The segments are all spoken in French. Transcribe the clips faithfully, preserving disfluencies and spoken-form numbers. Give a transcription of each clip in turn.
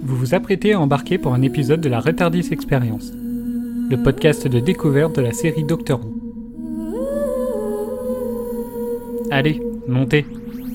Vous vous apprêtez à embarquer pour un épisode de la Retardis Experience, le podcast de découverte de la série Doctor Who. Allez, montez.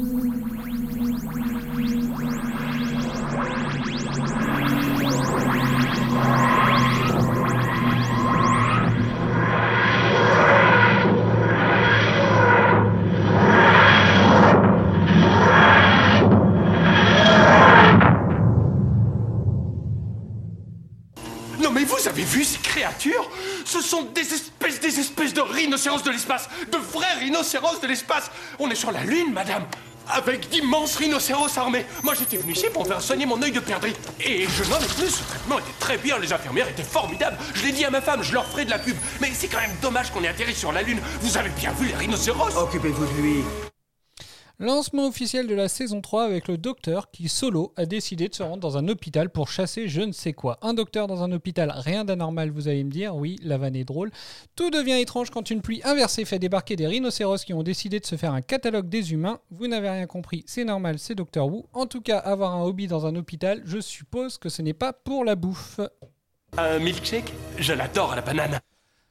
Ce sont des espèces, des espèces de rhinocéros de l'espace, de vrais rhinocéros de l'espace. On est sur la Lune, madame, avec d'immenses rhinocéros armés. Moi, j'étais venu ici pour faire soigner mon œil de perdrix. Et je n'en ai plus, ce traitement était très bien, les infirmières étaient formidables. Je l'ai dit à ma femme, je leur ferai de la pub. Mais c'est quand même dommage qu'on ait atterri sur la Lune. Vous avez bien vu les rhinocéros? Occupez-vous de lui. Lancement officiel de la saison trois avec le docteur qui, solo, a décidé de se rendre dans un hôpital pour chasser je ne sais quoi. Un docteur dans un hôpital, rien d'anormal, vous allez me dire. Oui, la vanne est drôle. Tout devient étrange quand une pluie inversée fait débarquer des rhinocéros qui ont décidé de se faire un catalogue des humains. Vous n'avez rien compris, c'est normal, c'est Doctor Who. En tout cas, avoir un hobby dans un hôpital, je suppose que ce n'est pas pour la bouffe. Un milkshake? Je l'adore à la banane.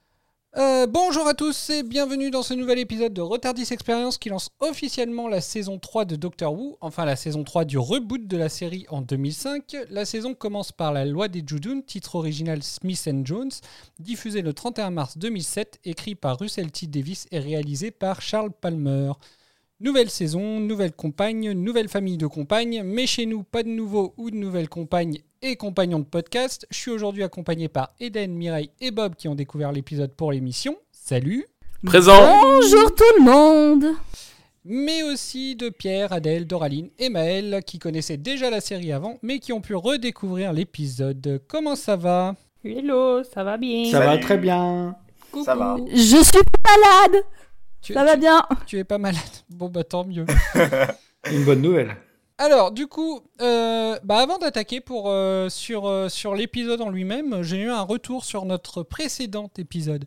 Euh, bonjour à tous et bienvenue dans ce nouvel épisode de Retardis Experience qui lance officiellement la saison trois de Doctor Who, enfin la saison trois du reboot de la série en deux mille cinq. La saison commence par La Loi des Judoon, titre original Smith and Jones, diffusé le trente et un mars deux mille sept, écrit par Russell T Davies et réalisé par Charles Palmer. Nouvelle saison, nouvelle compagne, nouvelle famille de compagnes, mais chez nous, pas de nouveaux ou de nouvelles compagnes et compagnons de podcast. Je suis aujourd'hui accompagné par Eden, Mireille et Bob qui ont découvert l'épisode pour l'émission. Salut. Présent. Bonjour tout le monde. Mais aussi de Pierre, Adèle, Doraline et Maëlle qui connaissaient déjà la série avant mais qui ont pu redécouvrir l'épisode. Comment ça va? Hello, ça va bien. Ça Salut. va très bien. Coucou. Ça va. Je suis pas malade. Tu, ça tu, va bien. Tu es pas malade. Bon bah tant mieux. Une bonne nouvelle. Alors, du coup, euh, bah avant d'attaquer pour, euh, sur, euh, sur l'épisode en lui-même, j'ai eu un retour sur notre précédent épisode.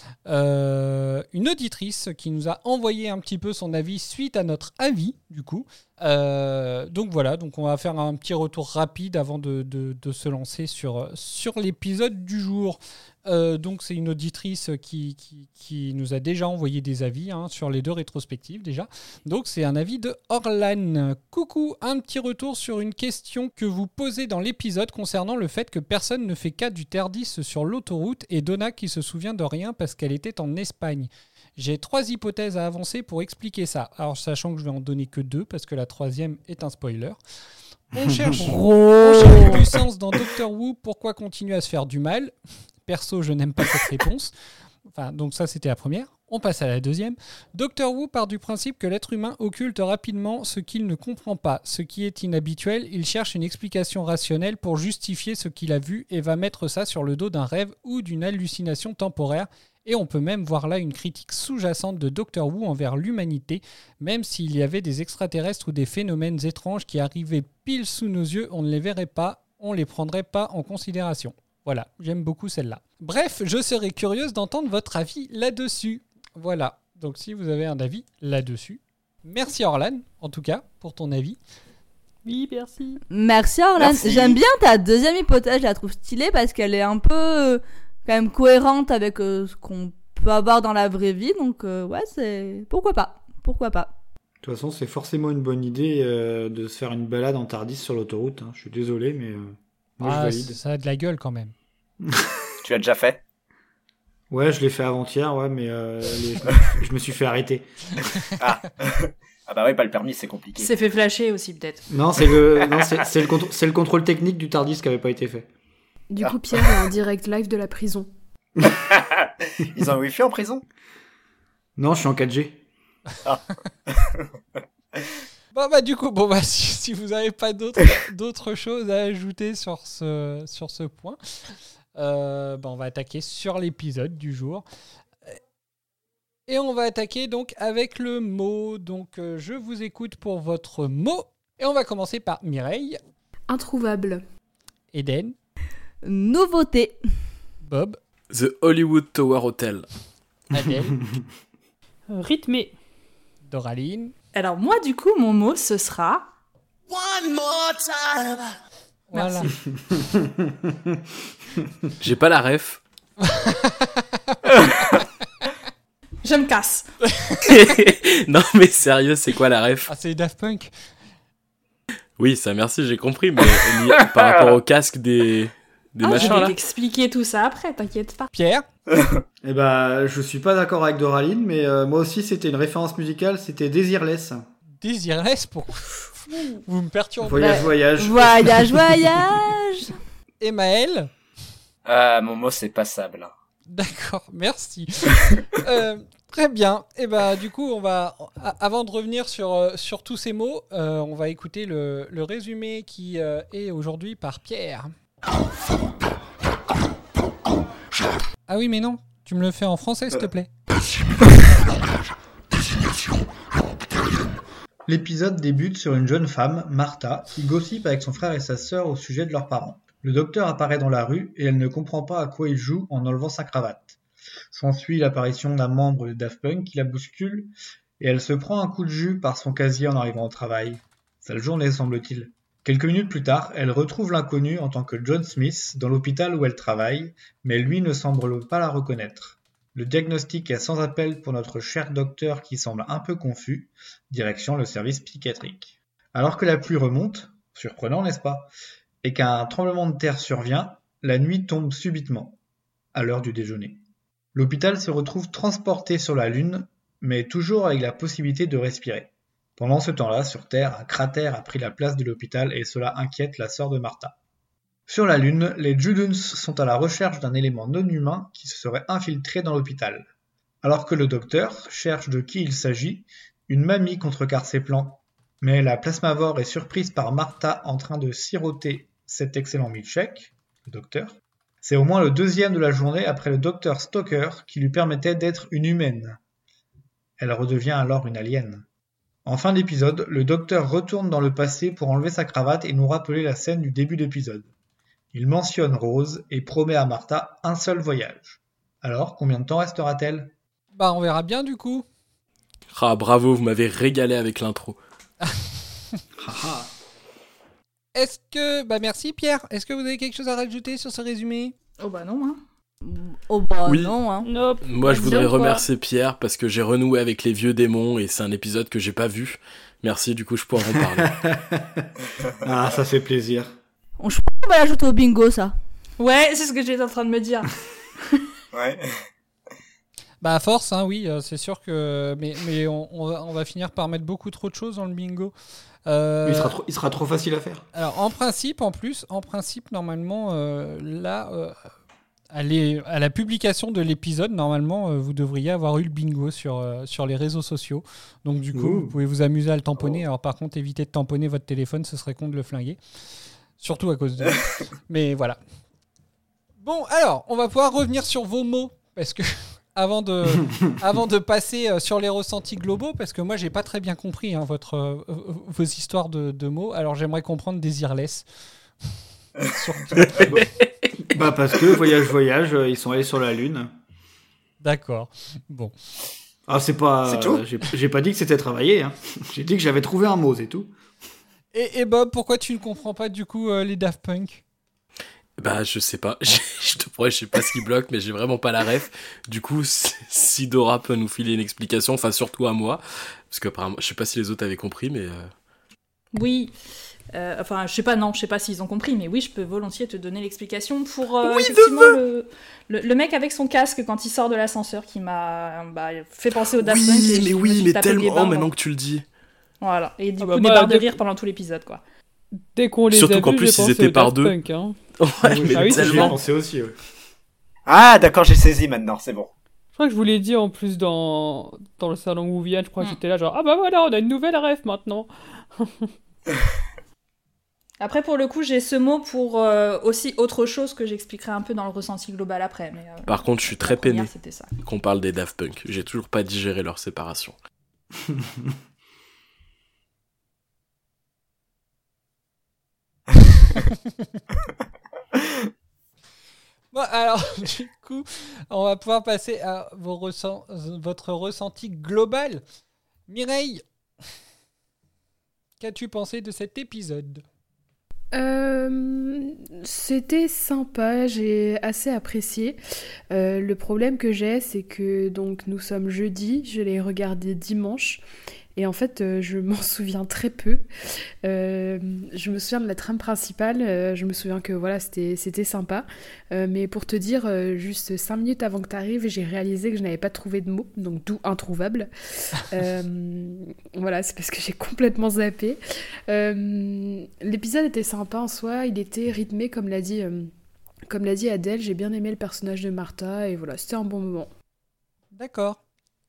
Euh, une auditrice qui nous a envoyé un petit peu son avis suite à notre avis, du coup. Euh, donc voilà, donc on va faire un petit retour rapide avant de, de, de se lancer sur, sur l'épisode du jour. Euh, donc c'est une auditrice qui, qui, qui nous a déjà envoyé des avis hein, sur les deux rétrospectives déjà. Donc c'est un avis de Orlan. Coucou, un petit retour sur une question que vous posez dans l'épisode concernant le fait que personne ne fait cas du Tardis sur l'autoroute et Donna qui se souvient de rien parce qu'elle était en Espagne. J'ai trois hypothèses à avancer pour expliquer ça. Alors sachant que je vais en donner que deux parce que la troisième est un spoiler. On cherche, on cherche du sens dans Doctor Who, pourquoi continuer à se faire du mal ? Perso, je n'aime pas cette réponse. Enfin, donc ça, c'était la première. On passe à la deuxième. Doctor Who part du principe que l'être humain occulte rapidement ce qu'il ne comprend pas. Ce qui est inhabituel, il cherche une explication rationnelle pour justifier ce qu'il a vu et va mettre ça sur le dos d'un rêve ou d'une hallucination temporaire. Et on peut même voir là une critique sous-jacente de Doctor Who envers l'humanité. Même s'il y avait des extraterrestres ou des phénomènes étranges qui arrivaient pile sous nos yeux, on ne les verrait pas, on ne les prendrait pas en considération. Voilà, j'aime beaucoup celle-là. Bref, je serais curieuse d'entendre votre avis là-dessus. Voilà, donc si vous avez un avis là-dessus, merci Orlan, en tout cas, pour ton avis. Oui, merci. Merci Orlan. Merci. J'aime bien ta deuxième hypothèse, je la trouve stylée parce qu'elle est un peu euh, quand même cohérente avec euh, ce qu'on peut avoir dans la vraie vie. Donc euh, ouais, c'est... Pourquoi pas, pourquoi pas. De toute façon, c'est forcément une bonne idée euh, de se faire une balade en Tardis sur l'autoroute. Hein. Je suis désolé, mais... Euh... Moi, ah, je valide. Ça a de la gueule quand même. Tu l'as déjà fait? Ouais, je l'ai fait avant-hier, ouais, mais euh, les... je me suis fait arrêter. Ah. Ah bah ouais, pas le permis, c'est compliqué. Il s'est fait flasher aussi, peut-être. Non, c'est le, non, c'est, c'est, le contr... c'est le contrôle technique du Tardis qui avait pas été fait. Du coup, Pierre est en direct live de la prison. Ils ont un wifi en prison? Non, je suis en quatre G. Ah. Bon bah du coup, bon bah si, si vous n'avez pas d'autres, d'autres choses à ajouter sur ce, sur ce point, euh, bah on va attaquer sur l'épisode du jour. Et on va attaquer donc avec le mot. Donc euh, je vous écoute pour votre mot. Et on va commencer par Mireille. Introuvable. Eden. Nouveauté. Bob. The Hollywood Tower Hotel. Adèle. Rythmé. Doraline. Alors moi du coup mon mot ce sera One more time. Voilà. J'ai pas la ref. Je me casse. Non mais sérieux, c'est quoi la ref? Ah, c'est Daft Punk. Oui, ça merci, j'ai compris, mais lié- par rapport au casque des, des Ah, je machins vais là. t'expliquer tout ça après, t'inquiète pas. Pierre. Eh ben, je suis pas d'accord avec Doraline, mais euh, moi aussi, c'était une référence musicale, c'était Desireless. Desireless pour. Vous me perturbez. Voyage, Bah, voyage. Voyage, voyage. Et Maël. Euh, mon mot, c'est passable. D'accord, merci. euh, très bien. Et ben, du coup, on va, a- avant de revenir sur, euh, sur tous ces mots, euh, on va écouter le, le résumé qui euh, est aujourd'hui par Pierre. Ah oui, mais non, tu me le fais en français, s'il te plaît. L'épisode débute sur une jeune femme, Martha, qui gossipe avec son frère et sa sœur au sujet de leurs parents. Le docteur apparaît dans la rue et elle ne comprend pas à quoi il joue en enlevant sa cravate. S'ensuit l'apparition d'un membre de Daft Punk qui la bouscule et elle se prend un coup de jus par son casier en arrivant au travail. Sale journée, semble-t-il. Quelques minutes plus tard, elle retrouve l'inconnu en tant que John Smith dans l'hôpital où elle travaille, mais lui ne semble pas la reconnaître. Le diagnostic est sans appel pour notre cher docteur qui semble un peu confus, direction le service psychiatrique. Alors que la pluie remonte, surprenant n'est-ce pas, et qu'un tremblement de terre survient, la nuit tombe subitement, à l'heure du déjeuner. L'hôpital se retrouve transporté sur la Lune, mais toujours avec la possibilité de respirer. Pendant ce temps-là, sur Terre, un cratère a pris la place de l'hôpital et cela inquiète la sœur de Martha. Sur la Lune, les Juduns sont à la recherche d'un élément non humain qui se serait infiltré dans l'hôpital. Alors que le docteur cherche de qui il s'agit, une mamie contrecarre ses plans. Mais la plasmavore est surprise par Martha en train de siroter cet excellent milkshake, le docteur. C'est au moins le deuxième de la journée après le docteur Stoker qui lui permettait d'être une humaine. Elle redevient alors une alien. En fin d'épisode, le docteur retourne dans le passé pour enlever sa cravate et nous rappeler la scène du début d'épisode. Il mentionne Rose et promet à Martha un seul voyage. Alors, combien de temps restera-t-elle ? Bah, on verra bien du coup. Ah bravo, vous m'avez régalé avec l'intro. Est-ce que... Bah merci Pierre. Est-ce que vous avez quelque chose à rajouter sur ce résumé ? Oh bah non, hein. Oh bah Oui. non, hein. Nope. Moi je Vas-y, voudrais quoi. remercier Pierre parce que j'ai renoué avec les vieux démons et c'est un épisode que j'ai pas vu. Merci, du coup je pourrais en parler. Ah, ça fait plaisir. On, je crois qu'on va l'ajouter au bingo, ça. Ouais, c'est ce que j'étais en train de me dire. Ouais. Bah à force, hein, oui, euh, c'est sûr que... Mais, mais on, on, va, on va finir par mettre beaucoup trop de choses dans le bingo. Euh, Il sera, trop, il sera trop facile à faire. Alors en principe, en plus, en principe, normalement, euh, là, euh, à, les- à la publication de l'épisode, normalement, euh, vous devriez avoir eu le bingo sur, euh, sur les réseaux sociaux. Donc du coup, Ouh. vous pouvez vous amuser à le tamponner. Alors par contre, évitez de tamponner votre téléphone, ce serait con de le flinguer. Surtout à cause de... Mais voilà. Bon, alors, on va pouvoir revenir sur vos mots, parce que... Avant de, avant de passer euh, sur les ressentis globaux, parce que moi j'ai pas très bien compris hein, votre, euh, vos histoires de, de mots, alors j'aimerais comprendre Desireless. Surtout. Bah parce que voyage, voyage, euh, ils sont allés sur la Lune. D'accord. Bon. Ah, c'est pas. C'est tout euh, j'ai, j'ai pas dit que c'était travaillé. Hein. J'ai dit que j'avais trouvé un mot, c'est tout. Et, et Bob, pourquoi tu ne comprends pas du coup euh, les Daft Punk ? Bah je sais pas, je te promets, je sais pas ce qui bloque, mais j'ai vraiment pas la ref. Du coup, si- si Dora peut nous filer une explication, enfin surtout à moi, parce que apparemment, je sais pas si les autres avaient compris, mais... euh, Oui. Euh, enfin, je sais pas, non, je sais pas s'ils ont compris, mais oui, je peux volontiers te donner l'explication pour euh, Oui, effectivement le, le, le mec avec son casque quand il sort de l'ascenseur qui m'a bah, fait penser au Daft Punk. Oui, et je mais me oui, suis mais tapé des tellement, barres. maintenant que tu le dis. Voilà, et du Ah coup, bah, des moi, barres de dès- rire pendant tout l'épisode, quoi. Dès qu'on les Surtout a qu'en vus, plus, j'ai ils pensé étaient au par Daft deux. Punk, hein. Ouais, mais Ah oui, c'est J'y ai tellement. pensé aussi, ouais. Ah, d'accord, j'ai saisi maintenant, c'est bon. Je crois que je vous l'ai dit en plus dans, dans le salon où vous viennent, je crois que Mm. j'étais là genre, ah bah voilà, on a une nouvelle ref maintenant. Après, pour le coup, j'ai ce mot pour euh, aussi autre chose que j'expliquerai un peu dans le ressenti global après. Mais, euh, Par contre, je suis la très première, peiné c'était ça. qu'on parle des Daft Punk. J'ai toujours pas digéré leur séparation. Bon, alors, du coup, on va pouvoir passer à vos ressent- votre ressenti global. Mireille, qu'as-tu pensé de cet épisode ? Euh, c'était sympa, j'ai assez apprécié. Euh, le problème que j'ai, c'est que donc nous sommes jeudi, je l'ai regardé dimanche. Et en fait, euh, je m'en souviens très peu. Euh, je me souviens de la trame principale. Euh, je me souviens que voilà, c'était, c'était sympa. Euh, mais pour te dire, euh, juste cinq minutes avant que tu arrives, j'ai réalisé que je n'avais pas trouvé de mots. Donc, d'où introuvable. euh, voilà, c'est parce que j'ai complètement zappé. Euh, l'épisode était sympa en soi. Il était rythmé, comme l'a dit, euh, comme l'a dit Adèle. J'ai bien aimé le personnage de Martha. Et voilà, c'était un bon moment. D'accord. Hélène ?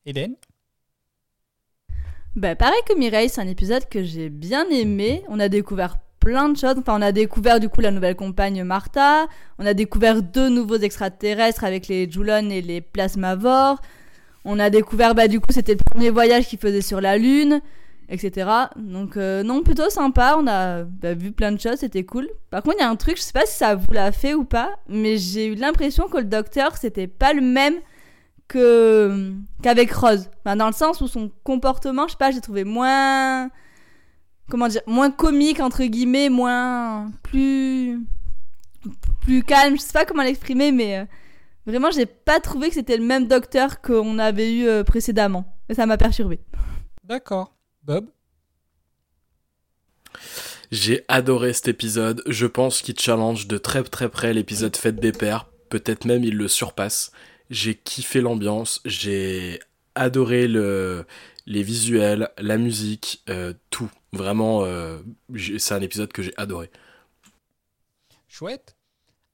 Bah, pareil que Mireille, c'est un épisode que j'ai bien aimé. On a découvert plein de choses. Enfin, on a découvert du coup la nouvelle compagne Martha. On a découvert deux nouveaux extraterrestres avec les Jullon et les Plasmavores. On a découvert, bah du coup, c'était le premier voyage qu'ils faisaient sur la Lune, et cetera. Donc, euh, non, plutôt sympa. On a bah, vu plein de choses, c'était cool. Par contre, il y a un truc, je sais pas si ça vous l'a fait ou pas, mais j'ai eu l'impression que le docteur, c'était pas le même que qu'avec Rose, enfin, dans le sens où son comportement, je sais pas, j'ai trouvé moins, comment dire, moins comique entre guillemets, moins plus plus calme, je sais pas comment l'exprimer, mais euh, vraiment j'ai pas trouvé que c'était le même docteur qu'on avait eu euh, précédemment, et ça m'a perturbé. D'accord. Bob ? J'ai adoré cet épisode. Je pense qu'il challenge de très très près l'épisode Fête des Pères. Peut-être même il le surpasse. J'ai kiffé l'ambiance, j'ai adoré le, les visuels, la musique, euh, tout. Vraiment, euh, c'est un épisode que j'ai adoré. Chouette. Adèle ?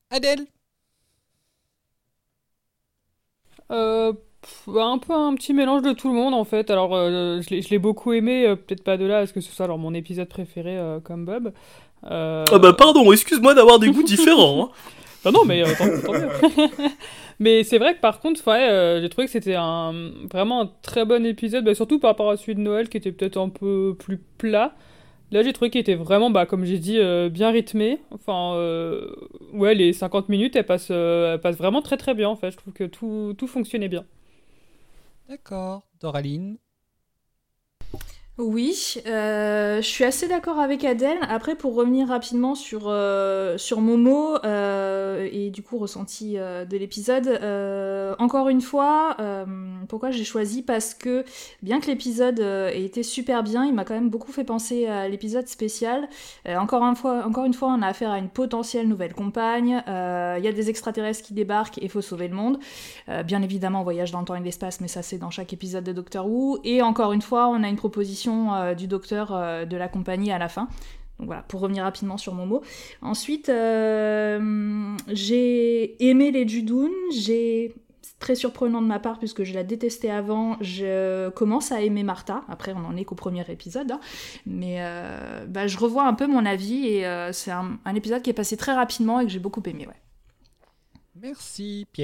Euh, pff, un peu un petit mélange de tout le monde en fait. Alors euh, je, l'ai, je l'ai beaucoup aimé, euh, peut-être pas de là à ce que ce soit alors mon épisode préféré euh, comme Bob. Euh... Ah bah pardon, excuse-moi d'avoir des goûts différents. Hein. Bah non mais euh, tant, tant mieux. Mais c'est vrai que par contre, ouais, euh, j'ai trouvé que c'était un, vraiment un très bon épisode, bah, surtout par rapport à celui de Noël qui était peut-être un peu plus plat. Là, j'ai trouvé qu'il était vraiment, bah, comme j'ai dit, euh, bien rythmé. Enfin, euh, ouais, les cinquante minutes, elles passent, euh, elles passent vraiment très très bien en fait. Je trouve que tout, tout fonctionnait bien. D'accord. Doraline ? Oui, euh, je suis assez d'accord avec Adèle. Après, pour revenir rapidement sur, euh, sur Momo euh, et du coup ressenti euh, de l'épisode, euh, encore une fois, euh, pourquoi j'ai choisi ? Parce que bien que l'épisode euh, ait été super bien, il m'a quand même beaucoup fait penser à l'épisode spécial. Euh, encore, une fois, encore une fois, on a affaire à une potentielle nouvelle compagne. Il euh, y a des extraterrestres qui débarquent et il faut sauver le monde. Euh, bien évidemment, on voyage dans le temps et l'espace, mais ça c'est dans chaque épisode de Doctor Who. Et encore une fois, on a une proposition Euh, du docteur euh, de la compagnie à la fin. Donc voilà, pour revenir rapidement sur Momo. Ensuite, euh, j'ai aimé les Judoon. J'ai... C'est très surprenant de ma part puisque je la détestais avant. Je commence à aimer Martha. Après, on en est qu'au premier épisode. Hein. Mais euh, bah, je revois un peu mon avis et euh, c'est un, un épisode qui est passé très rapidement et que j'ai beaucoup aimé. Ouais. Merci. Pierre ?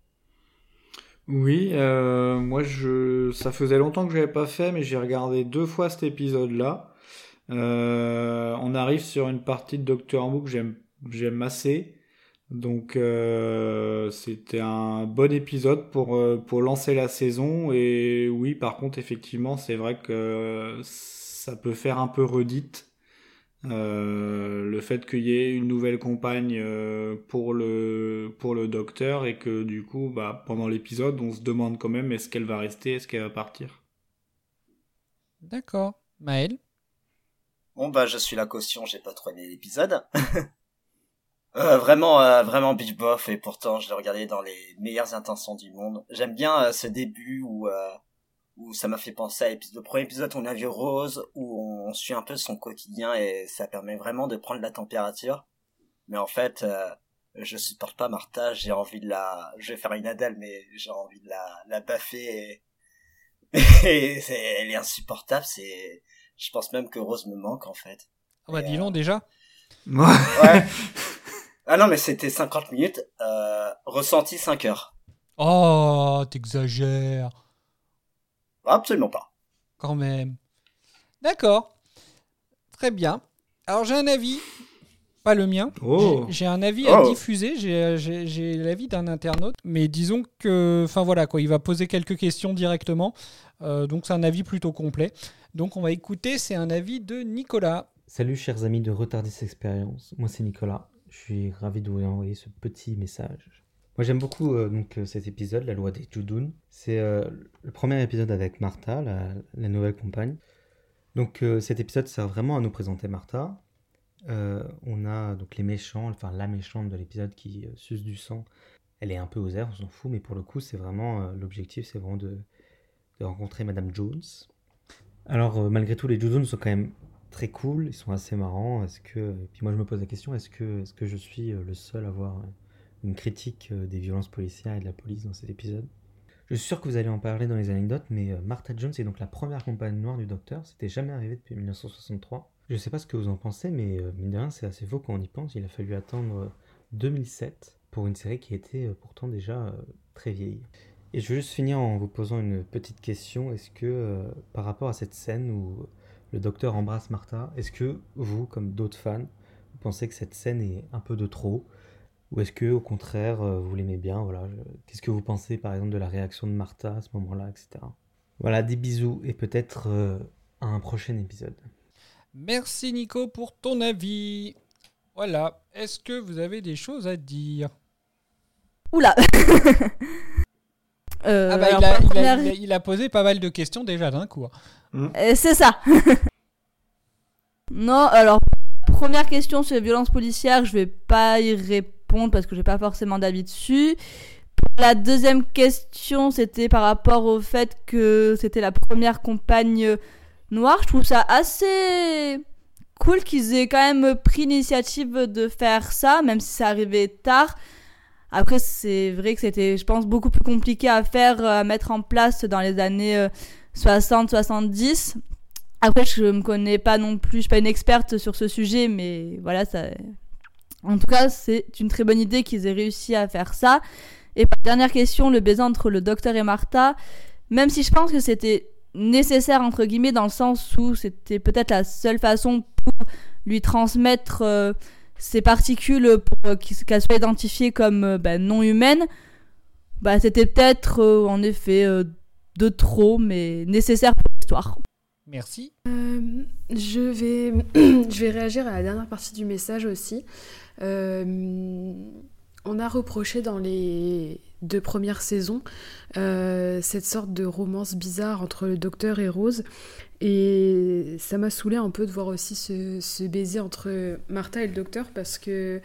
Oui, euh, moi je, ça faisait longtemps que je l'avais pas fait, mais j'ai regardé deux fois cet épisode-là. Euh, on arrive sur une partie de Doctor Who que j'aime, j'aime assez, donc euh, c'était un bon épisode pour euh, pour lancer la saison. Et oui, par contre, effectivement, c'est vrai que ça peut faire un peu redite. Euh, le fait qu'il y ait une nouvelle compagne euh, pour le pour le docteur et que du coup bah pendant l'épisode on se demande quand même est-ce qu'elle va rester, est-ce qu'elle va partir. D'accord. Maël ? Bon bah je suis la caution, j'ai pas trop aimé l'épisode. euh, vraiment euh, vraiment bif bof, et pourtant je l'ai regardé dans les meilleures intentions du monde. J'aime bien euh, ce début où euh, où ça m'a fait penser à l'épisode, le premier épisode où on a vu Rose, où on suit un peu son quotidien et ça permet vraiment de prendre la température. Mais en fait, euh, je supporte pas Martha, j'ai envie de la, je vais faire une Adèle, mais j'ai envie de la, la baffer et, et c'est... elle est insupportable, c'est, je pense même que Rose me manque en fait. Ah bah et, dis donc euh... déjà. Ouais. Ah non mais c'était cinquante minutes, euh, ressenti cinq heures. Oh, t'exagères. Absolument pas. Quand même. D'accord. Très bien. Alors j'ai un avis, pas le mien. Oh. J'ai, j'ai un avis à Oh. diffuser. J'ai, j'ai, j'ai l'avis d'un internaute. Mais disons que, enfin voilà quoi, il va poser quelques questions directement. Euh, donc c'est un avis plutôt complet. Donc on va écouter. C'est un avis de Nicolas. Salut chers amis de Retardis Experience, moi c'est Nicolas, je suis ravi de vous envoyer ce petit message. Moi j'aime beaucoup euh, donc, euh, cet épisode, la loi des Judoun. C'est euh, le premier épisode avec Martha, la, la nouvelle compagne. Donc euh, cet épisode sert vraiment à nous présenter Martha. Euh, on a donc les méchants, enfin la méchante de l'épisode qui euh, suce du sang. Elle est un peu aux airs, on s'en fout, mais pour le coup c'est vraiment, euh, l'objectif c'est vraiment de, de rencontrer Madame Jones. Alors euh, malgré tout les Judoun sont quand même très cool, ils sont assez marrants. Est-ce que... Et puis moi je me pose la question, est-ce que, est-ce que je suis le seul à avoir une critique des violences policières et de la police dans cet épisode? Je suis sûr que vous allez en parler dans les anecdotes, mais Martha Jones est donc la première compagne noire du docteur, c'était jamais arrivé depuis dix-neuf cent soixante-trois. Je sais pas ce que vous en pensez, mais mine de rien c'est assez faux quand on y pense, il a fallu attendre deux mille sept pour une série qui était pourtant déjà très vieille. Et je veux juste finir en vous posant une petite question, est-ce que euh, par rapport à cette scène où le docteur embrasse Martha, est-ce que vous, comme d'autres fans, vous pensez que cette scène est un peu de trop? Ou est-ce que, au contraire, vous l'aimez bien, voilà, je... Qu'est-ce que vous pensez, par exemple, de la réaction de Martha à ce moment-là, et cetera. Voilà, des bisous, et peut-être euh, à un prochain épisode. Merci Nico pour ton avis. Voilà, est-ce que vous avez des choses à dire? Oula euh, Ah bah alors, il, a, il, première... a, il, a, il a posé pas mal de questions déjà d'un coup. Mmh. Euh, c'est ça. Non, alors, première question sur les violences policières, je vais pas y répondre parce que j'ai pas forcément d'avis dessus. La deuxième question, c'était par rapport au fait que c'était la première compagne noire. Je trouve ça assez cool qu'ils aient quand même pris l'initiative de faire ça, même si ça arrivait tard. Après, c'est vrai que c'était, je pense, beaucoup plus compliqué à faire, à mettre en place dans les années euh, soixante soixante-dix. Après, je me connais pas non plus, je suis pas une experte sur ce sujet, mais voilà, ça... En tout cas, c'est une très bonne idée qu'ils aient réussi à faire ça. Et dernière question, le baiser entre le docteur et Martha, même si je pense que c'était nécessaire, entre guillemets, dans le sens où c'était peut-être la seule façon pour lui transmettre euh, ces particules pour euh, qu'elles soient identifiées comme euh, bah, non humaines, bah, c'était peut-être, euh, en effet, euh, de trop, mais nécessaire pour l'histoire. Merci. Euh, je, vais je vais réagir à la dernière partie du message aussi. Euh, on a reproché dans les deux premières saisons euh, cette sorte de romance bizarre entre le docteur et Rose. Et ça m'a saoulé un peu de voir aussi ce, ce baiser entre Martha et le docteur parce que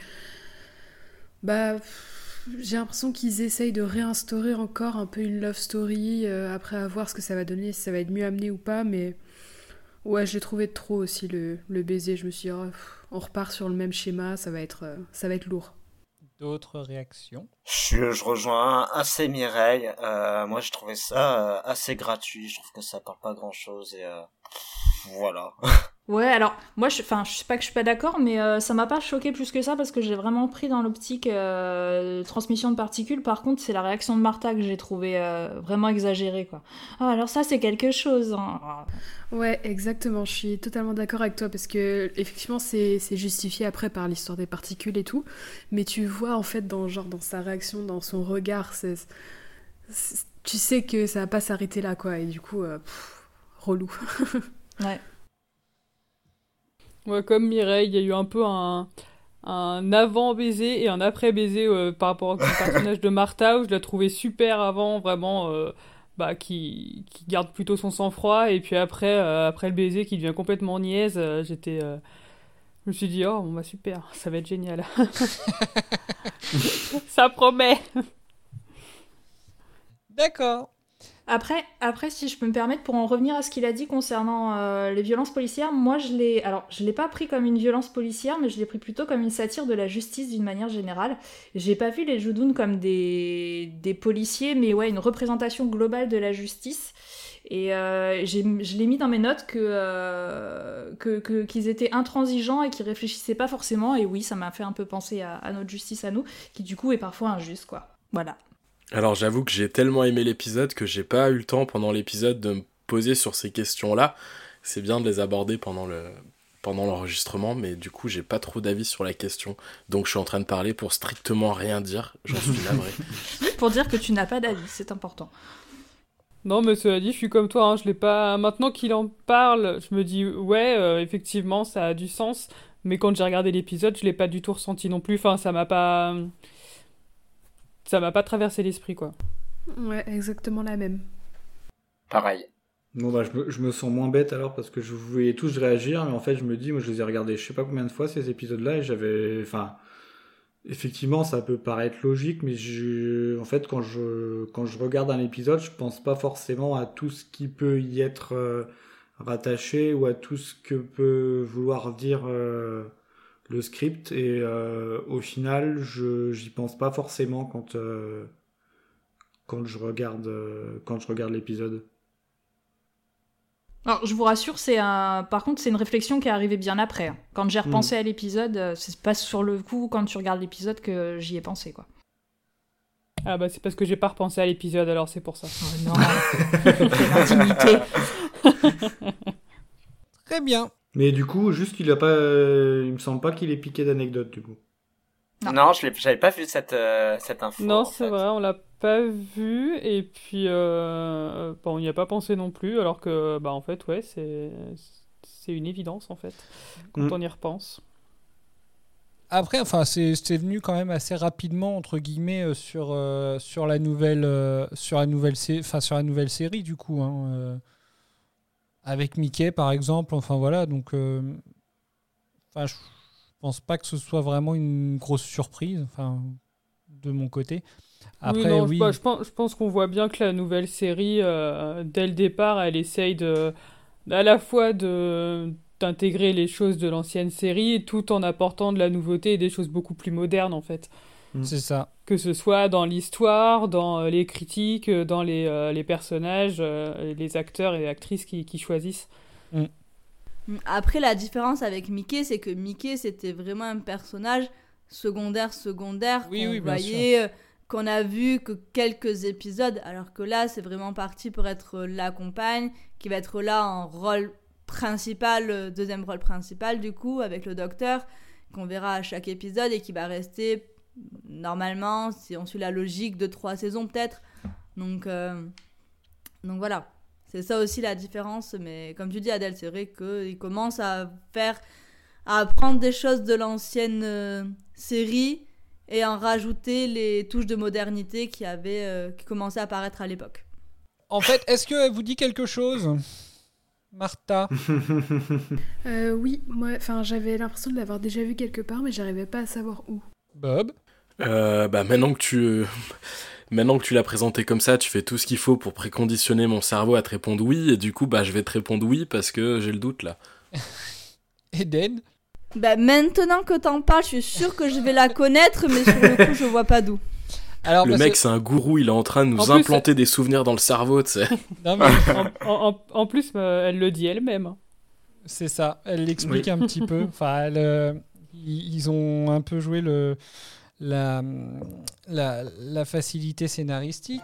bah, j'ai l'impression qu'ils essayent de réinstaurer encore un peu une love story euh, après à voir ce que ça va donner, si ça va être mieux amené ou pas, mais ouais, je l'ai trouvé de trop aussi le, le baiser. Je me suis dit, oh, pff, on repart sur le même schéma, ça va être, euh, ça va être lourd. D'autres réactions? Je, je rejoins assez Mireille. Euh, moi, je trouvais ça euh, assez gratuit. Je trouve que ça parle pas grand-chose et euh, voilà. Ouais, alors moi, je, enfin, je sais pas que je suis pas d'accord, mais euh, ça m'a pas choqué plus que ça parce que j'ai vraiment pris dans l'optique euh, transmission de particules. Par contre, c'est la réaction de Martha que j'ai trouvé euh, vraiment exagérée, quoi. Oh, alors ça, c'est quelque chose. Hein. Ouais, exactement. Je suis totalement d'accord avec toi parce que effectivement, c'est c'est justifié après par l'histoire des particules et tout, mais tu vois en fait dans genre dans sa réaction, dans son regard, c'est, c'est, tu sais que ça va pas s'arrêter là, quoi. Et du coup, euh, pff, relou. Ouais. Ouais, comme Mireille, il y a eu un peu un, un avant-baiser et un après-baiser euh, par rapport au personnage de Martha, où je la trouvais super avant, vraiment, euh, bah, qui, qui garde plutôt son sang-froid, et puis après, euh, après le baiser qui devient complètement niaise, euh, j'étais... Euh, je me suis dit, oh, bon, bah super, ça va être génial. Ça promet. D'accord. Après, après, si je peux me permettre, pour en revenir à ce qu'il a dit concernant euh, les violences policières, moi je l'ai, alors je l'ai pas pris comme une violence policière, mais je l'ai pris plutôt comme une satire de la justice d'une manière générale. J'ai pas vu les Judoun comme des, des policiers, mais ouais, une représentation globale de la justice. Et euh, j'ai, je l'ai mis dans mes notes que, euh, que, que, qu'ils étaient intransigeants et qu'ils réfléchissaient pas forcément. Et oui, ça m'a fait un peu penser à, à notre justice à nous, qui du coup est parfois injuste, quoi. Voilà. Alors j'avoue que j'ai tellement aimé l'épisode que j'ai pas eu le temps pendant l'épisode de me poser sur ces questions-là. C'est bien de les aborder pendant le pendant l'enregistrement, mais du coup j'ai pas trop d'avis sur la question. Donc je suis en train de parler pour strictement rien dire. J'en suis navré. Pour dire que tu n'as pas d'avis, c'est important. Non, mais cela dit, je suis comme toi, hein, je l'ai pas... Maintenant qu'il en parle, je me dis, ouais, euh, effectivement, ça a du sens, mais quand j'ai regardé l'épisode, je l'ai pas du tout ressenti non plus, enfin, ça m'a pas... Ça m'a pas traversé l'esprit, quoi. Ouais, exactement la même. Pareil. Bon bah je me, je me sens moins bête alors parce que je voulais tous réagir, mais en fait je me dis, moi je les ai regardés je sais pas combien de fois ces épisodes-là et j'avais... Enfin, effectivement ça peut paraître logique, mais je... en fait quand je, quand je regarde un épisode, je pense pas forcément à tout ce qui peut y être euh, rattaché ou à tout ce que peut vouloir dire euh, le script et euh, au final je j'y pense pas forcément quand, euh, quand je regarde, euh, quand je regarde l'épisode. Alors, je vous rassure, c'est un... par contre, c'est une réflexion qui est arrivée bien après. hein. Quand j'ai repensé à l'épisode, euh, c'est pas sur le coup, quand tu regardes l'épisode, que j'y ai pensé, quoi. Ah bah c'est parce que j'ai pas repensé à l'épisode, alors c'est pour ça. Oh non, quelle intimité. Très bien. Mais du coup, juste il a pas, euh, il me semble pas qu'il ait piqué d'anecdotes du coup. Non. Non, je l'ai, j'avais pas vu cette, euh, cette info. Non, en c'est fait. vrai, on l'a pas vu, et puis euh, bon, on n'y a pas pensé non plus, alors que, bah en fait, ouais, c'est, c'est une évidence, en fait, quand Mm. on y repense. Après, enfin, c'est, c'est venu quand même assez rapidement entre guillemets euh, sur euh, sur la nouvelle euh, sur la nouvelle sé- enfin sur la nouvelle série du coup, hein, euh, avec Mickey par exemple. Enfin voilà, donc, euh, enfin, je pense pas que ce soit vraiment une grosse surprise, enfin, de mon côté. Après, oui, non, oui. je, bah, je pense, je pense qu'on voit bien que la nouvelle série, euh, dès le départ, elle essaye de, à la fois de, d'intégrer les choses de l'ancienne série, tout en apportant de la nouveauté et des choses beaucoup plus modernes, en fait. C'est ça. Que ce soit dans l'histoire, dans euh, les critiques, euh, dans les, euh, les personnages, euh, les acteurs et actrices qui, qui choisissent. Après, la différence avec Mickey, c'est que Mickey, c'était vraiment un personnage secondaire, secondaire, Oui, qu'on oui, bien voyait, euh, qu'on a vu que quelques épisodes, alors que là, c'est vraiment parti pour être la compagne, qui va être là en rôle principal, euh, deuxième rôle principal, du coup, avec le docteur, qu'on verra à chaque épisode et qui va rester, normalement, si on suit la logique, de trois saisons peut-être. Donc, euh, donc voilà. C'est ça aussi la différence, mais comme tu dis Adèle, c'est vrai qu'il commence à faire, à apprendre des choses de l'ancienne euh, série et en rajouter les touches de modernité qui avaient, euh, qui commençaient à apparaître à l'époque. En fait, est-ce qu'elle vous dit quelque chose, Martha? Euh, oui, moi, enfin, j'avais l'impression de l'avoir déjà vu quelque part, mais j'arrivais pas à savoir où. Bob? Euh, bah maintenant que tu maintenant que tu l'as présenté comme ça, tu fais tout ce qu'il faut pour préconditionner mon cerveau à te répondre oui, et du coup bah je vais te répondre oui parce que j'ai le doute là. Eden? Bah, maintenant que t'en parles, je suis sûre que je vais la connaître, mais sur le coup, je vois pas d'où. Alors, Le parce mec que- c'est un gourou, il est en train de nous En plus, implanter des souvenirs dans le cerveau, tu sais. Non, mais En, en- en plus, euh, elle le dit elle-même. hein. c'est ça, elle l'explique Oui. un petit peu. Enfin, elle, euh, ils ils ont un peu joué le, la, la, la facilité scénaristique.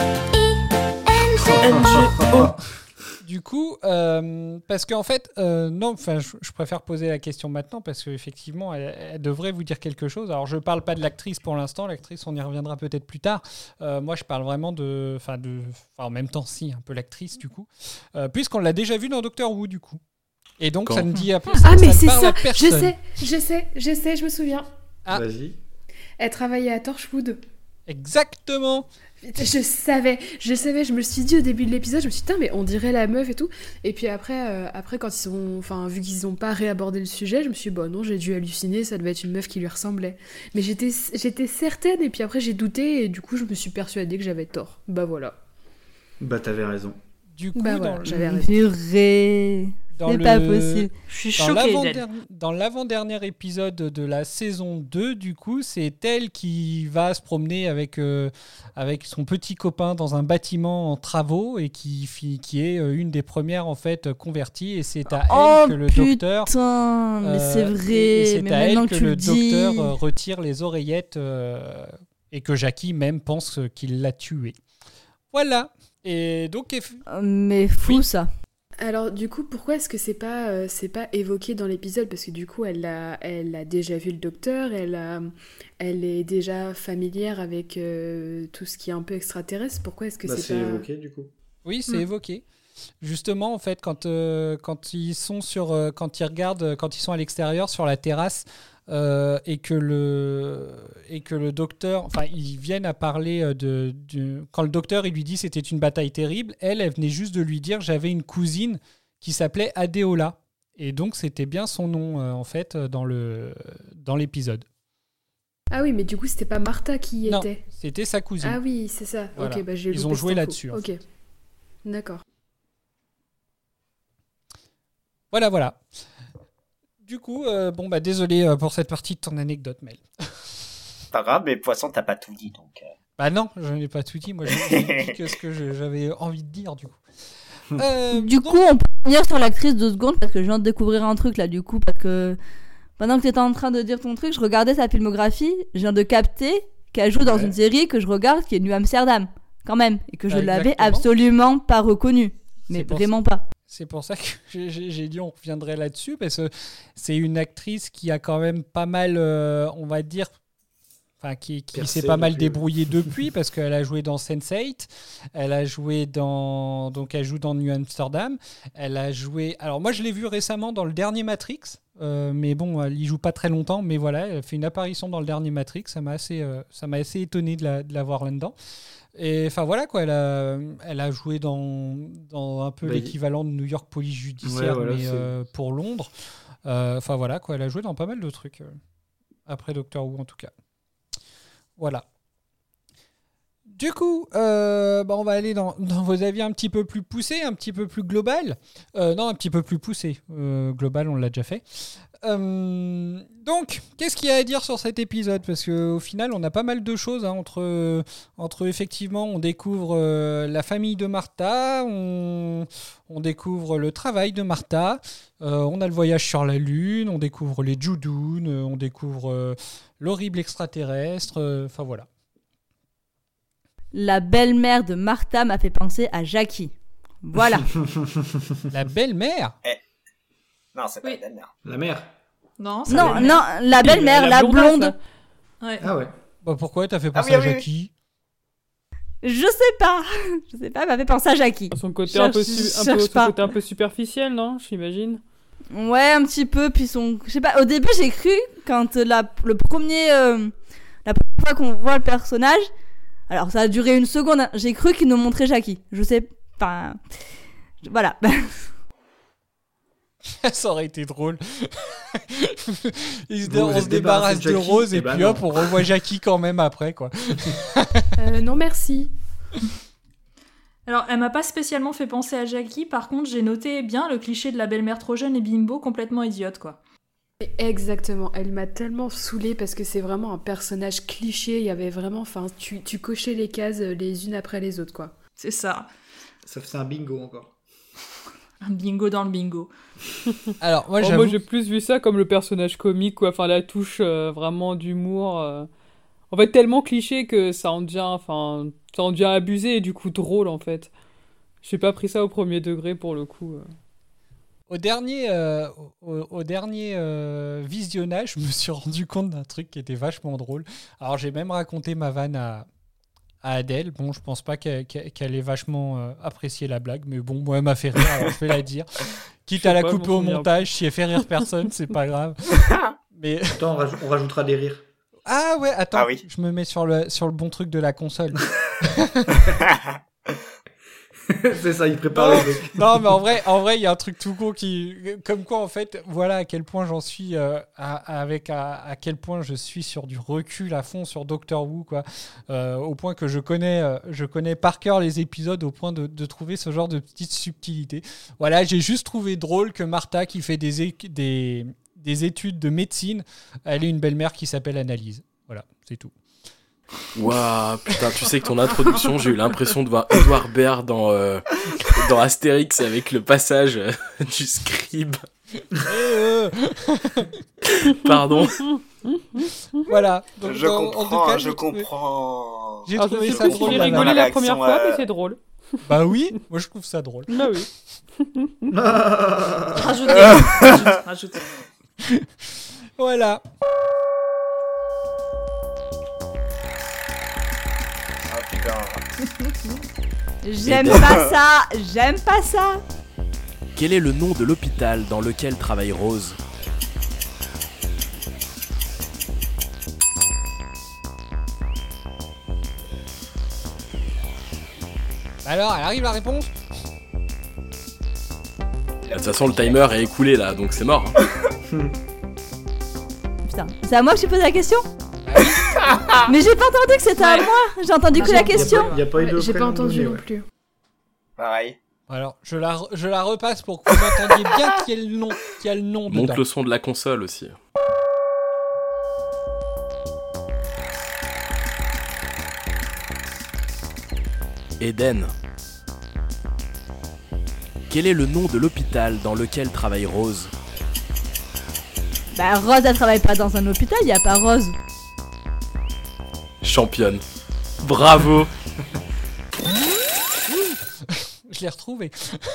Du coup, euh, parce qu'en fait, euh, non, enfin, je, je préfère poser la question maintenant parce qu'effectivement, elle, elle devrait vous dire quelque chose. Alors, je parle pas de l'actrice pour l'instant. L'actrice, on y reviendra peut-être plus tard. Euh, moi, je parle vraiment de, enfin, de, enfin, en même temps, si, un peu l'actrice du coup, euh, puisqu'on l'a déjà vu dans Doctor Who du coup. Et donc, Quand ça me dit un peu. Ah, ça mais ne c'est parle ça, à je personne. sais, je sais, je sais, je me souviens. Ah. Vas-y. Elle travaillait à Torchwood. Exactement. Je savais, je savais, je me suis dit au début de l'épisode, je me suis dit, mais on dirait la meuf et tout. Et puis après, euh, après quand ils ont, enfin, vu qu'ils n'ont pas réabordé le sujet, je me suis dit, bon, non, j'ai dû halluciner, ça devait être une meuf qui lui ressemblait. Mais j'étais, j'étais certaine, et puis après, j'ai douté, et du coup, je me suis persuadée que j'avais tort. Bah voilà. Bah t'avais raison. Du coup, Bah dans, voilà, le- j'avais raison. Purée. dans C'est le- pas possible. Je suis Dans, choquée, l'avant- Eden. dans l'avant-dernier épisode de la saison deux, du coup, c'est elle qui va se promener avec, euh, avec son petit copain dans un bâtiment en travaux et qui, fi- qui est euh, une des premières en fait converties. Et c'est à Oh elle que le docteur. putain, mais euh, c'est et- vrai. et c'est mais à elle maintenant que que tu le le dis. docteur euh, retire les oreillettes euh, et que Jackie même pense qu'il l'a tué. Voilà. Et donc, eff- Euh, Mais fou Oui. ça. Alors du coup, pourquoi est-ce que c'est pas, euh, c'est pas évoqué dans l'épisode? Parce que du coup, elle a, elle a déjà vu le docteur, elle, a, elle est déjà familière avec euh, tout ce qui est un peu extraterrestre. Pourquoi est-ce que Bah c'est c'est pas... évoqué du coup. Oui, c'est Mm. évoqué. Justement, en fait, quand, euh, quand ils sont sur, euh, quand ils regardent, quand ils sont à l'extérieur sur la terrasse euh, et que le et que le docteur, enfin, ils viennent à parler de, de quand le docteur il lui dit c'était une bataille terrible. Elle, elle venait juste de lui dire j'avais une cousine qui s'appelait Adéola et donc c'était bien son nom euh, en fait dans le dans l'épisode. Ah oui, mais du coup, c'était pas Martha qui y Non, était. c'était sa cousine. Ah oui, c'est ça. Voilà. Ok, bah j'ai Ils loupé ont cette joué info. là-dessus, en Ok. D'accord. Voilà, voilà. Du coup, euh, bon bah désolé euh, pour cette partie de ton anecdote, Mel. Pas grave, mais poisson, t'as pas tout dit, donc... euh. Bah non, je n'ai pas tout dit. Moi, j'ai j'ai dit que ce que je- j'avais envie de dire, du coup. Euh, Du donc- coup, on peut revenir sur l'actrice deux secondes parce que je viens de découvrir un truc là, du coup, parce que pendant que tu étais en train de dire ton truc, je regardais sa filmographie, je viens de capter qu'elle joue dans Ouais. une série que je regarde qui est New Amsterdam, quand même, et que je Bah, l'avais exactement. absolument pas reconnue. Mais C'est pour vraiment pas. C'est pour ça que j'ai- j'ai j'ai dit on reviendrait là-dessus, parce que c'est une actrice qui a quand même pas mal, euh, on va dire, enfin qui, qui Percé s'est pas mal depuis, ouais. débrouillée depuis, parce qu'elle a joué dans sense eight, elle a joué dans, donc elle joue dans New Amsterdam, elle a joué, alors moi je l'ai vue récemment dans le dernier Matrix, euh, mais bon, elle y joue pas très longtemps, mais voilà, elle fait une apparition dans le dernier Matrix, ça m'a assez, euh, ça m'a assez étonné de la, de la voir là-dedans. Et enfin voilà quoi, elle a, elle a joué dans, dans un peu Bah, l'équivalent de New York Police Judiciaire, Ouais, voilà, mais c'est- euh, pour Londres. Euh, Enfin voilà quoi, elle a joué dans pas mal de trucs euh, après Doctor Who en tout cas. Voilà. Du coup, euh, bah, on va aller dans, dans vos avis un petit peu plus poussés, un petit peu plus global. Euh, non, un petit peu plus poussé. Euh, global, on l'a déjà fait. Euh, donc, qu'est-ce qu'il y a à dire sur cet épisode? Parce qu'au final, on a pas mal de choses. Hein, entre, entre, effectivement, on découvre euh, la famille de Martha, on, on découvre le travail de Martha, euh, on a le voyage sur la Lune, on découvre les Judoon, euh, on découvre euh, l'horrible extraterrestre. Enfin, euh, voilà. La belle-mère de Martha m'a fait penser à Jackie. Voilà. La belle-mère? Eh. Non, c'est pas Oui. la belle-mère. La mère. Non, c'est Non, la non, la belle-mère, la la blondasse, blonde. là. Ouais. Ah ouais. Bah pourquoi t'as fait Ah penser oui, à oui, oui. Jackie? Je sais pas. Je sais pas, elle m'a fait penser à Jackie. Son côté, Cherche- un peu, su- un cherche peu, son pas. côté un peu superficiel, non? J'imagine. Ouais, un petit peu. Puis son. Je sais pas, au début, j'ai cru, quand euh, la, le premier. euh, la première fois qu'on voit le personnage. Alors, ça a duré une seconde. Hein, j'ai cru qu'il nous montrait Jackie. Je sais. Enfin. Voilà. Ça aurait été drôle. Il se- Vous, on vous se êtes débarrasse débarrassé de de Jackie, Rose et eh ben puis non. hop, on revoit Jackie quand même après, quoi. Euh, non, merci. Alors, elle m'a pas spécialement fait penser à Jackie, par contre, j'ai noté bien le cliché de la belle-mère trop jeune et bimbo complètement idiote, quoi. Exactement, elle m'a tellement saoulée parce que c'est vraiment un personnage cliché. Il y avait vraiment, enfin, tu, tu cochais les cases les unes après les autres, quoi. C'est ça. Ça fait un bingo encore. Un bingo dans le bingo. Alors, moi, Oh, j'avoue. moi, j'ai plus vu ça comme le personnage comique, quoi. Enfin, la touche euh, vraiment d'humour. euh. En fait, tellement cliché que ça en devient, enfin, ça en devient abusé et du coup drôle, en fait. J'ai pas pris ça au premier degré pour le coup. euh. Au dernier, euh, au, au dernier euh, visionnage, je me suis rendu compte d'un truc qui était vachement drôle. Alors, j'ai même raconté ma vanne à, à Adèle. Bon, je pense pas qu'elle, qu'elle- qu'elle ait vachement euh, apprécié la blague, mais bon, moi, elle m'a fait rire, alors je vais la dire. Quitte Je sais à la pas, je couper m'en au souviens montage, si elle fait rire personne, c'est pas grave. Mais Attends, on, raj- on rajoutera des rires. ah ouais, attends, Ah oui. je me mets sur le sur le bon truc de la console. C'est ça, il prépare Non, le truc. non, mais en vrai, en vrai, il y a un truc tout con qui, comme quoi en fait, voilà à quel point j'en suis, euh, à- avec à, à quel point je suis sur du recul à fond sur Doctor Who, quoi, Euh, au point que je connais, euh, je connais par cœur les épisodes, au point de, de trouver ce genre de petites subtilités. Voilà, j'ai juste trouvé drôle que Martha, qui fait des é- des des études de médecine, elle ait une belle-mère qui s'appelle Annalise. Voilà, c'est tout. Waouh, putain, tu sais que ton introduction, j'ai eu l'impression de voir Edouard Baird dans, euh, dans Astérix avec le passage euh, du scribe. Et euh, Pardon. voilà. Donc, Je en- en tout comprends, cas, je j'ai trouvé- comprends. J'ai Alors, je trouvé sais ça plus si drôle. j'ai la rigolé vanne. la réaction, première fois, euh, mais c'est drôle. Bah oui, moi je trouve ça drôle. Bah oui. Rajoutez, rajoute, rajoute. Voilà. Ah putain. J'aime pas ça. J'aime pas ça. Quel est le nom de l'hôpital dans lequel travaille Rose ? Alors, elle arrive la réponse ? De toute façon, le timer est écoulé là, donc c'est mort. Hein. Putain, c'est à moi que j'ai posé la question ? Mais j'ai pas entendu que c'était à Ouais. moi. J'ai entendu Non, que j'ai- la question. Il y a pas eu de J'ai pas prénom entendu donné, non ouais. plus. Pareil. Alors, je la, re- je la repasse pour que vous entendiez bien qu'il y a le nom, qu'il y a le nom Monte dedans. le son de la console aussi. Eden. Quel est le nom de l'hôpital dans lequel travaille Rose ? Bah, Rose, elle travaille pas dans un hôpital, y a pas Rose. Championne. Bravo. Je l'ai retrouvé.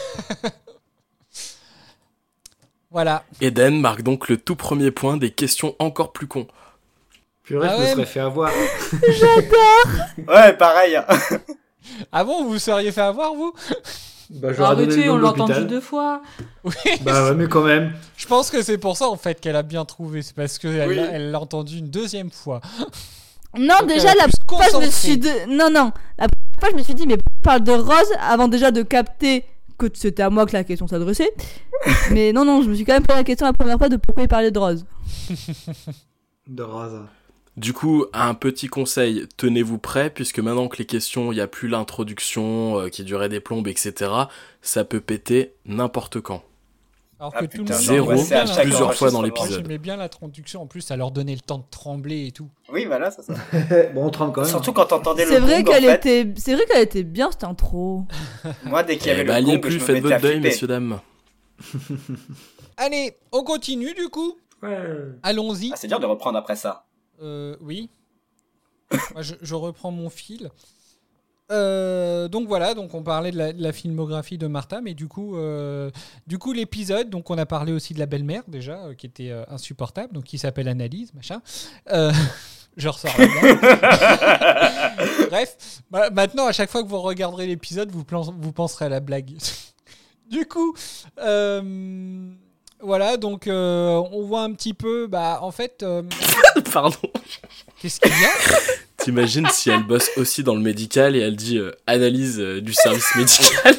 Voilà. Eden marque donc le tout premier point des questions encore plus cons. Purée, Ah je me ouais, serais mais- fait avoir. Ouais, pareil. Ah bon, vous vous seriez fait avoir, vous ? Bah, j'aurais donné Arrêtez, le nom on de l'a entendu l'hôpital. deux fois. Oui. Bah ouais, mais quand même. Je pense que c'est pour ça, en fait, qu'elle a bien trouvé. C'est parce qu'elle Oui. l'a- elle l'a entendu une deuxième fois. Non, Donc, déjà, elle a la pu se première fois, je me concentrer. suis de... Non, non. La première fois, je me suis dit, mais parle de Rose avant déjà de capter que c'était à moi que la question s'adressait. Mais non, non, je me suis quand même posé la question la première fois de pourquoi il parlait de Rose. De Rose. Du coup, un petit conseil, tenez-vous prêts, puisque maintenant que les questions, il n'y a plus l'introduction euh, qui durait des plombes, et cetera, ça peut péter n'importe quand. Alors Ah, que tout le putain, monde Zéro, aimait bien la- plusieurs fois dans Moi, l'épisode. j'aimais bien l'introduction. En plus, ça leur donnait le temps de trembler et tout. Oui, voilà, c'est ça. Bon, on trempe quand même. Surtout quand t'entendais le C'est vrai gong, en qu'elle fait. était... C'est vrai qu'elle était bien, cette intro. Moi, dès qu'il y Eh avait bah, le n'y est gong, plus, je me faites mettais à votre deuil, flipper. messieurs, dames. Allez, on continue, du coup. Ouais. Allons-y. Ah, c'est dur de reprendre après ça. Euh, oui. Moi, je, je reprends mon fil. Euh, donc voilà, donc on parlait de la, de la filmographie de Martha, mais du coup, euh, du coup l'épisode, donc on a parlé aussi de la belle-mère déjà, euh, qui était euh, insupportable, donc qui s'appelle Analyse, machin. Euh, je ressors la blague. Bref, bah, maintenant à chaque fois que vous regarderez l'épisode, vous, plan- vous penserez à la blague. Du coup, euh, voilà, donc euh, on voit un petit peu, bah en fait, euh, Pardon. qu'est-ce qu'il y a ? T'imagines si elle bosse aussi dans le médical et elle dit euh, analyse euh, du service médical.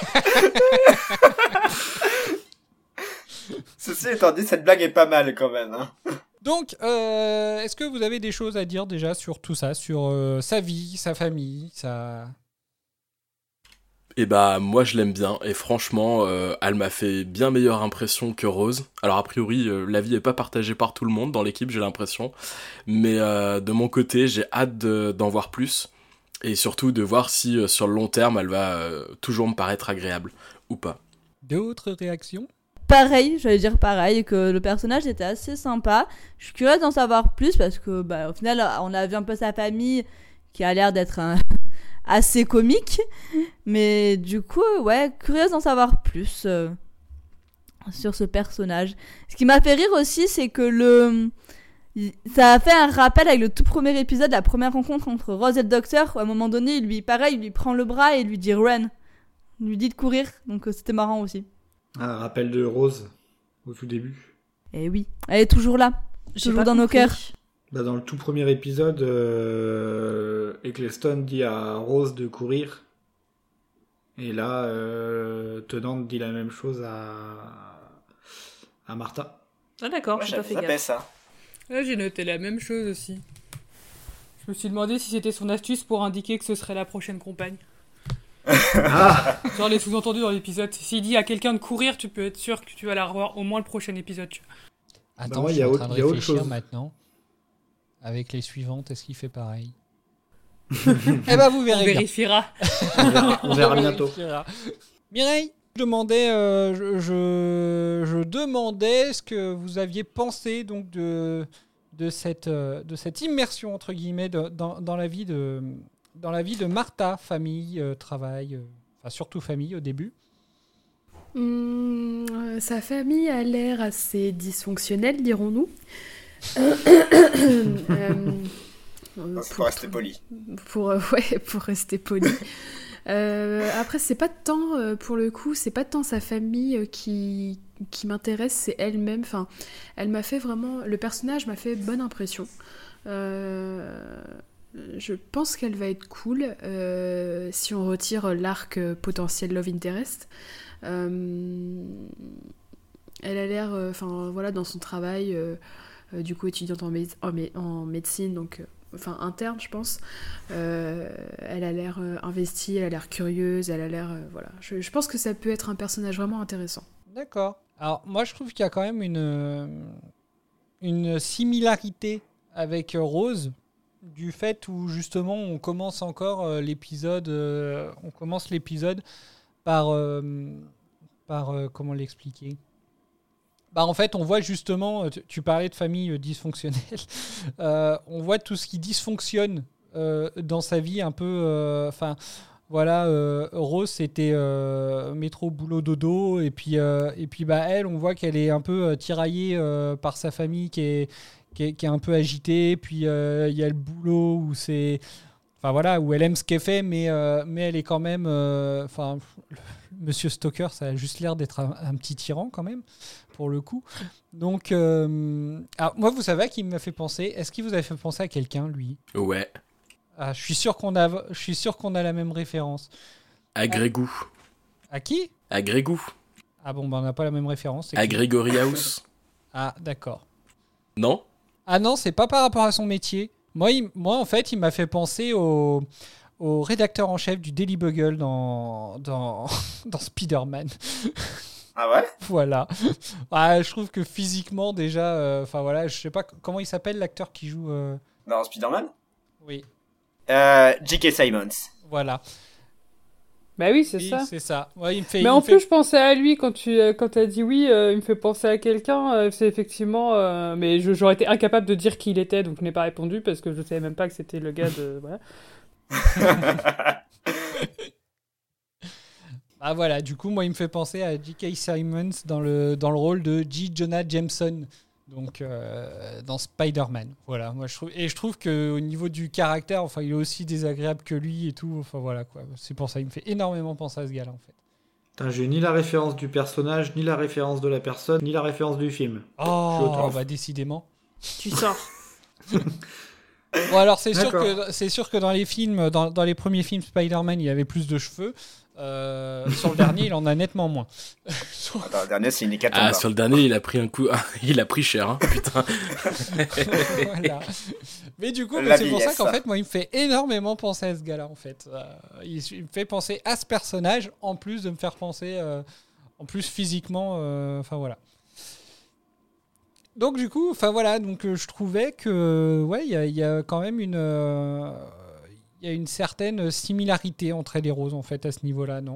Ceci étant dit, cette blague est pas mal quand même. Hein. Donc, euh, est-ce que vous avez des choses à dire déjà sur tout ça, sur euh, sa vie, sa famille, sa... Et bah moi je l'aime bien et franchement euh, elle m'a fait bien meilleure impression que Rose. Alors a priori euh, l'avis est pas partagé par tout le monde dans l'équipe, j'ai l'impression, mais euh, de mon côté j'ai hâte de, d'en voir plus et surtout de voir si euh, sur le long terme elle va euh, toujours me paraître agréable ou pas. D'autres réactions ? Pareil, j'allais dire pareil, que le personnage était assez sympa. Je suis curieuse d'en savoir plus parce que, bah, au final, on a vu un peu sa famille qui a l'air d'être un... assez comique. Mais du coup, ouais, curieuse d'en savoir plus euh, sur ce personnage. Ce qui m'a fait rire aussi, c'est que le... ça a fait un rappel avec le tout premier épisode, la première rencontre entre Rose et le docteur, où à un moment donné, il lui, pareil, il lui prend le bras et il lui dit run. Il lui dit de courir, donc euh, c'était marrant aussi. Un rappel de Rose au tout début. Et oui, elle est toujours là, J'ai toujours pas dans nos compris. cœurs. Bah, dans le tout premier épisode, euh, Eccleston dit à Rose de courir. Et là, euh, Tennant dit la même chose à, à Martha. Ah d'accord, Moi, j'ai pas j'avais fait zappé gaffe. ça. Là, j'ai noté la même chose aussi. Je me suis demandé si c'était son astuce pour indiquer que ce serait la prochaine compagne. Ah Genre les sous-entendus dans l'épisode. S'il dit à quelqu'un de courir, tu peux être sûr que tu vas la revoir au moins le prochain épisode. tu vois. Attends, ouais, je y suis a en autre- train de y a autre réfléchir chose. maintenant. Avec les suivantes, est-ce qu'il fait pareil ? Eh ben vous On verrez bien. vérifiera. On verra, on verra On bientôt. vérifiera. Mireille, je demandais, euh, je, je, je demandais ce que vous aviez pensé donc de de cette euh, de cette immersion entre guillemets de- dans, dans la vie de dans la vie de Martha, famille, euh, travail, euh, enfin surtout famille au début. Hum, euh, sa famille a l'air assez dysfonctionnelle, dirons-nous. Euh, Faut rester poli. Pour, euh, ouais, pour rester poli. Euh, après, c'est pas tant, euh, pour le coup, c'est pas tant sa famille euh, qui, qui m'intéresse, c'est elle-même. Enfin, elle m'a fait vraiment... Le personnage m'a fait bonne impression. Euh, je pense qu'elle va être cool euh, si on retire l'arc euh, potentiel Love Interest. Euh, elle a l'air, enfin euh, voilà, dans son travail, euh, euh, du coup étudiante en, mé- en, mé- en médecine, donc... Euh, enfin interne je pense, euh, elle a l'air euh, investie, elle a l'air curieuse, elle a l'air euh, voilà, je, je pense que ça peut être un personnage vraiment intéressant. D'accord. Alors moi je trouve qu'il y a quand même une une similarité avec Rose, du fait où justement on commence encore euh, l'épisode euh, on commence l'épisode par euh, par euh, comment l'expliquer. Bah en fait, on voit justement, tu, tu parlais de famille euh, dysfonctionnelle, euh, on voit tout ce qui dysfonctionne euh, dans sa vie un peu. Enfin, euh, voilà, euh, Rose c'était euh, métro, boulot, dodo, et puis euh, et puis bah elle, on voit qu'elle est un peu euh, tiraillée euh, par sa famille qui est qui est, qui est un peu agitée. Puis il euh, y a le boulot où c'est, enfin voilà, où elle aime ce qu'elle fait, mais euh, mais elle est quand même, enfin. Euh, Monsieur Stoker, ça a juste l'air d'être un, un petit tyran quand même, pour le coup. Donc, euh, alors, moi, vous savez à qui il m'a fait penser. Est-ce qu'il vous a fait penser à quelqu'un, lui ? Ouais. Ah, je suis sûr qu'on a, je suis sûr qu'on a la même référence. À Grégou. À qui ? À Grégou. Ah bon, bah on n'a pas la même référence. À Gregory House. Ah, d'accord. Non ? Ah non, c'est pas par rapport à son métier. Moi, il, moi en fait, il m'a fait penser au... au rédacteur en chef du Daily Bugle dans, dans, dans Spider-Man. Ah ouais ? Voilà. Ah, je trouve que physiquement, déjà, enfin euh, voilà, je sais pas comment il s'appelle l'acteur qui joue. Euh... Dans Spider-Man ? Oui. Euh, J K. Simmons. Voilà. Bah oui, c'est oui, ça. C'est ça. Ouais, il me fait, Mais il en me plus, fait... je pensais à lui quand tu quand as dit oui, euh, il me fait penser à quelqu'un. Euh, c'est effectivement. Euh, mais je, j'aurais été incapable de dire qui il était, donc je n'ai pas répondu parce que je savais même pas que c'était le gars de. Voilà. Ah voilà, du coup, moi, il me fait penser à J K. Simmons dans le, dans le rôle de J. Jonah Jameson, donc euh, dans Spider-Man. Voilà, moi, je trouve, et je trouve qu'au niveau du caractère, enfin, il est aussi désagréable que lui et tout. Enfin voilà, quoi. C'est pour ça, il me fait énormément penser à ce gars-là, en fait. Putain, j'ai ni la référence du personnage, ni la référence de la personne, ni la référence du film. Oh, bah décidément. Tu sors. Bon alors c'est sûr D'accord. que c'est sûr que dans les films, dans, dans les premiers films Spider-Man, il avait plus de cheveux. Euh, sur le dernier, il en a nettement moins. Dans le dernier, c'est une hécatombe. Ah, sur le dernier, il a pris un coup, il a pris cher, hein, putain. Voilà. Mais du coup, La c'est pour ça vieillesse. qu'en fait, moi, il me fait énormément penser à ce gars-là, en fait. Euh, il, il me fait penser à ce personnage, en plus de me faire penser, euh, en plus physiquement, enfin euh, voilà. Donc du coup, enfin voilà, donc euh, je trouvais que ouais, il y, y a quand même une, il euh, y a une certaine similarité entre elle et Rose en fait à ce niveau-là, non ?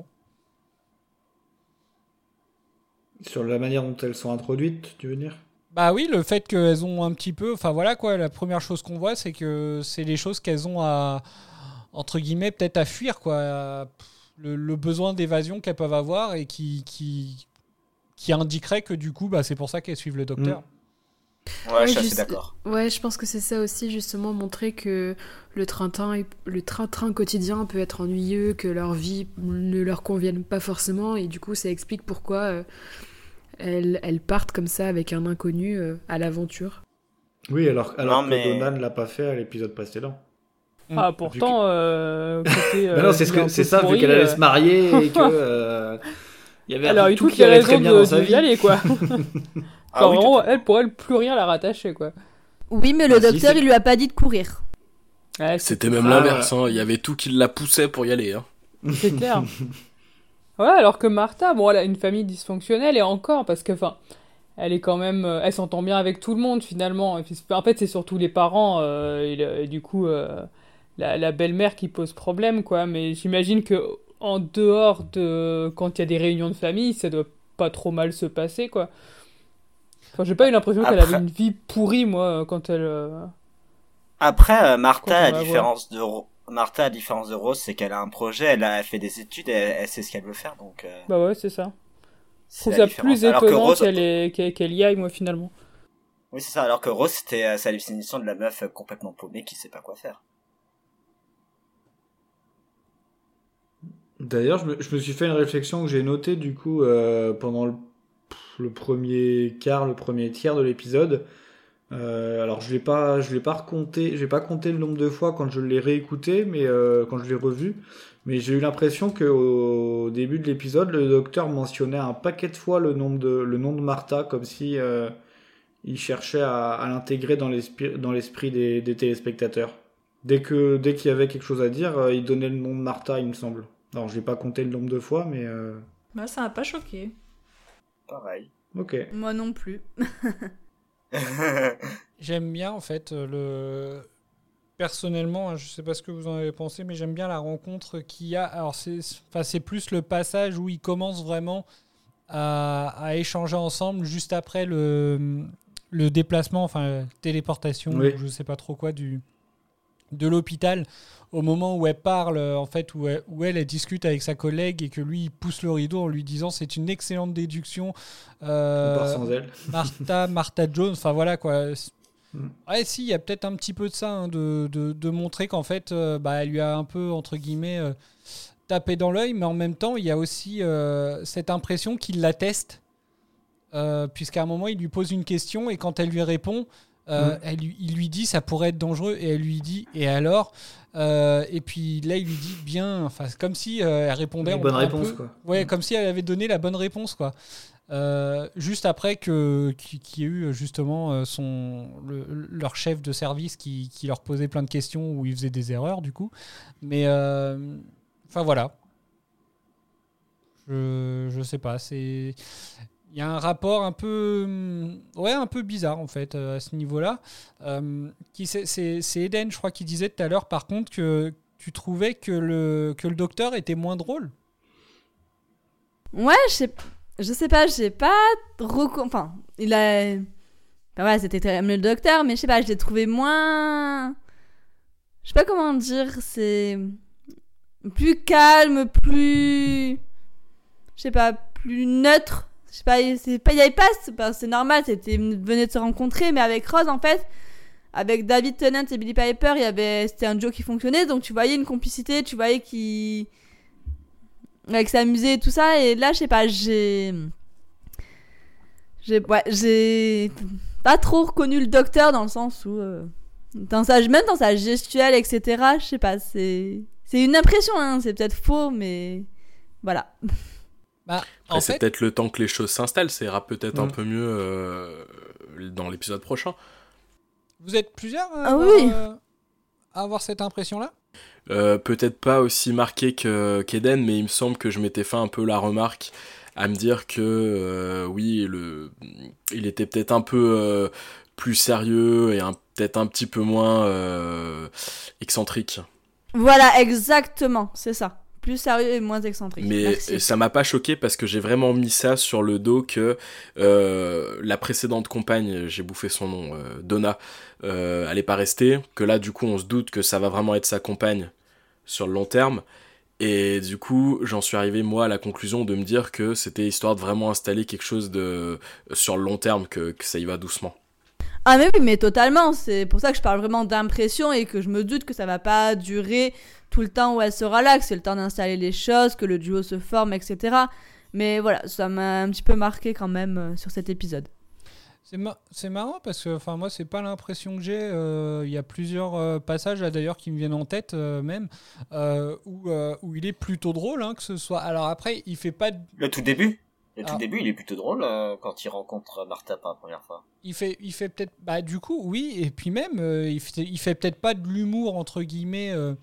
Sur la manière dont elles sont introduites, tu veux dire ? Bah oui, le fait qu'elles ont un petit peu, enfin voilà quoi, la première chose qu'on voit, c'est que c'est les choses qu'elles ont à, entre guillemets, peut-être à fuir quoi, à, le, le besoin d'évasion qu'elles peuvent avoir et qui qui qui indiquerait que du coup, bah c'est pour ça qu'elles suivent le docteur. Mmh. Ouais, Ouais, je suis assez juste- d'accord. Ouais, je pense que c'est ça aussi, justement, montrer que le train-train, le train-train quotidien peut être ennuyeux, que leur vie ne leur convienne pas forcément, et du coup, ça explique pourquoi euh, elles, elles partent comme ça avec un inconnu euh, à l'aventure. Oui, alors, alors Non, que mais- Donna ne l'a pas fait à l'épisode précédent. Ah, pourtant, euh, côté, Bah non, euh, c'est, ce vie un que, c'est peu ça, vu pourrie, qu'elle allait euh, se marier et que... euh, il y avait Elle aurait eu tout toutes qui les allait très raisons bien de, dans sa d'y vie. aller, quoi. Ah Enfin, oui, vraiment, tout à fait. elle, pour elle, plus rien la rattachait, quoi. Oui, mais le Ah, si, docteur, c'est- il lui a pas dit de courir. Ouais, c'est, C'était même Ah, l'inverse, hein. Il y avait tout qui la poussait pour y aller, hein. c'est clair. Ouais, alors que Martha, bon, elle a une famille dysfonctionnelle, et encore, parce que, enfin, elle est quand même... euh, Elle s'entend bien avec tout le monde, finalement. Et puis, c'est- en fait, c'est surtout les parents, euh, et, le- et du coup, euh, la, la belle-mère qui pose problème, quoi. Mais j'imagine que en dehors de... Quand il y a des réunions de famille, ça doit pas trop mal se passer, quoi. Enfin, j'ai pas eu l'impression qu'elle Après- avait une vie pourrie, moi, quand elle... euh, Après, euh, Quand Martha, on à la différence de Ro- Martha, à différence de Rose, c'est qu'elle a un projet, elle a fait des études, elle, elle sait ce qu'elle veut faire, donc. Euh, Bah ouais, c'est ça. Je c'est trouve la ça différence. plus Alors que étonnant Rose, qu'elle, ait- qu'elle, qu'elle y aille, moi, finalement. oui, c'est ça. Alors que Rose, c'était euh, sa définition de la meuf euh, complètement paumée qui sait pas quoi faire. D'ailleurs, je me, je me suis fait une réflexion que j'ai notée du coup euh, pendant le, le premier quart, le premier tiers de l'épisode. Euh, alors je l'ai pas, je l'ai pas recompté, j'ai pas compté le nombre de fois quand je l'ai réécouté, mais euh, quand je l'ai revu. Mais j'ai eu l'impression que au début de l'épisode, le docteur mentionnait un paquet de fois le nom de, le nom de Martha, comme si euh, il cherchait à, à l'intégrer dans l'esprit, dans l'esprit des, des téléspectateurs. Dès que, dès qu'il y avait quelque chose à dire, euh, il donnait le nom de Martha, il me semble. Alors je l'ai pas compté le nombre de fois, mais. Euh... Bah ça m'a pas choqué. Pareil. Ok. Moi non plus. J'aime bien en fait le. Personnellement, je sais pas ce que vous en avez pensé, mais j'aime bien la rencontre qu'il y a. Alors c'est, enfin, c'est plus le passage où ils commencent vraiment à, à échanger ensemble juste après le, le déplacement, enfin téléportation, Oui. je sais pas trop quoi, du, de l'hôpital, au moment où elle parle, en fait, où elle, où elle, elle discute avec sa collègue et que lui il pousse le rideau en lui disant c'est une excellente déduction. Euh, On part sans elle. Martha, Martha Jones, enfin voilà quoi. Mm. Ouais, si, il y a peut-être un petit peu de ça, hein, de, de, de montrer qu'en fait, euh, bah, elle lui a un peu, entre guillemets, euh, tapé dans l'œil, mais en même temps, il y a aussi euh, cette impression qu'il la teste, euh, puisqu'à un moment, il lui pose une question et quand elle lui répond, euh, Mm. elle, lui- il lui dit ça pourrait être dangereux et elle lui dit et alors Euh, et puis là, il lui dit bien, enfin, c'est comme si euh, elle répondait Une un- bonne un réponse, peu- quoi. Ouais, Mm. comme si elle avait donné la bonne réponse, quoi. Euh, juste après que qu'il qu'il y ait eu justement euh, son le- leur chef de service qui, qui leur posait plein de questions où ils faisaient des erreurs du coup, mais euh, enfin voilà, je je sais pas, c'est il y a un rapport un peu hum, ouais un peu bizarre en fait euh, à ce niveau-là. Euh, qui c'est c'est c'est Eden, je crois, qui disait tout à l'heure par contre que tu trouvais que le que le docteur était moins drôle. Ouais, je sais, je sais pas, j'ai pas reco... Enfin, il a... Enfin, ouais, c'était très le docteur, mais je sais pas, je l'ai trouvé moins... Je sais pas comment dire, c'est... Plus calme, plus... Je sais pas, plus neutre. Je sais pas, c'est pas... il y avait pas... C'est, pas... c'est normal, c'était... ils venaient de se rencontrer, mais avec Rose, en fait, avec David Tennant et Billie Piper, il y avait... c'était un duo qui fonctionnait, donc tu voyais une complicité, tu voyais qu'ils... avec s'amuser et tout ça, et là je sais pas, j'ai j'ai ouais, j'ai pas trop reconnu le docteur dans le sens où euh, dans sa même dans sa gestuelle, etc., je sais pas, c'est c'est une impression, hein, c'est peut-être faux, mais voilà. Bah, Après, en c'est fait, peut-être le temps que les choses s'installent, ça ira peut-être un Mm. peu mieux euh, dans l'épisode prochain. vous êtes plusieurs à Ah avoir, oui. euh, à avoir cette impression-là. Euh, peut-être pas aussi marqué que, qu'Eden, mais il me semble que je m'étais fait un peu la remarque à me dire que euh, oui, le, il était peut-être un peu euh, plus sérieux et un, peut-être un petit peu moins euh, excentrique. Voilà, exactement, c'est ça. Plus sérieux et moins excentrique. Mais Merci. ça m'a pas choqué parce que j'ai vraiment mis ça sur le dos que euh, la précédente compagne, j'ai bouffé son nom, euh, Donna, euh, elle est pas restée, que là du coup on se doute que ça va vraiment être sa compagne sur le long terme, et du coup j'en suis arrivé moi à la conclusion de me dire que c'était histoire de vraiment installer quelque chose de sur le long terme, que, que ça y va doucement. Ah mais oui, mais totalement, c'est pour ça que je parle vraiment d'impression et que je me doute que ça va pas durer tout le temps où elle sera là, que c'est le temps d'installer les choses, que le duo se forme, et cetera. Mais voilà, ça m'a un petit peu marqué quand même euh, sur cet épisode. C'est, ma- c'est marrant parce que enfin moi c'est pas l'impression que j'ai. Euh, Il y a plusieurs euh, passages là d'ailleurs qui me viennent en tête euh, même euh, où, euh, où il est plutôt drôle, hein, que ce soit. Alors après il fait pas de- Le tout début. Le tout Ah. début, il est plutôt drôle euh, quand il rencontre Martha pour la première fois. il fait il fait peut-être bah du coup oui, et puis même euh, il fait il fait peut-être pas de l'humour entre guillemets euh,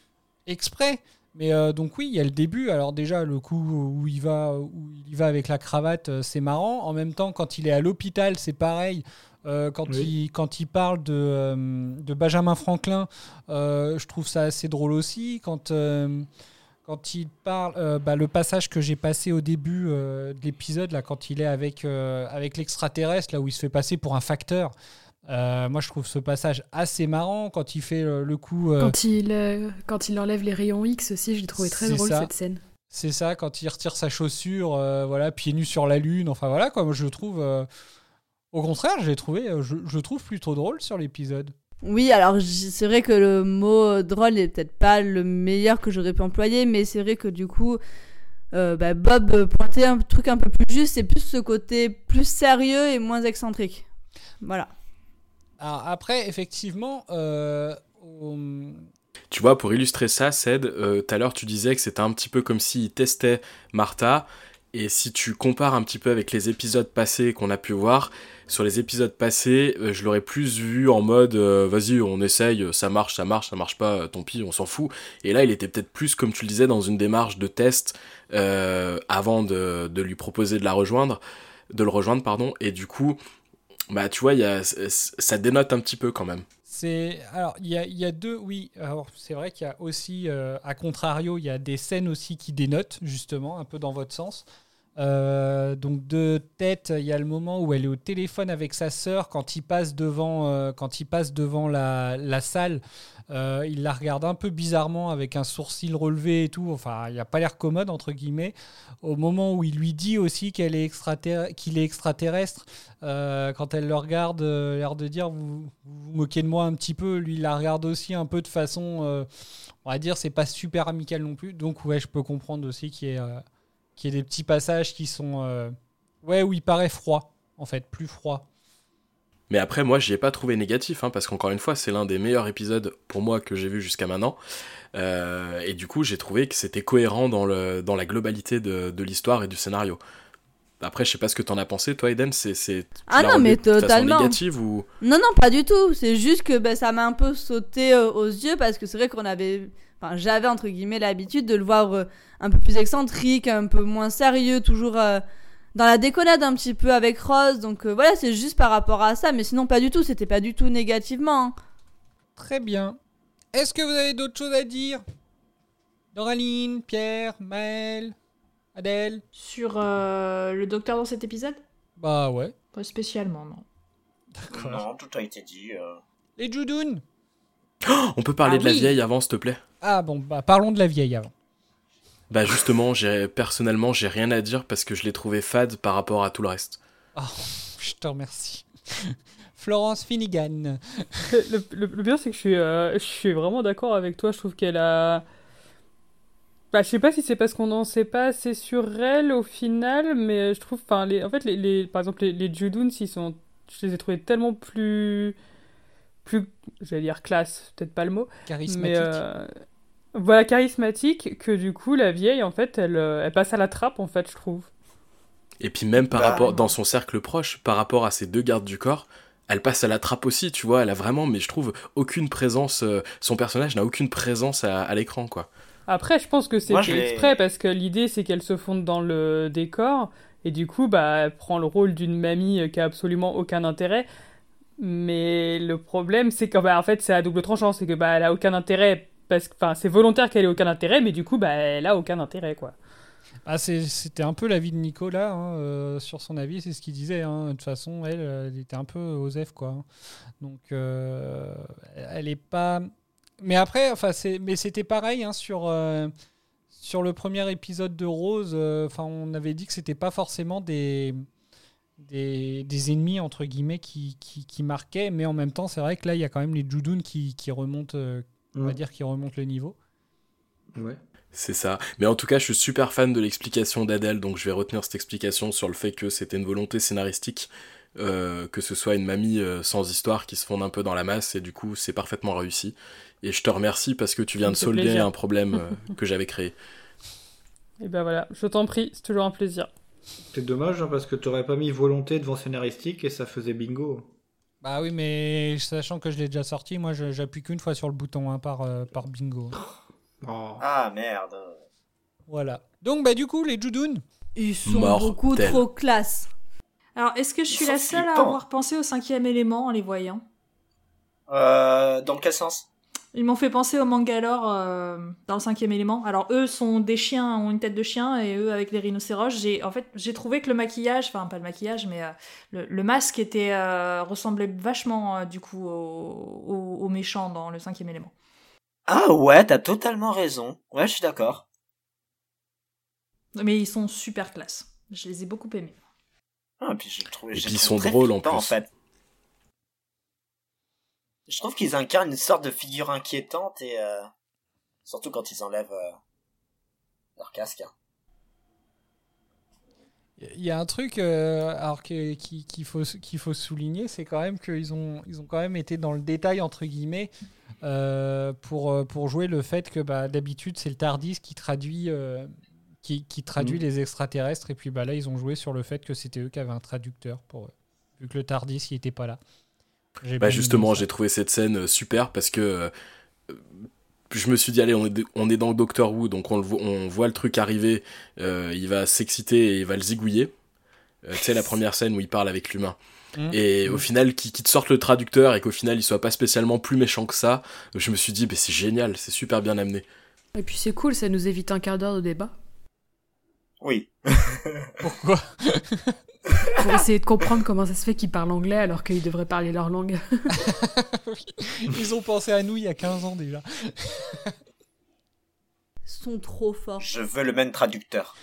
exprès. Mais euh, donc oui, il y a le début. Alors déjà, le coup où il va, où il y va avec la cravate, euh, c'est marrant. En même temps, quand il est à l'hôpital, c'est pareil. Euh, quand, Oui. il, quand il parle de, euh, de Benjamin Franklin, euh, je trouve ça assez drôle aussi. Quand, euh, quand il parle, euh, bah, le passage que j'ai passé au début euh, de l'épisode, là, quand il est avec, euh, avec l'extraterrestre, là où il se fait passer pour un facteur. Euh, moi, je trouve ce passage assez marrant quand il fait euh, le coup. euh, Quand il, euh, quand il enlève les rayons X aussi, j'ai trouvé très C'est drôle ça. cette scène. C'est ça, quand il retire sa chaussure, euh, voilà, pieds nus sur la lune. Enfin voilà, quoi. Moi, je trouve. euh, au contraire, je l'ai trouvé. euh, Je, je le trouve plutôt drôle sur l'épisode. Oui, alors j- c'est vrai que le mot drôle n'est peut-être pas le meilleur que j'aurais pu employer, mais c'est vrai que du coup, euh, bah, Bob euh, pointait un truc un peu plus juste, c'est plus ce côté plus sérieux et moins excentrique. Voilà. Alors après, effectivement, euh, au- Tu vois, pour illustrer ça, Ced, euh, tout à l'heure tu disais que c'était un petit peu comme s'il testait Martha, et si tu compares un petit peu avec les épisodes passés qu'on a pu voir, sur les épisodes passés, euh, je l'aurais plus vu en mode euh, vas-y, on essaye, ça marche, ça marche, ça marche pas, tant pis, on s'en fout. Et là, il était peut-être plus, comme tu le disais, dans une démarche de test euh, avant de, de lui proposer de la rejoindre, de le rejoindre, pardon, et du coup, bah tu vois, il y a, ça dénote un petit peu quand même. C'est alors il y a, il y a deux oui alors c'est vrai qu'il y a aussi euh, à contrario il y a des scènes aussi qui dénotent justement un peu dans votre sens. Euh, donc de tête il y a le moment où elle est au téléphone avec sa sœur quand il passe devant euh, quand il passe devant la, la salle. Euh, il la regarde un peu bizarrement avec un sourcil relevé et tout, enfin il a pas l'air commode entre guillemets. Au moment où il lui dit aussi qu'elle est extraterre- qu'il est extraterrestre, euh, quand elle le regarde, euh, l'air de dire vous, vous vous moquez de moi un petit peu, lui il la regarde aussi un peu de façon, euh, on va dire c'est pas super amical non plus, donc ouais je peux comprendre aussi qu'il y ait, euh, qu'il y ait des petits passages qui sont, euh, ouais où il paraît froid en fait, plus froid. Mais après, moi, j'y ai pas trouvé négatif, hein, parce qu'encore une fois, c'est l'un des meilleurs épisodes pour moi que j'ai vu jusqu'à maintenant. Euh, et du coup, j'ai trouvé que c'était cohérent dans, le, dans la globalité de, de l'histoire et du scénario. Après, je sais pas ce que t'en as pensé, toi, Eden. C'est, c'est, tu Ah l'as non, relevé mais de façon totalement. négative ou... Non, non, pas du tout. C'est juste que ben, ça m'a un peu sauté euh, aux yeux parce que c'est vrai qu'on avait. Enfin, j'avais entre guillemets l'habitude de le voir euh, un peu plus excentrique, un peu moins sérieux, toujours euh, dans la déconnade un petit peu avec Rose. Donc euh, voilà, c'est juste par rapport à ça. Mais sinon, pas du tout. C'était pas du tout négativement. Hein. Très bien. Est-ce que vous avez d'autres choses à dire? Doraline, Pierre, Maël, Adèle? Sur euh, le docteur dans cet épisode? Bah ouais. Pas spécialement, non. D'accord. Non, tout a été dit. Euh... Les Judoun? Oh, on peut parler Ah de la oui. vieille avant, s'il te plaît? Ah bon, bah parlons de la vieille avant. Bah justement, j'ai, personnellement, j'ai rien à dire parce que je l'ai trouvé fade par rapport à tout le reste. Oh, je te remercie. Florence Finnegan. Le, le, le pire, c'est que je suis, euh, je suis vraiment d'accord avec toi. Je trouve qu'elle a. Bah, je sais pas si c'est parce qu'on n'en sait pas assez sur elle au final, mais je trouve. Enfin, les, en fait, les, les, par exemple, les, les Judoons, ils sont. Je les ai trouvés tellement plus. Plus. J'allais dire classe, peut-être pas le mot. Charismatique. Mais. Euh, voilà, charismatique, que du coup, la vieille, en fait, elle, elle passe à la trappe, en fait, je trouve. Et puis même par Bah, rapport, non. dans son cercle proche, par rapport à ses deux gardes du corps, elle passe à la trappe aussi, tu vois, elle a vraiment, mais je trouve, aucune présence, euh, son personnage n'a aucune présence à, à l'écran, quoi. Après, je pense que c'est Moi, fait je l'ai- exprès parce que l'idée c'est qu'elle se fonde dans le décor et du coup, bah, elle prend le rôle d'une mamie euh, qui a absolument aucun intérêt. Mais le problème, c'est que, bah, en fait, c'est à double tranchant, c'est que, bah, elle a aucun intérêt parce que, enfin, c'est volontaire qu'elle ait aucun intérêt, mais du coup, bah, elle a aucun intérêt, quoi. Ah, c'est- c'était un peu l'avis de Nicolas hein, euh, sur son avis, c'est ce qu'il disait. Hein. De toute façon, elle, elle était un peu osef, quoi. hein. Donc, euh, elle est pas. Mais après, enfin, c'est, mais c'était pareil hein, sur euh, sur le premier épisode de Rose. euh, Enfin, on avait dit que c'était pas forcément des des, des ennemis entre guillemets qui, qui qui marquaient, mais en même temps, c'est vrai que là, il y a quand même les Judoun qui qui remontent, euh, on va Ouais. dire, qui remontent le niveau. Ouais. C'est ça. Mais en tout cas, je suis super fan de l'explication d'Adèle, donc je vais retenir cette explication sur le fait que c'était une volonté scénaristique, euh, que ce soit une mamie euh, sans histoire qui se fonde un peu dans la masse, et du coup, c'est parfaitement réussi. Et je te remercie parce que tu viens Ça me de fait solder plaisir. un problème euh, que j'avais créé. Et ben voilà, je t'en prie, c'est toujours un plaisir. C'est dommage hein, parce que t'aurais pas mis volonté devant scénaristique et ça faisait bingo. Bah oui, mais sachant que je l'ai déjà sorti, moi je- j'appuie qu'une fois sur le bouton hein, par, euh, par bingo. Oh. Ah merde. Voilà. Donc bah du coup, les Judoun. Ils sont Mortel. beaucoup trop classe. Alors, est-ce que je suis Ils sont la seule à flippants. avoir pensé au cinquième élément en les voyant? Euh, dans quel sens? Ils m'ont fait penser au Mangalore euh, dans le cinquième élément. Alors eux sont des chiens, ont une tête de chien, et eux avec les rhinocéros. J'ai en fait j'ai trouvé que le maquillage, enfin pas le maquillage, mais euh, le, le masque était euh, ressemblait vachement euh, du coup au, au, au méchant dans le cinquième élément. Ah ouais, t'as totalement raison. Ouais, je suis d'accord. Mais ils sont super classe. Je les ai beaucoup aimés. Ah, et puis j'ai trouvé. Et j'ai puis ils trouvé sont très drôles, en flippants, plus. En fait. Je trouve qu'ils incarnent une sorte de figure inquiétante et euh, surtout quand ils enlèvent euh, leur casque. Hein. Il y a un truc euh, alors que, qui, qu'il faut, qu'il faut souligner, c'est quand même qu'ils ont, ils ont quand même été dans le détail, entre guillemets, euh, pour, pour jouer le fait que bah, d'habitude, c'est le TARDIS qui traduit, euh, qui, qui traduit mmh. les extraterrestres. Et puis bah, là, ils ont joué sur le fait que c'était eux qui avaient un traducteur, pour, vu que le TARDIS n'était pas là. J'ai bah justement, j'ai trouvé cette scène super parce que euh, je me suis dit, allez, on est, on est dans Doctor Who, donc on, le voit, on voit le truc arriver, euh, il va s'exciter et il va le zigouiller. Euh, tu sais, la première scène où il parle avec l'humain. Mmh. Et mmh. au final, qu'il, qu'il te sorte le traducteur et qu'au final, il soit pas spécialement plus méchant que ça, je me suis dit, bah, c'est génial, c'est super bien amené. Et puis c'est cool, ça nous évite un quart d'heure de débat. Oui. Pourquoi ? Pour essayer de comprendre comment ça se fait qu'ils parlent anglais alors qu'ils devraient parler leur langue. Ils ont pensé à nous il y a quinze ans déjà. Ils sont trop forts. Je veux le même traducteur.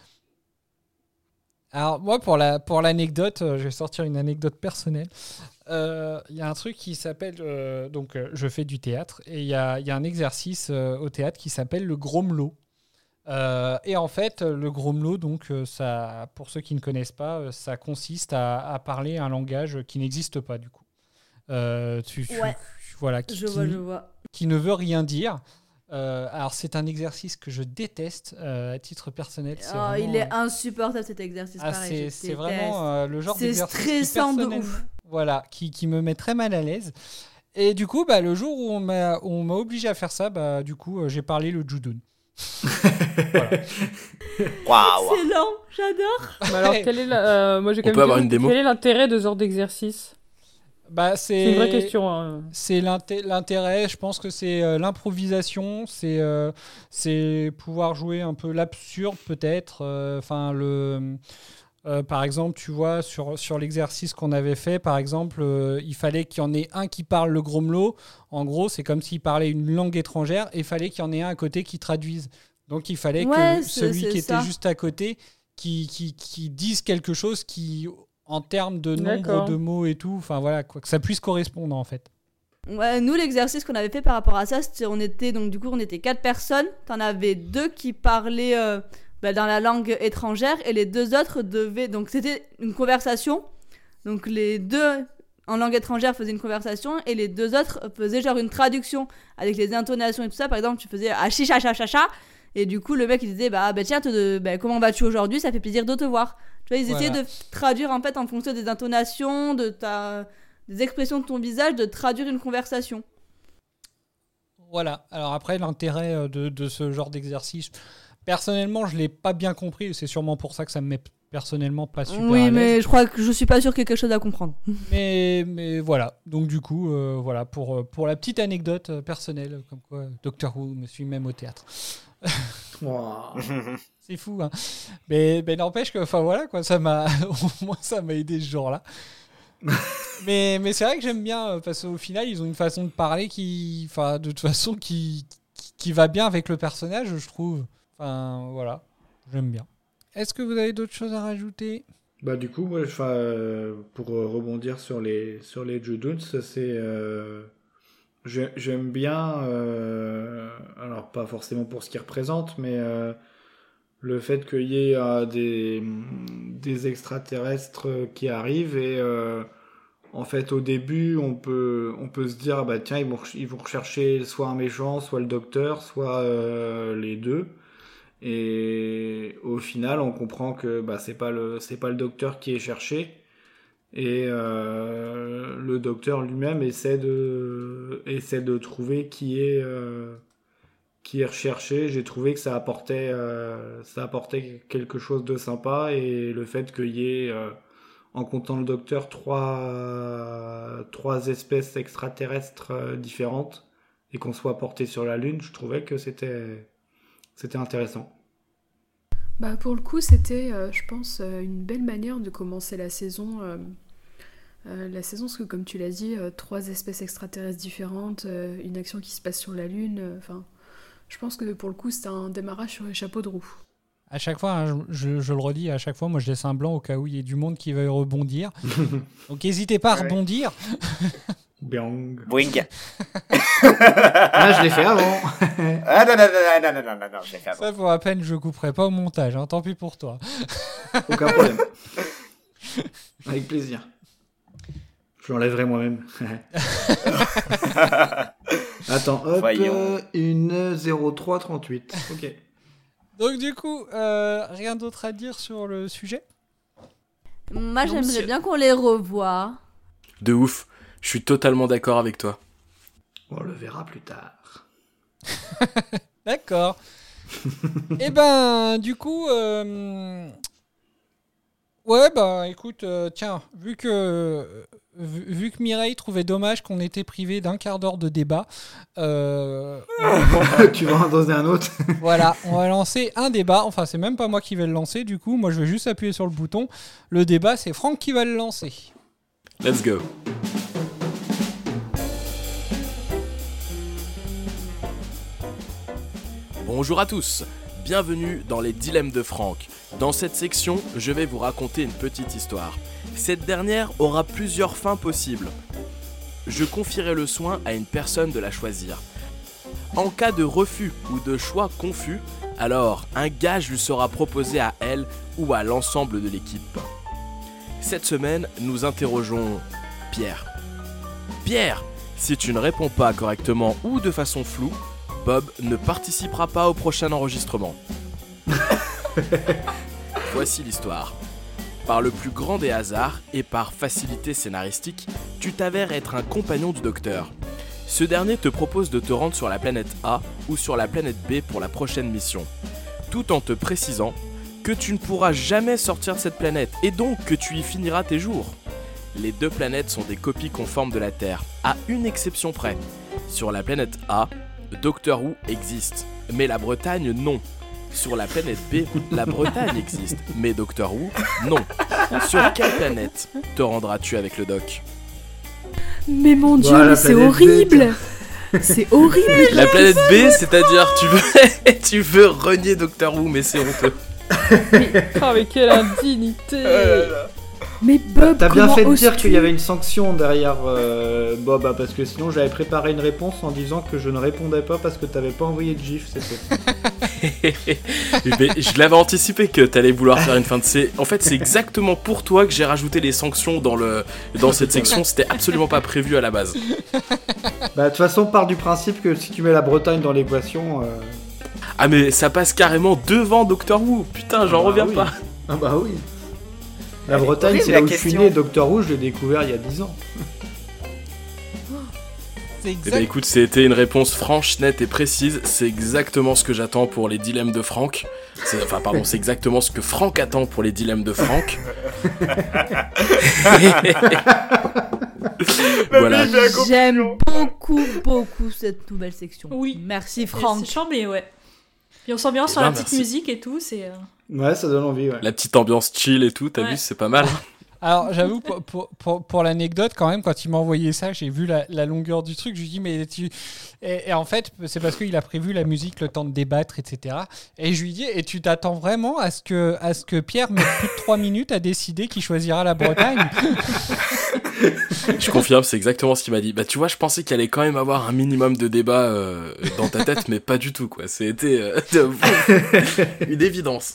Alors moi, pour, la, pour l'anecdote, euh, je vais sortir une anecdote personnelle. Il euh, y a un truc qui s'appelle... Euh, donc, euh, je fais du théâtre et il y a, y a un exercice euh, au théâtre qui s'appelle le gromelot. Euh, et en fait, le gromelot, donc, euh, ça, pour ceux qui ne connaissent pas, euh, ça consiste à, à parler un langage qui n'existe pas, du coup. Euh, tu, tu, ouais, voilà, qui, je qui, vois, je vois. Qui ne veut rien dire. Euh, alors, c'est un exercice que je déteste euh, à titre personnel. C'est oh, vraiment, il est insupportable, cet exercice. Ah, pareil, c'est, c'est vraiment euh, le genre c'est d'exercice stressant qui, de ouf. Voilà, qui, qui me met très mal à l'aise. Et du coup, bah, le jour où on m'a, on m'a obligé à faire ça, bah, du coup, euh, j'ai parlé le Judoon. Voilà. Waouh. Excellent, j'adore. Mais alors, quel est la, euh, moi j'ai quand on même peut avoir une démo. Quel est l'intérêt de ce genre d'exercice ? Bah, c'est, c'est une vraie question. Hein. C'est l'inté- l'intérêt, je pense que c'est euh, l'improvisation, c'est, euh, c'est pouvoir jouer un peu l'absurde peut-être. Enfin, euh, le, euh, par exemple, tu vois, sur, sur l'exercice qu'on avait fait, par exemple, euh, il fallait qu'il y en ait un qui parle le gromelot. En gros, c'est comme s'il parlait une langue étrangère et il fallait qu'il y en ait un à côté qui traduise. Donc, il fallait ouais, que c'est, celui c'est qui ça. était juste à côté qui, qui, qui dise quelque chose qui... en termes de nombre D'accord. de mots et tout, enfin voilà, quoi, que ça puisse correspondre en fait. Ouais, nous l'exercice qu'on avait fait par rapport à ça, c'était, on était donc du coup on était quatre personnes, t'en avais deux qui parlaient euh, bah, dans la langue étrangère et les deux autres devaient, donc c'était une conversation, donc les deux en langue étrangère faisaient une conversation et les deux autres faisaient genre une traduction avec les intonations et tout ça. Par exemple, tu faisais ah chicha cha cha cha et du coup le mec il disait bah, bah tiens te, bah, comment vas-tu aujourd'hui, ça fait plaisir de te voir. Tu vois, ils essayaient voilà. de traduire en fait en fonction des intonations, de ta, des expressions de ton visage, de traduire une conversation. Voilà. Alors après, l'intérêt de, de ce genre d'exercice, personnellement, je l'ai pas bien compris. Et c'est sûrement pour ça que ça me met personnellement pas super oui, à l'aise. mais je crois que je suis pas sûr qu'il y ait quelque chose à comprendre. Mais, mais voilà. Donc du coup, euh, voilà pour pour la petite anecdote personnelle, comme quoi Doctor Who me suit même au théâtre. Wow. C'est fou, hein. Mais, mais n'empêche que, enfin voilà, quoi, ça m'a, au moins ça m'a aidé ce jour-là. mais, mais c'est vrai que j'aime bien, parce qu'au final, ils ont une façon de parler qui, enfin, de toute façon, qui, qui, qui va bien avec le personnage, je trouve. Enfin, voilà, j'aime bien. Est-ce que vous avez d'autres choses à rajouter ? Bah du coup, moi, euh, pour rebondir sur les sur les Judoons, c'est euh, j'aime bien, euh, alors pas forcément pour ce qu'ils représentent, mais euh, le fait qu'il y ait euh, des, des extraterrestres qui arrivent et euh, en fait au début on peut, on peut se dire bah tiens ils vont, ils vont rechercher soit un méchant, soit le docteur, soit euh, les deux et au final on comprend que bah, c'est pas le, c'est pas le docteur qui est cherché et euh, le docteur lui-même essaie de, essaie de trouver qui est... Euh, qui est recherché. J'ai trouvé que ça apportait, euh, ça apportait quelque chose de sympa et le fait qu'il y ait, euh, en comptant le docteur, trois, trois espèces extraterrestres euh, différentes et qu'on soit porté sur la Lune, je trouvais que c'était, c'était intéressant. Bah pour le coup, c'était, euh, je pense, euh, une belle manière de commencer la saison. Euh, euh, la saison, parce que comme tu l'as dit, euh, trois espèces extraterrestres différentes, euh, une action qui se passe sur la Lune, enfin... Euh, Je pense que pour le coup, c'était un démarrage sur les chapeaux de roue. À chaque fois, hein, je, je le redis, à chaque fois, moi je laisse un blanc au cas où il y ait du monde qui veuille rebondir. Donc n'hésitez pas à ouais. rebondir. Biong. Boing. Ah, je l'ai fait avant. Ah non, non, non, non, non, non, non, non, je l'ai fait avant. Ça, pour à peine, je couperai pas au montage. Hein. Tant pis pour toi. Aucun problème. Avec plaisir. Je l'enlèverai moi-même. Attends, hop, Voyons. une zéro trois trente-huit. Ok. Donc du coup, euh, rien d'autre à dire sur le sujet ? Moi, Non, j'aimerais monsieur. bien qu'on les revoie. De ouf. Je suis totalement d'accord avec toi. On le verra plus tard. D'accord. Et ben, du coup, euh... ouais, bah, écoute, euh, tiens, vu que vu, vu que Mireille trouvait dommage qu'on était privé d'un quart d'heure de débat, euh... Tu vas en donner un autre. Voilà, on va lancer un débat. Enfin, c'est même pas moi qui vais le lancer. Du coup, moi, je vais juste appuyer sur le bouton. Le débat, c'est Franck qui va le lancer. Let's go. Bonjour à tous, bienvenue dans les dilemmes de Franck. Dans cette section, je vais vous raconter une petite histoire. Cette dernière aura plusieurs fins possibles. Je confierai le soin à une personne de la choisir. En cas de refus ou de choix confus, alors un gage lui sera proposé à elle ou à l'ensemble de l'équipe. Cette semaine, nous interrogeons Pierre. Pierre, si tu ne réponds pas correctement ou de façon floue, Bob ne participera pas au prochain enregistrement. Voici l'histoire. Par le plus grand des hasards et par facilité scénaristique, tu t'avères être un compagnon du docteur. Ce dernier te propose de te rendre sur la planète A ou sur la planète B pour la prochaine mission, tout en te précisant que tu ne pourras jamais sortir de cette planète et donc que tu y finiras tes jours. Les deux planètes sont des copies conformes de la Terre, à une exception près. Sur la planète A, Doctor Who existe, mais la Bretagne non. Sur la planète B, la Bretagne existe, mais Doctor Who non. Sur quelle planète te rendras-tu avec le doc ? Mais mon dieu, Voilà, mais c'est planète horrible. B. C'est horrible. La planète B, c'est-à-dire tu veux, tu veux renier Doctor Who, mais c'est honteux. Oh, mais quelle indignité. Mais Bob, T'as bien comment fait de dire oses-tu qu'il y avait une sanction derrière euh, Bob, hein, parce que sinon j'avais préparé une réponse en disant que je ne répondais pas parce que t'avais pas envoyé de gif, c'est tout. Mais je l'avais anticipé que t'allais vouloir faire une fin de sé. En fait, c'est exactement pour toi que j'ai rajouté les sanctions dans, le, dans cette section. C'était absolument pas prévu à la base. Bah, de toute façon, part du principe que si tu mets la Bretagne dans l'équation. Euh... Ah, mais ça passe carrément devant Doctor Who. Putain, j'en Ah bah reviens oui. pas. Ah bah oui. La Elle est Bretagne, horrible, c'est la là où je suis question. né. Doctor Who, je l'ai découvert il y a dix ans. C'est Eh ben exact. écoute, c'était une réponse franche, nette et précise. C'est exactement ce que j'attends pour les dilemmes de Franck. C'est, enfin, pardon, c'est exactement ce que Franck attend pour les dilemmes de Franck. Voilà. J'aime beaucoup, beaucoup cette nouvelle section. Oui. Merci C'est Franck. chambé, ouais. Puis on sent bien Eh sur ben, la petite merci. musique et tout, c'est... euh, Ouais, ça donne envie, ouais. La petite ambiance chill et tout, t'as Ouais. vu, c'est pas mal. Alors, j'avoue, pour, pour, pour, pour l'anecdote, quand même, quand il m'a envoyé ça, j'ai vu la, la longueur du truc. Je lui ai dit, mais tu. Et, et en fait, c'est parce qu'il a prévu la musique, le temps de débattre, et cetera. Et je lui ai dit, et tu t'attends vraiment à ce que, à ce que Pierre mette plus de trois minutes à décider qui choisira la Bretagne. Je confirme, c'est exactement ce qu'il m'a dit. Bah, tu vois, je pensais qu'il allait quand même avoir un minimum de débat euh, dans ta tête, mais pas du tout, quoi. C'était euh, de- une évidence.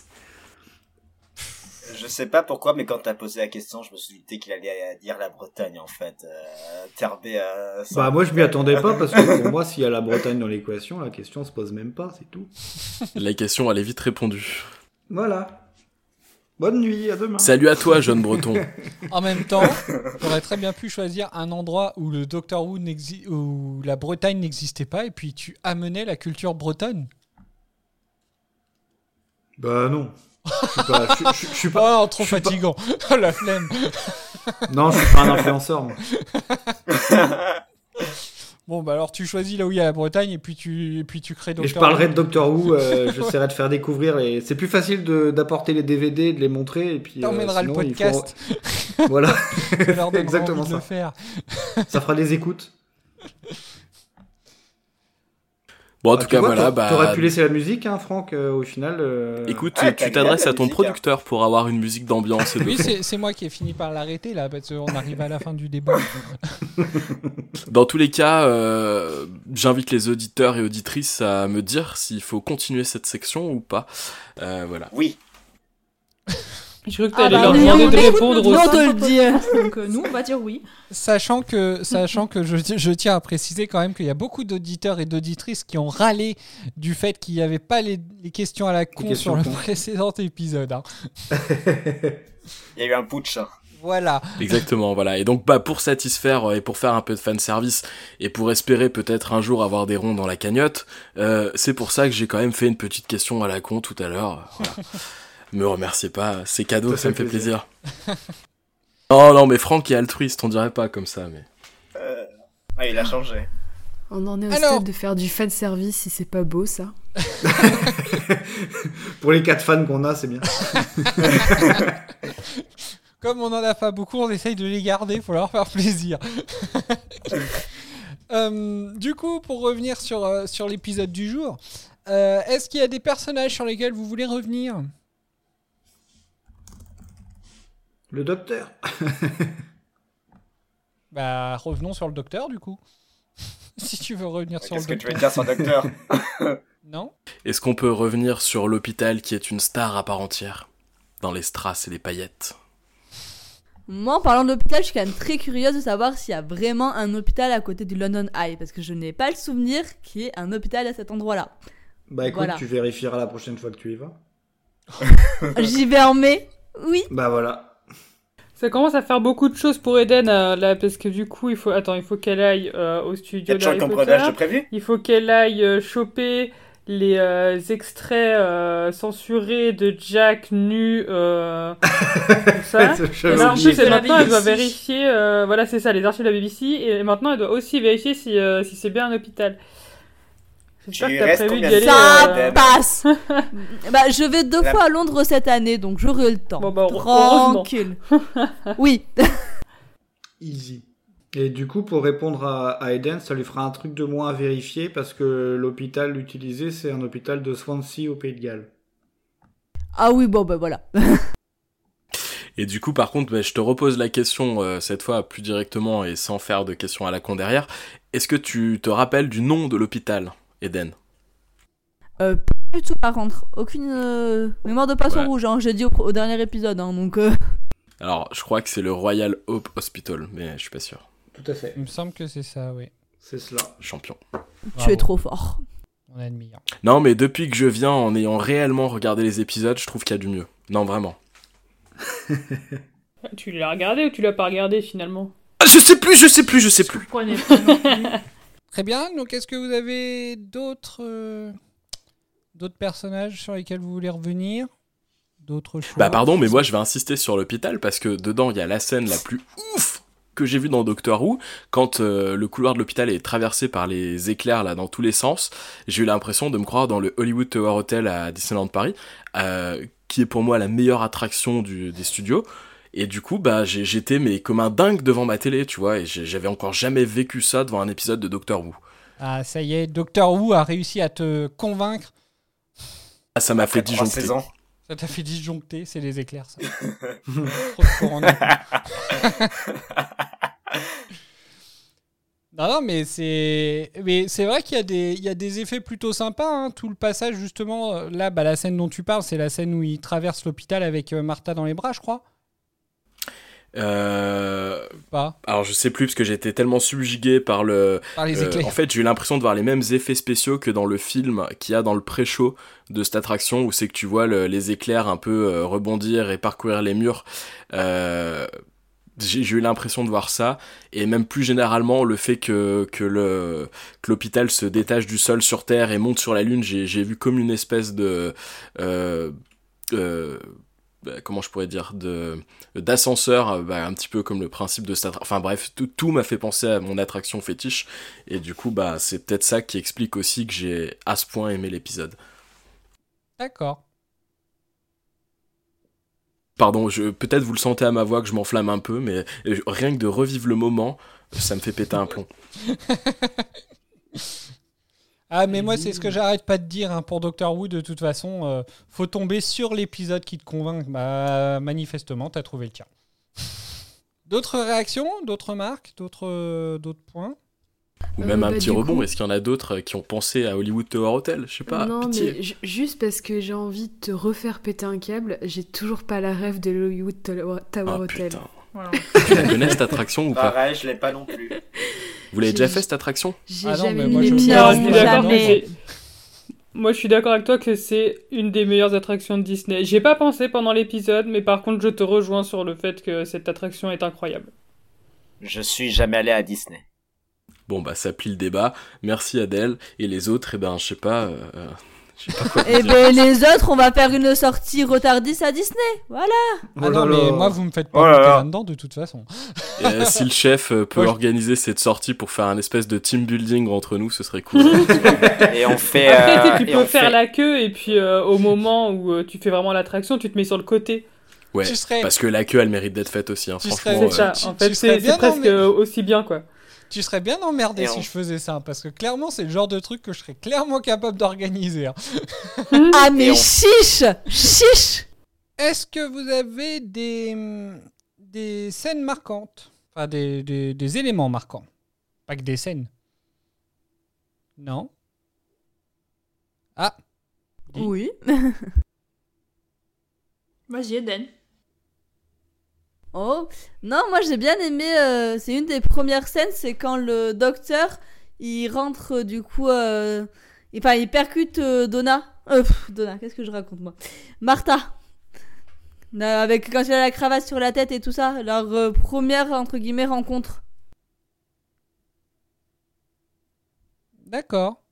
Je sais pas pourquoi, mais quand t'as posé la question, je me suis douté qu'il allait euh, dire la Bretagne, en fait. Euh, Terbé, euh, ça- Bah, moi, je m'y attendais pas parce que pour moi, s'il y a la Bretagne dans l'équation, la question se pose même pas, c'est tout. La question, elle est vite répondue. Voilà. Bonne nuit, à demain. Salut à toi, jeune breton. En même temps, j'aurais très bien pu choisir un endroit où le Doctor Who n'exi- où la Bretagne n'existait pas, et puis tu amenais la culture bretonne. Bah, non. Je suis pas. Je, je- je suis Oh pas. non, trop je suis pas- fatigant. Oh, la flemme. Non, je suis pas un influenceur, moi. Bon, bah alors tu choisis là où il y a la Bretagne, et puis tu, et puis tu crées Doctor Et je parlerai Who. de Doctor Who, euh, j'essaierai de faire découvrir les... C'est plus facile de- d'apporter les D V D, de les montrer, et puis... euh, T'emmèneras le sinon, il faut- podcast. Voilà, Ça leur donnera exactement envie de ça. le faire. Ça fera des écoutes. Bon, en Ah, tout tu cas, vois, voilà. t'a- Bah, T'aurais pu laisser la musique, hein, Franck, euh, au final. euh, écoute, Ah, tu t'as t'adresses bien à ton la musique, hein. producteur pour avoir une musique d'ambiance et de Oui, fond. c'est c'est moi qui ai fini par l'arrêter là, parce qu'on arrive à la fin du débat. Dans tous les cas, euh, j'invite les auditeurs et auditrices à me dire s'il faut continuer cette section ou pas. Euh, voilà. Oui. Je crois que Ah t'allais bah leur oui, demander on de écoute répondre notre aussi. voix. On te le dit. Donc euh, nous, on va dire oui. Sachant que, sachant que je, je tiens à préciser quand même qu'il y a beaucoup d'auditeurs et d'auditrices qui ont râlé du fait qu'il n'y avait pas les, les questions à la con questions sur le cons. précédent épisode. hein. Il y a eu un putsch. hein. Voilà. Exactement, voilà. Et donc, bah, pour satisfaire euh, et pour faire un peu de fanservice et pour espérer peut-être un jour avoir des ronds dans la cagnotte, euh, c'est pour ça que j'ai quand même fait une petite question à la con tout à l'heure. Voilà. Me remerciez pas, c'est cadeau, ça, Ça me fait fait plaisir. Non, non, mais Franck est altruiste, on dirait pas comme ça, mais... Euh... Ouais, il a changé. On en est au Alors- stade de faire du fanservice si c'est pas beau ça. Pour les quatre fans qu'on a, c'est bien. Comme on en a pas beaucoup, on essaye de les garder pour leur faire plaisir. Euh, du coup, pour revenir sur, euh, sur l'épisode du jour, euh, est-ce qu'il y a des personnages sur lesquels vous voulez revenir ? Le docteur. Bah, revenons sur le docteur, du coup. Si tu veux revenir sur le Qu'est-ce que tu docteur. veux dire sur docteur? Non ? Est-ce qu'on peut revenir sur l'hôpital qui est une star à part entière ? Dans les strass et les paillettes. Moi, en parlant d'hôpital, je suis quand même très curieuse de savoir s'il y a vraiment un hôpital à côté du London Eye, parce que je n'ai pas le souvenir qu'il y ait un hôpital à cet endroit-là. Bah écoute, Voilà. tu vérifieras la prochaine fois que tu y vas. J'y vais en mai. Oui. Bah voilà. Ça commence à faire beaucoup de choses pour Eden, euh, là, parce que du coup, il faut, attends, il faut qu'elle aille euh, au Il y studio a toujours d'Harry le Potter. comprenage de prévu? Il faut qu'elle aille euh, choper les euh, extraits euh, censurés de Jack nu, euh, tout ça. Et là, en plus, De et la maintenant, elle doit B B C. vérifier, euh, voilà, c'est ça, les archives de la B B C, et maintenant, elle doit aussi vérifier si, euh, si c'est bien un hôpital. J'espère Tu que t'as restes prévu combien d'y de aller. Ça euh, Eden. passe. Bah, je vais deux La- fois à Londres cette année, donc j'aurai le temps. Bon, bah, heureusement. Tranquille. Oui. Easy. Et du coup, pour répondre à, à Eden, ça lui fera un truc de moins à vérifier parce que l'hôpital utilisé, c'est un hôpital de Swansea au Pays de Galles. Ah oui, bon, bah voilà. Et du coup, par contre, bah, je te repose la question, euh, cette fois plus directement et sans faire de questions à la con derrière. Est-ce que tu te rappelles du nom de l'hôpital, Eden ? Euh, pas du tout, par contre. Aucune euh, mémoire de poisson Ouais. rouge, hein. J'ai dit au, au dernier épisode, hein, donc... euh, Alors, je crois que c'est le Royal Hope Hospital, mais je suis pas sûr. Tout à fait. Il me semble que c'est ça, oui. C'est cela. Champion. Tu Bravo. es trop fort. On admire. Non, mais depuis que je viens, en ayant réellement regardé les épisodes, je trouve qu'il y a du mieux. Non, vraiment. Tu l'as regardé ou tu l'as pas regardé finalement? Ah, je sais plus, je sais plus, je sais plus. Prenez pas non plus. Très bien, donc est-ce que vous avez d'autres euh, d'autres personnages sur lesquels vous voulez revenir ? D'autres choix ? Bah pardon, mais moi je vais insister sur l'hôpital parce que dedans il y a la scène la plus ouf que j'ai vue dans Doctor Who, quand euh, le couloir de l'hôpital est traversé par les éclairs là dans tous les sens. J'ai eu l'impression de me croire dans le Hollywood Tower Hotel à Disneyland Paris, euh, qui est pour moi la meilleure attraction du, des studios. Et du coup, bah j'ai, j'étais mais comme un dingue devant ma télé, tu vois, et j'ai, j'avais encore jamais vécu ça devant un épisode de Doctor Who. Ah, ça y est, Doctor Who a réussi à te convaincre. Ah, ça m'a Après fait trois disjoncter. saisons. Ça t'a fait disjoncter, c'est les éclairs, ça. Trop de courant d'un coup. Non, non, mais c'est, mais c'est vrai qu'il y a des, il y a des effets plutôt sympas. Hein. Tout le passage, justement, euh, là, bah, la scène dont tu parles, c'est la scène où il traverse l'hôpital avec euh, Martha dans les bras, je crois. Euh... Pas Alors je sais plus parce que j'étais tellement subjugué par le... par les Euh, éclairs. en fait, j'ai eu l'impression de voir les mêmes effets spéciaux que dans le film qu'il y a dans le pré-show de cette attraction, où c'est que tu vois le- les éclairs un peu euh, rebondir et parcourir les murs. Euh, j'ai, j'ai eu l'impression de voir ça, et même plus généralement le fait que, que, le, que l'hôpital se détache du sol sur Terre et monte sur la Lune, j'ai, j'ai vu comme une espèce de... Euh, euh, bah, comment je pourrais dire, de, d'ascenseur, bah, un petit peu comme le principe de cette attra- enfin bref, tout, tout m'a fait penser à mon attraction fétiche, et du coup bah c'est peut-être ça qui explique aussi que j'ai à ce point aimé l'épisode. D'accord. Pardon, je, peut-être vous le sentez à ma voix que je m'enflamme un peu, mais euh, rien que de revivre le moment, ça me fait péter un plomb. Ah, mais moi, c'est ce que j'arrête pas de dire hein, pour Doctor Who. De toute façon, euh, faut tomber sur l'épisode qui te convainc. Bah, manifestement, t'as trouvé le tien. D'autres réactions, d'autres remarques, d'autres, euh, d'autres points Ou Euh, même un bah, petit du rebond. coup- Est-ce qu'il y en a d'autres qui ont pensé à Hollywood Tower Hotel? Je sais pas. Non, pitié. mais ju- juste parce que j'ai envie de te refaire péter un câble, j'ai toujours pas la rêve de l'Hollywood Tower Tower Ah Hotel. putain. Voilà. Tu la connais cette attraction ou pas? Pareil, je l'ai pas non plus. Vous l'avez J'ai- déjà fait cette attraction? J'ai Ah non, jamais mais mis moi, les je- pieds Non, Non, je suis dedans. d'accord que jamais. c'est- Moi, je suis d'accord avec toi que c'est une des meilleures attractions de Disney. J'y ai pas pensé pendant l'épisode, mais par contre, je te rejoins sur le fait que cette attraction est incroyable. Je suis jamais allé à Disney. Bon, bah, ça plie le débat. Merci Adèle. Et les autres, eh ben, je sais pas. euh, je sais pas quoi Et dire. ben les autres, on va faire une sortie retardiste à Disney. Voilà. Ah non, mais moi, vous me faites pas Oh là monter là. là-dedans de toute façon. Et, euh, si le chef euh, peut Moi, je- organiser cette sortie pour faire un espèce de team building entre nous, ce serait cool. Et on fait. Après, tu sais, euh, tu et peux on faire fait- la queue, et puis euh, au moment où euh, tu fais vraiment l'attraction, tu te mets sur le côté. Ouais, Tu serais- parce que la queue, elle mérite d'être faite aussi, hein, Tu franchement. serais- C'est euh, ça, tu- en tu fait, serais c'est bien c'est presque dans mes- euh, aussi bien, quoi. Tu serais bien emmerdé Et si on- je faisais ça, parce que clairement, c'est le genre de truc que je serais clairement capable d'organiser. hein. Ah Et mais on- chiche, chiche. Est-ce que vous avez des, hum, des scènes marquantes? Enfin, des, des, des éléments marquants. Pas que des scènes. Non? Ah, Oui. Vas-y, Eden. Oh, non, moi j'ai bien aimé, euh, c'est une des premières scènes, c'est quand le docteur, il rentre euh, du coup, euh, enfin il percute euh, Donna, euh, pff, Donna, qu'est-ce que je raconte moi Martha, Euh, avec quand il a la cravate sur la tête et tout ça, leur euh, première entre guillemets rencontre. d'accord.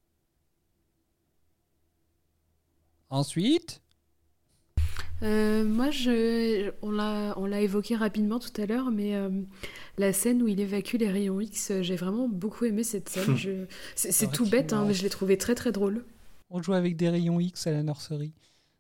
Ensuite, Euh, moi, je, on l'a, on l'a évoqué rapidement tout à l'heure, mais euh, la scène où il évacue les rayons X, euh, j'ai vraiment beaucoup aimé cette scène. Je, c'est c'est tout bête, hein, mais je l'ai trouvé très très drôle. on joue avec des rayons X à la nurserie.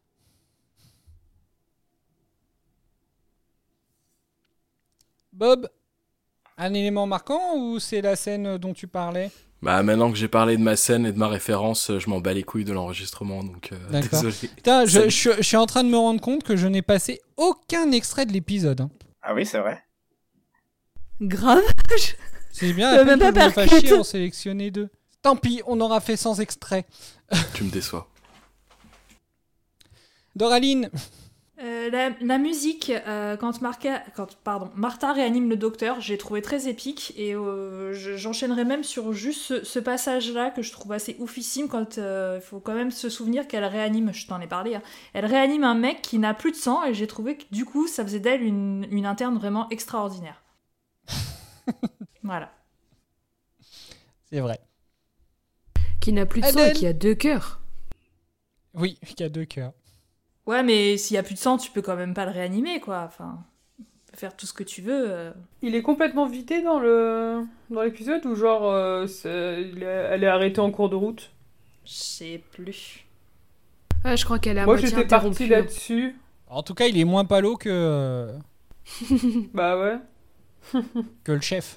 Bob, un élément marquant ou c'est la scène dont tu parlais? Bah, maintenant que j'ai parlé de ma scène et de ma référence, euh, je m'en bats les couilles de l'enregistrement, donc euh, D'accord. désolé. Putain, je, Salut. je, je suis en train de me rendre compte que je n'ai passé aucun extrait de l'épisode. hein. Ah oui, c'est vrai. Grave. C'est bien, Je la peux peine même que pas je me fasse percuter. chier en sélectionner deux. Tant pis, on aura fait sans extrait. Tu me déçois. Doraline, Euh, la, la musique, euh, quand, Marca, quand pardon, Martha réanime le docteur, j'ai trouvé très épique et euh, je- j'enchaînerai même sur juste ce, ce passage-là que je trouve assez oufissime quand il faut quand même se souvenir qu'elle réanime, je t'en ai parlé, hein, elle réanime un mec qui n'a plus de sang et j'ai trouvé que du coup ça faisait d'elle une, une interne vraiment extraordinaire. Voilà. c'est vrai. Qui n'a plus de sang et Adèle. qui a deux cœurs. Oui, il y a deux cœurs. Ouais, mais s'il y a plus de sang, tu peux quand même pas le réanimer, quoi. Enfin, tu peux faire tout ce que tu veux. euh. Il est complètement vidé dans le dans l'épisode ou genre euh, c'est- il est- elle est arrêtée en cours de route? Je sais plus. Ah, je crois qu'elle est à Moi moitié j'étais partie interrompue. hein. là-dessus. En tout cas, il est moins palo que, euh, Bah ouais. que le chef.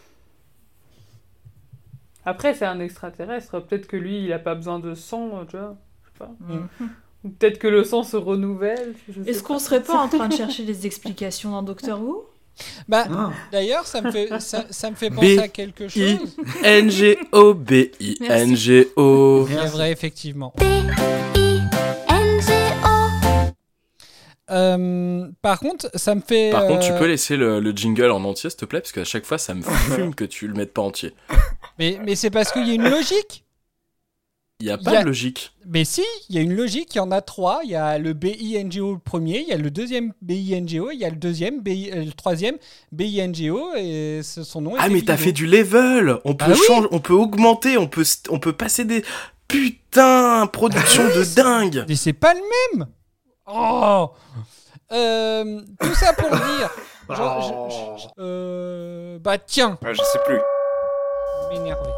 Après c'est un extraterrestre, peut-être que lui il a pas besoin de sang, tu vois. Je sais pas. Mhm. Ou peut-être que le sang se renouvelle. je sais Est-ce pas. qu'on serait pas en train de chercher des explications dans Doctor Who? Bah, Ah. d'ailleurs, ça me fait, ça, ça me fait penser B, à quelque chose. N G O B I N G O. C'est vrai, effectivement. N G O. Euh, par contre, ça me fait. Par contre, tu euh, peux laisser le, le jingle en entier, s'il te plaît, parce qu'à chaque fois, ça me fume que tu le mettes pas entier. Mais, mais c'est parce qu'il y a une logique. Il y a Il pas y a- de logique. Mais si, il y a une logique, il y en a trois. Il y a le B I N G O le premier, il y a le deuxième B I N G O, il y a le deuxième, B I, euh, le troisième B I N G O, et ce- son nom Ah, était mais t'as Vigo. fait du level. On peut Ah oui. changer, on peut augmenter, on peut, st- on peut passer des putain production de dingue. Mais c'est pas le même. Oh. Euh, tout ça pour dire. genre, je- je- je- euh, bah tiens, Ouais, je sais plus. je vais m'énerver.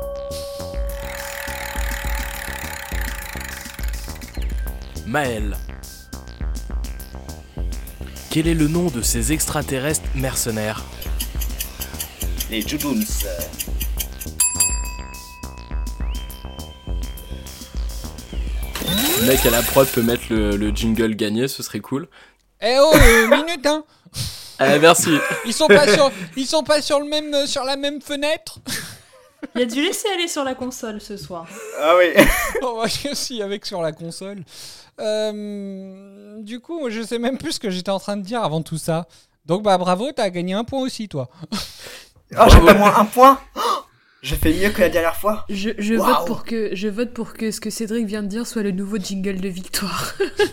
Maël. Quel est le nom de ces extraterrestres mercenaires? Les Judoons. mec à la prod peut mettre le, le jingle gagné, ce serait cool. Eh oh, euh, minute, hein. Allez, merci. Ils sont pas sur, ils sont pas sur le même, sur la même fenêtre. Il a dû laisser aller sur la console ce soir. Ah oui. Oh, ouais, si, avec sur la console. Euh, du coup, je sais même plus ce que j'étais en train de dire avant tout ça. Donc, bah, bravo, t'as gagné un point aussi, toi. Oh, j'ai pas moins un point. Oh, j'ai fait mieux que la dernière fois. Je, je Wow. vote pour que je vote pour que ce que Cédric vient de dire soit le nouveau jingle de victoire.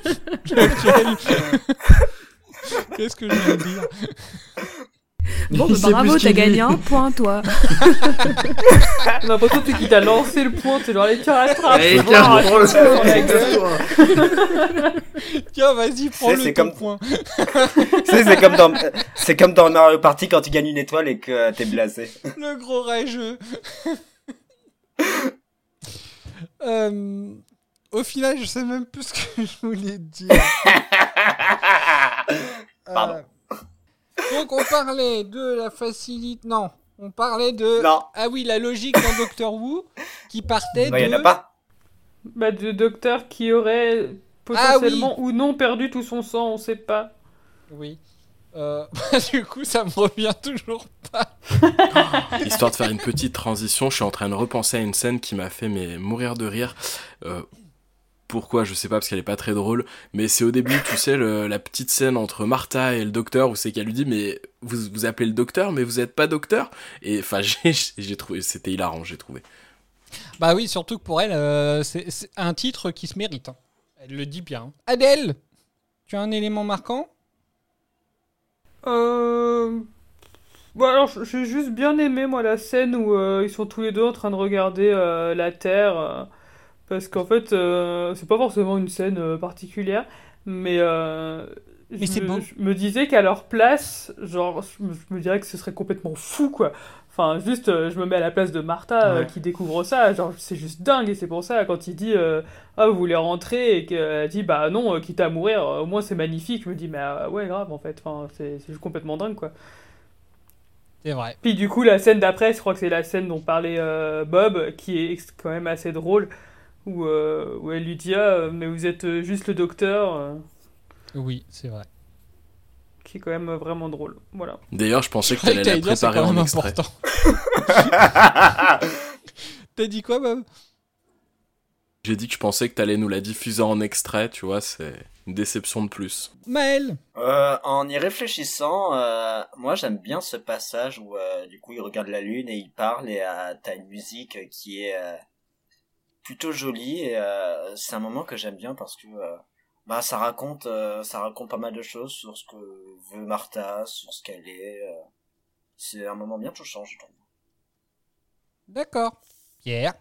Qu'est-ce que je viens de dire? Bon, Il bah, sait bravo, plus ce t'as qu'il gagné dit. un point, toi. J'ai l'impression que qu'il t'a lancé le point, t'es genre, allez, tiens, rattrape. Allez, Voilà, tiens, tu prends le te prends la point. gueule. Tiens, vas-y, prends-le c'est ton comme- point. Tu sais, c'est comme dans, c'est comme dans Mario Party quand tu gagnes une étoile et que euh, t'es blasé. Le gros rageux. Euh, au final, je sais même plus ce que je voulais dire. Pardon. Euh, donc, on parlait de la facilité. Non, on parlait de. Non. Ah oui, la logique dans Doctor Who qui partait Non, de. il y en a pas. Bah, de docteur qui aurait potentiellement ou non perdu tout son sang, on sait pas. Oui. Euh, du coup, ça me revient toujours pas. Histoire de faire une petite transition, je suis en train de repenser à une scène qui m'a fait mais, mourir de rire. Euh, pourquoi, je sais pas, parce qu'elle est pas très drôle. Mais c'est au début, tu sais, le, la petite scène entre Martha et le docteur où c'est qu'elle lui dit mais vous vous appelez le docteur, mais vous êtes pas docteur. Et enfin, j'ai, j'ai trouvé, c'était hilarant, j'ai trouvé. Bah oui, surtout que pour elle, euh, c'est, c'est un titre qui se mérite. Hein. Elle le dit bien. Adèle, tu as un élément marquant? Euh... Bon, alors, j'ai juste bien aimé, moi, la scène où euh, ils sont tous les deux en train de regarder euh, la Terre. euh, parce qu'en fait, euh, c'est pas forcément une scène euh, particulière, mais, euh, Mais je, c'est me, beau. je me disais qu'à leur place, genre, je me, je me dirais que ce serait complètement fou, quoi. Enfin, juste, euh, je me mets à la place de Martha euh, Ouais. qui découvre ça, genre, c'est juste dingue, et c'est pour ça, quand il dit euh, ah, vous voulez rentrer, et qu'elle dit bah non, euh, quitte à mourir, euh, au moins c'est magnifique, je me dis, mais euh, ouais, grave, en fait, enfin, c'est c'est juste complètement dingue, quoi. C'est vrai. Puis du coup, la scène d'après, je crois que c'est la scène dont parlait euh, Bob, qui est ex- quand même assez drôle, où, euh, où elle lui dit ah, mais vous êtes euh, juste le docteur, euh, Oui, c'est vrai. qui est quand même euh, vraiment drôle. Voilà. D'ailleurs, je pensais que Je croyais t'allais que la t'allais dire, c'est préparer quand en même extrait. important. T'as dit quoi, Bob? J'ai dit que je pensais que t'allais nous la diffuser en extrait, tu vois, c'est une déception de plus. Maël? Euh, en y réfléchissant, euh, moi j'aime bien ce passage où euh, du coup il regarde la lune et il parle et euh, t'as une musique qui est euh, plutôt jolie et euh, c'est un moment que j'aime bien parce que euh, bah ça raconte euh, ça raconte pas mal de choses sur ce que veut Martha, sur ce qu'elle est. Euh, c'est un moment bien touchant, je trouve. D'accord. Pierre?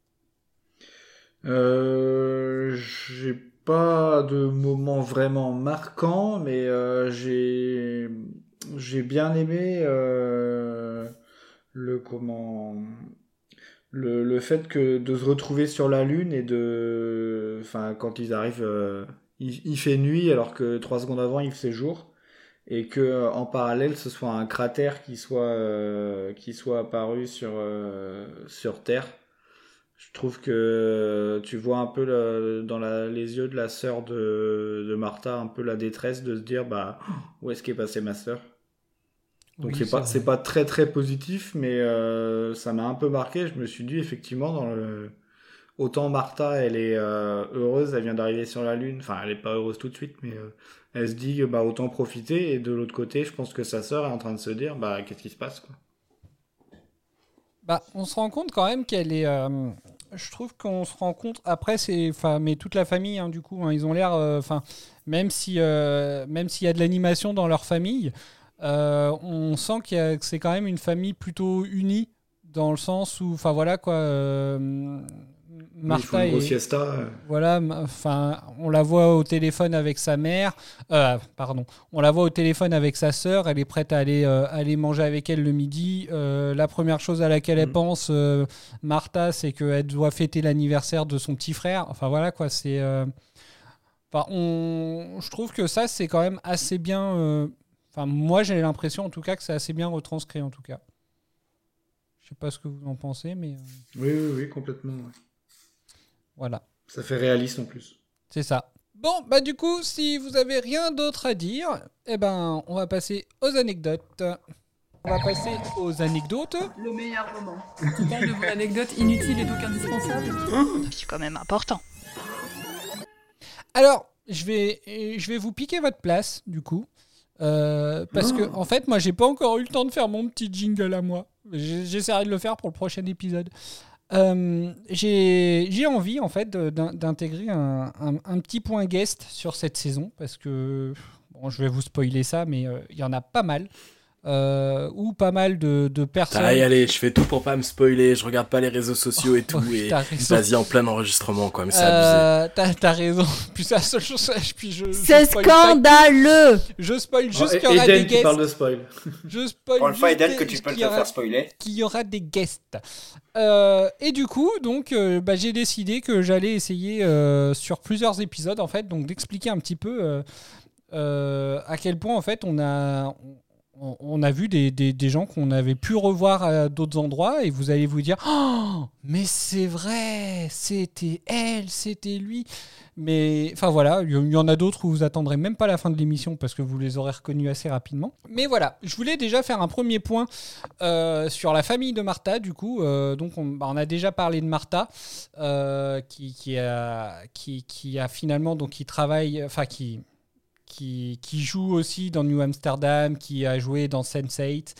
Euh, j'ai pas de moment vraiment marquant, mais euh, j'ai j'ai bien aimé euh, le comment le, le fait que de se retrouver sur la Lune et de enfin quand ils arrivent euh, il, il fait nuit alors que trois secondes avant il faisait jour et que en parallèle ce soit un cratère qui soit euh, qui soit apparu sur euh, sur Terre. Je trouve que tu vois un peu le- dans la- les yeux de la sœur de, de Martha un peu la détresse de se dire bah où est-ce qu'est passée ma sœur. Donc Oui, c'est c'est pas vrai. c'est pas très très positif, mais euh, ça m'a un peu marqué. Je me suis dit effectivement dans le autant Martha elle est euh, heureuse, elle vient d'arriver sur la Lune. Enfin elle est pas heureuse tout de suite, mais euh, elle se dit bah autant profiter. Et de l'autre côté, je pense que sa sœur est en train de se dire bah qu'est-ce qui se passe quoi. Bah, on se rend compte quand même qu'elle est. euh, je trouve qu'on se rend compte. Après, c'est. Enfin, mais toute la famille, hein, du coup, hein, ils ont l'air. Enfin, même si, euh, même s'il y a de l'animation dans leur famille, euh, on sent qu'il y a- que c'est quand même une famille plutôt unie dans le sens où, enfin voilà quoi. euh, Il faut Martha une grosse est. fiesta. euh. Voilà, ma- enfin, on la voit au téléphone avec sa mère. Euh, pardon, on la voit au téléphone avec sa sœur. Elle est prête à aller, euh, aller manger avec elle le midi. Euh, la première chose à laquelle elle Mhm. pense, euh, Martha, c'est qu'elle doit fêter l'anniversaire de son petit frère. Enfin voilà quoi, c'est. euh, enfin, on, je trouve que ça c'est quand même assez bien. euh, Enfin, moi j'ai l'impression en tout cas que c'est assez bien retranscrit en tout cas. Je sais pas ce que vous en pensez, mais euh, Oui oui oui complètement. Ouais. voilà. Ça fait réaliste en plus. C'est ça. Bon, bah du coup, si vous avez rien d'autre à dire, eh ben, on va passer aux anecdotes. On va passer aux anecdotes. Le meilleur moment. Tu parles de vos anecdotes inutiles et donc indispensables. C'est quand même important. Alors, je vais, je vais vous piquer votre place, du coup. Euh, parce que, en fait, moi, j'ai pas encore eu le temps de faire mon petit jingle à moi. J'essaierai de le faire pour le prochain épisode. Euh, j'ai, j'ai envie, en fait, d'intégrer un, un, un petit point guest sur cette saison. Parce que, bon, je vais vous spoiler ça, mais il euh, y en a pas mal. Euh, ou pas mal de, de personnes. Allez, allez, je fais tout pour pas me spoiler, je regarde pas les réseaux sociaux et tout, Oh, et raison. vas-y en plein enregistrement, quoi, mais c'est Euh, abusé. t'as, t'as raison. Puis c'est la seule chose, puis je, C'est je spoil pas- scandaleux. Je spoil juste Oh, qu'il y aura Eden des qui guests. parle de spoil. Je spoil Pour une fois, juste Eden, que tu peux qu'il te y aura- faire spoiler. qu'il y aura des guests. Euh, et du coup, donc, euh, bah, j'ai décidé que j'allais essayer euh, sur plusieurs épisodes, en fait, donc d'expliquer un petit peu euh, euh, à quel point, en fait, on a, on, on a vu des, des, des gens qu'on avait pu revoir à d'autres endroits, et vous allez vous dire, oh, mais c'est vrai, c'était elle, c'était lui. Mais enfin voilà, il y, y en a d'autres où vous attendrez même pas la fin de l'émission parce que vous les aurez reconnus assez rapidement. Mais voilà, je voulais déjà faire un premier point euh, sur la famille de Martha. Du coup, euh, donc on, bah, on a déjà parlé de Martha euh, qui, qui a qui, qui a finalement donc qui travaille, enfin qui Qui, qui joue aussi dans New Amsterdam, qui a joué dans sense eight.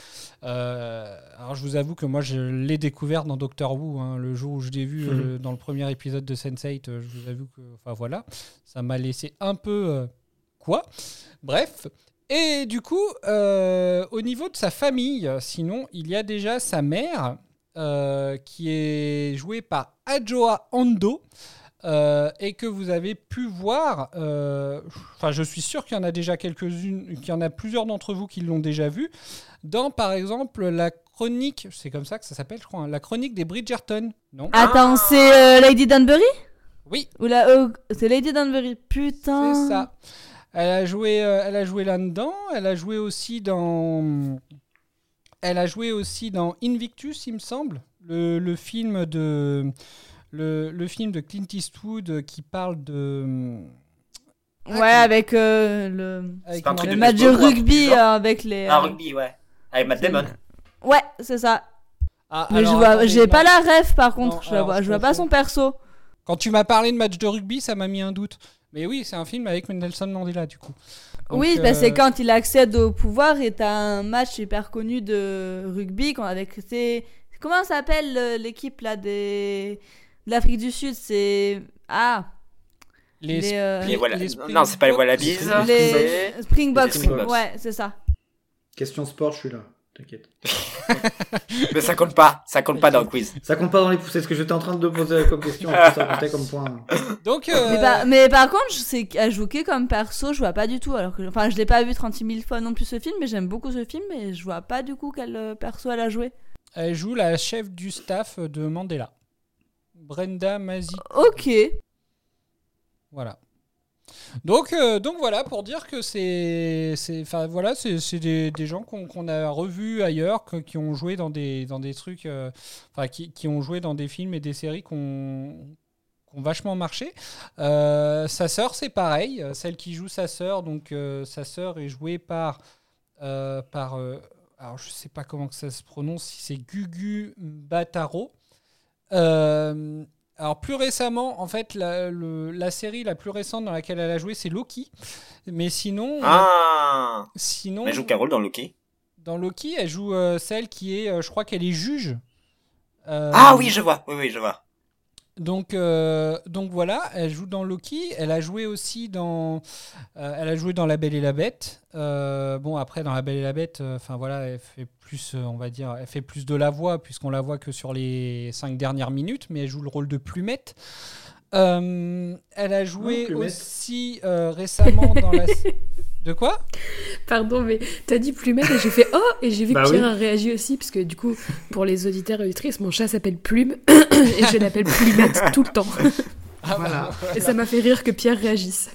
Euh, alors je vous avoue que moi je l'ai découvert dans Doctor Who, hein, le jour où je l'ai vu euh, dans le premier épisode de sense eight, euh, je vous avoue que, enfin voilà, ça m'a laissé un peu euh, quoi. Bref. Et du coup, euh, au niveau de sa famille, sinon il y a déjà sa mère euh, qui est jouée par Adjoa Andoh. Euh, et que vous avez pu voir, euh, enfin je suis sûr qu'il y en a déjà quelques-unes, qu'il y en a plusieurs d'entre vous qui l'ont déjà vu, dans par exemple la chronique, c'est comme ça que ça s'appelle je crois, hein, la chronique des Bridgerton, non ? Attends, c'est euh, Lady Danbury ? Oui. Ou la, euh, c'est Lady Danbury, putain. C'est ça. Elle a joué, euh, elle a joué là-dedans, elle a joué aussi dans... Elle a joué aussi dans Invictus, il me semble, le, le film de... Le, le film de Clint Eastwood qui parle de... Ouais, ah, avec euh, le, avec un truc le de match de baseball, rugby genre. euh, avec les... Ah, euh, rugby, ouais. Avec Matt Damon. Ouais, c'est ça. Ah, Mais alors, je vois, attendez, j'ai non. pas la ref par contre, Non, je, la alors, vois, je je vois pas confonds. son perso. Quand tu m'as parlé de match de rugby, ça m'a mis un doute. Mais oui, c'est un film avec Nelson Mandela, du coup. Donc, oui, euh, bah, c'est quand il accède au pouvoir et t'as un match hyper connu de rugby quand avec... C'est... Comment ça s'appelle euh, l'équipe là des... de l'Afrique du Sud ? C'est... Ah Les, Les, euh, Les Walla- les Non, c'est pas les Springboks. Wallabies. Les c'est- Springboks, les Springboks. ouais, c'est ça. Question sport, je suis là. T'inquiète. Mais ça compte pas. Ça compte pas dans le quiz. Ça compte pas dans les pouces. C'est ce que j'étais en train de poser comme question. Est-ce que ça comptait comme point. Donc, euh, Mais, par, mais par contre, je sais qu'à jouer comme perso, je vois pas du tout. Alors que, enfin, je l'ai pas vu trente-six mille fois non plus ce film, mais j'aime beaucoup ce film et je vois pas du coup quel euh, perso elle a joué. elle joue la chef du staff de Mandela. Brenda Mazik. Ok. Voilà. Donc, euh, donc voilà, pour dire que c'est, c'est, enfin voilà, c'est, c'est des, des gens qu'on, qu'on a revus ailleurs, que- qui ont joué dans des, dans des trucs, euh, enfin qui, qui ont joué dans des films et des séries qu'on, qui ont vachement marché. Euh, sa sœur, c'est pareil, euh, celle qui joue sa sœur, donc euh, sa sœur est jouée par, euh, par, euh, alors je sais pas comment que ça se prononce, si c'est Gugu Mbatha-Raw. Euh, alors plus récemment, en fait, la, le- la série la plus récente dans laquelle elle a joué, c'est Loki. Mais sinon, Ah. sinon, Mais elle joue quel rôle dans Loki? dans Loki, elle joue euh, celle qui est, euh, je crois qu'elle est juge. Euh, Ah oui, je vois. Oui, oui, je vois. Donc, euh, donc voilà, elle joue dans Loki. Elle a joué aussi dans, euh, elle a joué dans La Belle et la Bête. Euh, bon après dans La Belle et la Bête, enfin voilà, elle fait plus, euh, on va dire, elle fait plus de la voix puisqu'on la voit que sur les cinq dernières minutes, mais elle joue le rôle de Plumette. Euh, elle a joué Oh, Plumette. aussi euh, récemment dans la. De quoi? Pardon, mais t'as dit Plumette et j'ai fait oh et j'ai vu Bah que Pierre oui. a réagi aussi parce que du coup pour les auditeurs et auditrices mon chat s'appelle Plume et je l'appelle Plumette tout le temps Ah, Voilà. et ça m'a fait rire que Pierre réagisse.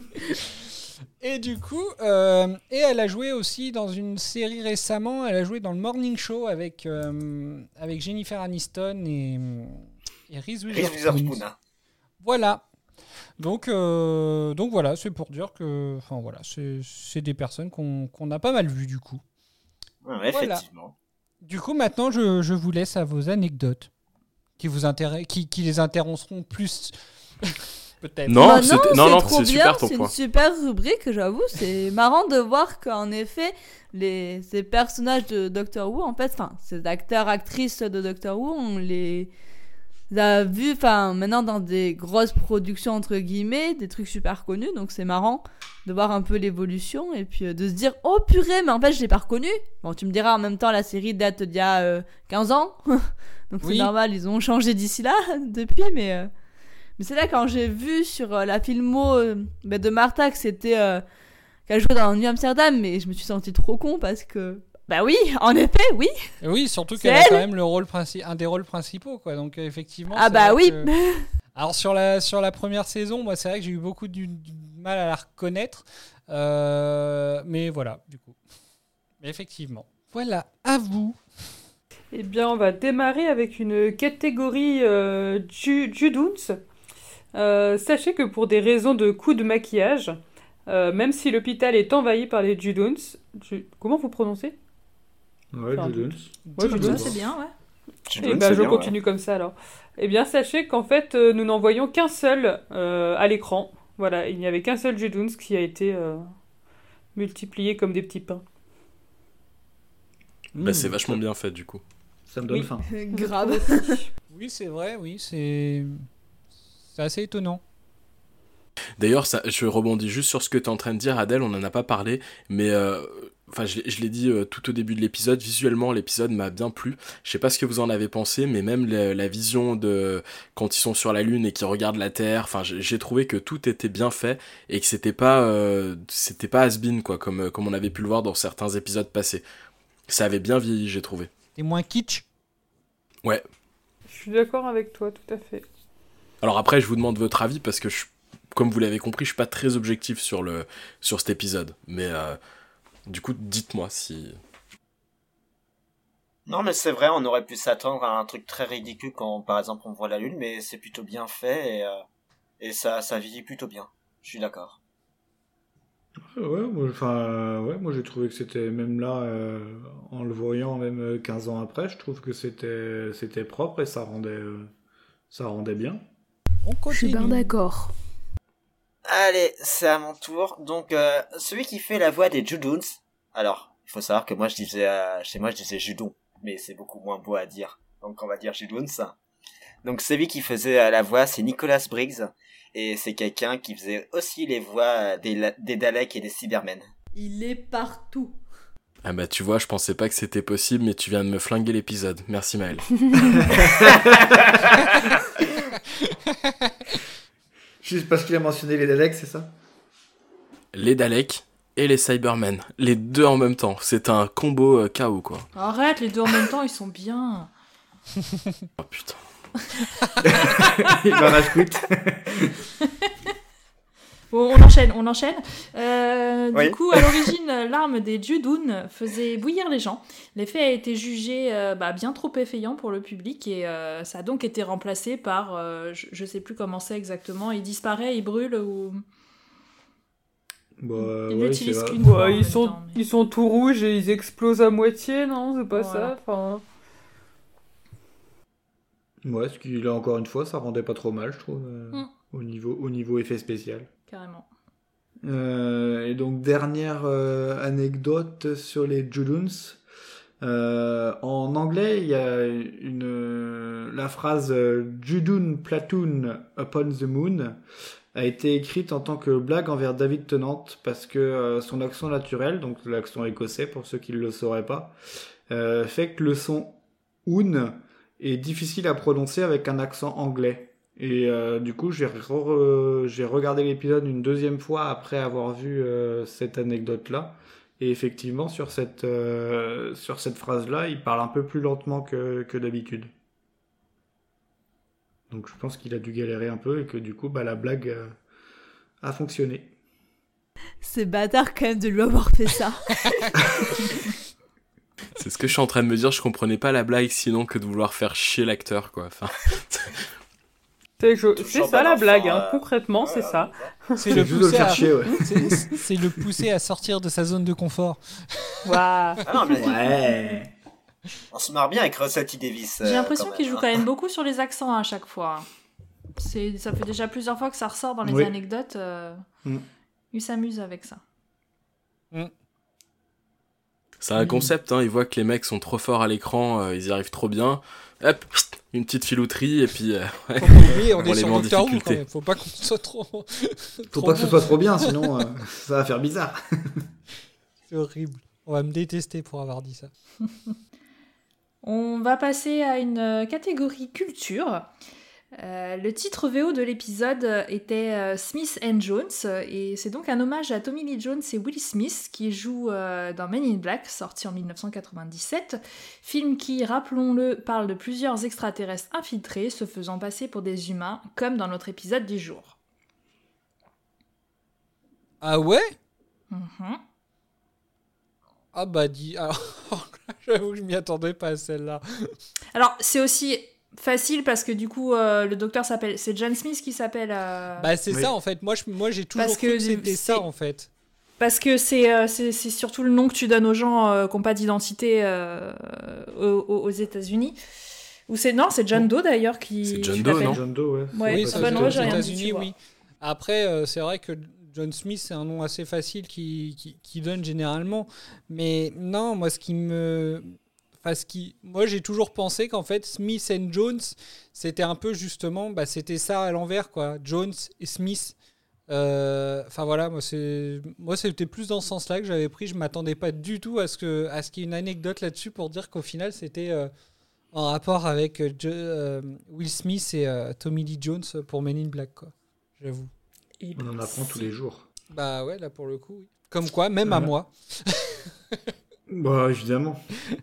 Et du coup, euh, et elle a joué aussi dans une série récemment. Elle a joué dans le Morning Show avec euh, avec Jennifer Aniston et, et Reese Reese Witherspoon. Witherspoon. hein. Voilà. Donc, euh, donc voilà, c'est pour dire que, enfin voilà, c'est, c'est des personnes qu'on, qu'on a pas mal vues du coup. Ouais, Voilà. effectivement. Du coup, maintenant, je, je vous laisse à vos anecdotes qui vous intéressent, qui, qui les intéresseront plus, peut-être. Non, Bah c'était- non, non, non, c'est trop c'est bien, super ton c'est point. une super rubrique, j'avoue. C'est marrant de voir qu'en effet, les, ces personnages de Doctor Who, en fait, enfin, ces acteurs, actrices de Doctor Who, on les a vus, enfin, maintenant dans des grosses productions, entre guillemets, des trucs super connus, donc c'est marrant de voir un peu l'évolution et puis euh, de se dire, oh purée, mais en fait, je l'ai pas reconnu. Bon, tu me diras, en même temps, la série date d'il y a euh, quinze ans, donc Oui. c'est normal, ils ont changé d'ici là, depuis, mais... euh, Mais c'est là quand j'ai vu sur euh, la filmo euh, bah, de Martha que c'était euh, qu'elle jouait dans New Amsterdam, mais je me suis sentie trop con parce que bah oui, en effet, oui. Et oui, surtout C'est qu'elle a elle. quand même le rôle princi- un des rôles principaux, quoi. Donc euh, effectivement. Ah c'est bah vrai oui. que- Alors sur la sur la première saison, moi c'est vrai que j'ai eu beaucoup du, du mal à la reconnaître, Euh, mais voilà, du coup. Mais effectivement. Voilà, à vous. Eh bien, on va démarrer avec une catégorie euh, Ju- Judoons. Euh, sachez que pour des raisons de coût de maquillage, euh, même si l'hôpital est envahi par les Judoons, Ju- comment vous prononcez? Ouais, Enfin, Judoons. Ouais, Ça, Judoons. c'est bien, ouais. Eh ben, je continue comme ça alors. Eh bien, sachez qu'en fait, euh, nous n'en voyons qu'un seul euh, à l'écran. Voilà, il n'y avait qu'un seul Judoons qui a été euh, multiplié comme des petits pains. Bah, c'est vachement bien fait du coup. Ça me donne Oui. faim. Grave. Oui, c'est vrai, oui, c'est c'est assez étonnant. D'ailleurs, ça, je rebondis juste sur ce que tu es en train de dire, Adèle, on n'en a pas parlé, mais euh, enfin, je, l'ai- je l'ai dit euh, tout au début de l'épisode, visuellement, l'épisode m'a bien plu. Je sais pas ce que vous en avez pensé, mais même la, la vision de quand ils sont sur la Lune et qu'ils regardent la Terre, enfin, j'ai, j'ai trouvé que tout était bien fait et que c'était pas, euh, c'était pas has-been, quoi, comme, comme on avait pu le voir dans certains épisodes passés. Ça avait bien vieilli, j'ai trouvé. Et moins kitsch. Ouais. Je suis d'accord avec toi, tout à fait. Alors après, je vous demande votre avis parce que, je, comme vous l'avez compris, je suis pas très objectif sur, le, sur cet épisode. Mais euh, du coup, dites-moi si... Non, mais c'est vrai, on aurait pu s'attendre à un truc très ridicule quand, par exemple, on voit la Lune, mais c'est plutôt bien fait et, euh, et ça, ça vieillit plutôt bien. Je suis d'accord. Ouais, moi, enfin, ouais, moi j'ai trouvé que c'était même là, euh, en le voyant même euh, quinze ans après, je trouve que c'était c'était propre et ça rendait euh, ça rendait bien. On Je suis continue. bien d'accord. Allez, c'est à mon tour. Donc, euh, celui qui fait la voix des Judoons. Alors, il faut savoir que moi je disais, euh, chez moi je disais Judon, mais c'est beaucoup moins beau à dire. Donc on va dire Judoons. Donc celui qui faisait euh, la voix, c'est Nicholas Briggs. Et c'est quelqu'un qui faisait aussi les voix des, la- des Daleks et des Cybermen. Il est partout. Ah bah tu vois, je pensais pas que c'était possible, mais tu viens de me flinguer l'épisode. Merci Maël. Juste parce qu'il a mentionné les Daleks, c'est ça? Les Daleks et les Cybermen. Les deux en même temps. C'est un combo euh, K O quoi. Arrête, les deux en même temps, ils sont bien. Oh putain. Il va rage quit. Bon, on enchaîne, on enchaîne. Euh, Oui. Du coup, à l'origine, l'arme des Judoons faisait bouillir les gens. L'effet a été jugé euh, bah, bien trop effrayant pour le public et euh, ça a donc été remplacé par, euh, je, je sais plus comment c'est exactement, il disparaît, il brûle ou... Bah, Il ouais, l'utilise c'est vrai. qu'une fois en Ouais, même ils, sont, temps, mais- ils sont tout rouges et ils explosent à moitié, non? C'est pas Voilà. ça? Enfin... Ouais, ce qui là encore une fois, ça rendait pas trop mal, je trouve, euh, Mm. au niveau au niveau effet spécial. Carrément. Euh, et donc dernière euh, anecdote sur les Judoons. Euh, en anglais, il y a une euh, la phrase euh, Judoon platoon upon the moon a été écrite en tant que blague envers David Tennant parce que euh, son accent naturel, donc l'accent écossais pour ceux qui ne le sauraient pas, euh, fait que le son oon est difficile à prononcer avec un accent anglais. Et euh, du coup, j'ai, re- j'ai regardé l'épisode une deuxième fois après avoir vu euh, cette anecdote-là. Et effectivement, sur cette, euh, sur cette phrase-là, il parle un peu plus lentement que, que d'habitude. Donc je pense qu'il a dû galérer un peu et que du coup, bah, la blague euh, a fonctionné. C'est bâtard quand même de lui avoir fait ça. C'est ce que je suis en train de me dire, je comprenais pas la blague sinon que de vouloir faire chier l'acteur quoi. Enfin, C'est, je- Toujours c'est ça bon la enfant, blague, hein. euh, Concrètement, c'est voilà, ça. C'est le juste de le pousser à... chercher, ouais. c'est, c'est le pousser à sortir de sa zone de confort. Waouh. Ah non, mais Ouais. on se marre bien avec Russell T. Davis. J'ai euh, l'impression quand qu'il même, joue hein. quand même beaucoup sur les accents à chaque fois. C'est, ça fait déjà plusieurs fois que ça ressort dans les Oui. anecdotes. euh, Mm. Il s'amuse avec ça. C'est un concept, hein. Ils voient que les mecs sont trop forts à l'écran, euh, ils y arrivent trop bien. Hop, une petite filouterie et puis. euh, ouais. Faut pas oublier, on On est les sur met en Doctor Who quand difficulté. même. Faut pas qu'on soit trop. Faut trop pas que ce bon. soit trop bien, sinon euh, ça va faire bizarre. C'est horrible. On va me détester pour avoir dit ça. On va passer à une euh, catégorie culture. Euh, le titre V O de l'épisode était euh, Smith and Jones, et c'est donc un hommage à Tommy Lee Jones et Will Smith qui jouent euh, dans Men in Black, sorti en dix-neuf cent quatre-vingt-dix-sept, film qui, rappelons-le, parle de plusieurs extraterrestres infiltrés se faisant passer pour des humains, comme dans notre épisode du jour. Ah ouais? Mhm. Ah bah dis. Alors, j'avoue que je m'y attendais pas à celle-là. Alors, c'est aussi facile parce que du coup, euh, le docteur s'appelle... C'est John Smith qui s'appelle... euh, Bah c'est Oui. ça en fait. Moi, je, moi j'ai toujours Parce cru que, que c'était c'est- ça en fait. Parce que c'est, euh, c'est, c'est surtout le nom que tu donnes aux gens euh, qui n'ont pas d'identité euh, aux, aux- aux États-Unis. Ou c'est non, c'est John Doe d'ailleurs qui. C'est John tu Doe, l'appelles. non John Doe, ouais. Ouais, oui, ah ça, bah c'est non, aux j'ai rien dit, États-Unis, tu vois. oui. Après, euh, c'est vrai que John Smith, c'est un nom assez facile qui, qui, qui donne généralement. Mais non, moi, ce qui me. Enfin, ce qui... Moi, j'ai toujours pensé qu'en fait, Smith and Jones, c'était un peu justement. Bah, c'était ça à l'envers, quoi. Jones et Smith. Euh, Enfin, voilà, moi, c'est... moi, c'était plus dans ce sens-là que j'avais pris. Je m'attendais pas du tout à ce, que... à ce qu'il y ait une anecdote là-dessus pour dire qu'au final, c'était. euh, en rapport avec euh, Jo- euh, Will Smith et euh, Tommy Lee Jones pour Men in Black, quoi. J'avoue. On en apprend tous les jours. Bah ouais, là pour le coup, oui. Comme quoi, même à Ouais. moi. Bah, évidemment.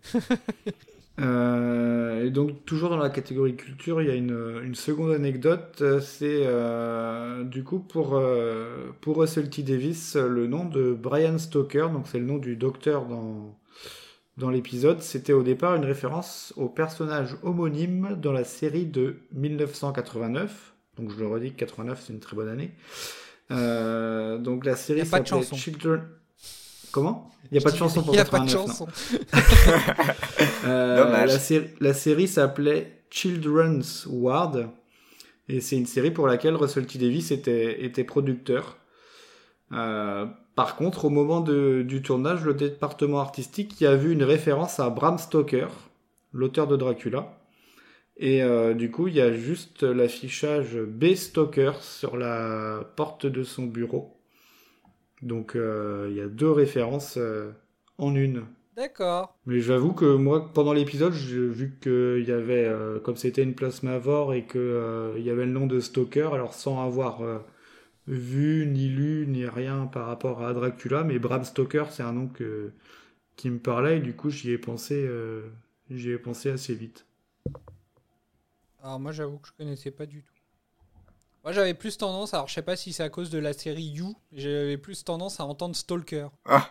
Euh, et donc, toujours dans la catégorie culture, il y a une, une seconde anecdote. euh, C'est euh, du coup pour, euh, pour Russell T. Davis, euh, le nom de Brian Stoker, donc c'est le nom du docteur dans, dans l'épisode. C'était au départ une référence au personnage homonyme dans la série de dix-neuf cent quatre-vingt-neuf. Donc, je le redis que quatre-vingt-neuf, c'est une très bonne année. Euh, donc, la série Y a pas de s'appelait chanson. Children. Comment? Il n'y a pas de chanson pour Il y a pas de quatre-vingt-neuf, non. chanson. Euh, Dommage. La, série, la série s'appelait Children's Ward et c'est une série pour laquelle Russell T. Davis était, était producteur. Euh, par contre, au moment de, du tournage, le département artistique y a vu une référence à Bram Stoker, l'auteur de Dracula. Et euh, du coup, il y a juste l'affichage B. Stoker sur la porte de son bureau. Donc, euh, il y a deux références euh, en une. D'accord. Mais j'avoue que moi, pendant l'épisode, j'ai vu qu'il y avait, euh, comme c'était une plasmavore et qu'il euh, y avait le nom de Stoker, alors sans avoir euh, vu, ni lu, ni rien par rapport à Dracula, mais Bram Stoker, c'est un nom que, qui me parlait et du coup, j'y ai pensé, euh, j'y ai pensé assez vite. Alors moi, j'avoue que je connaissais pas du tout. Moi, j'avais plus tendance, alors je sais pas si c'est à cause de la série You, j'avais plus tendance à entendre Stalker. Ah.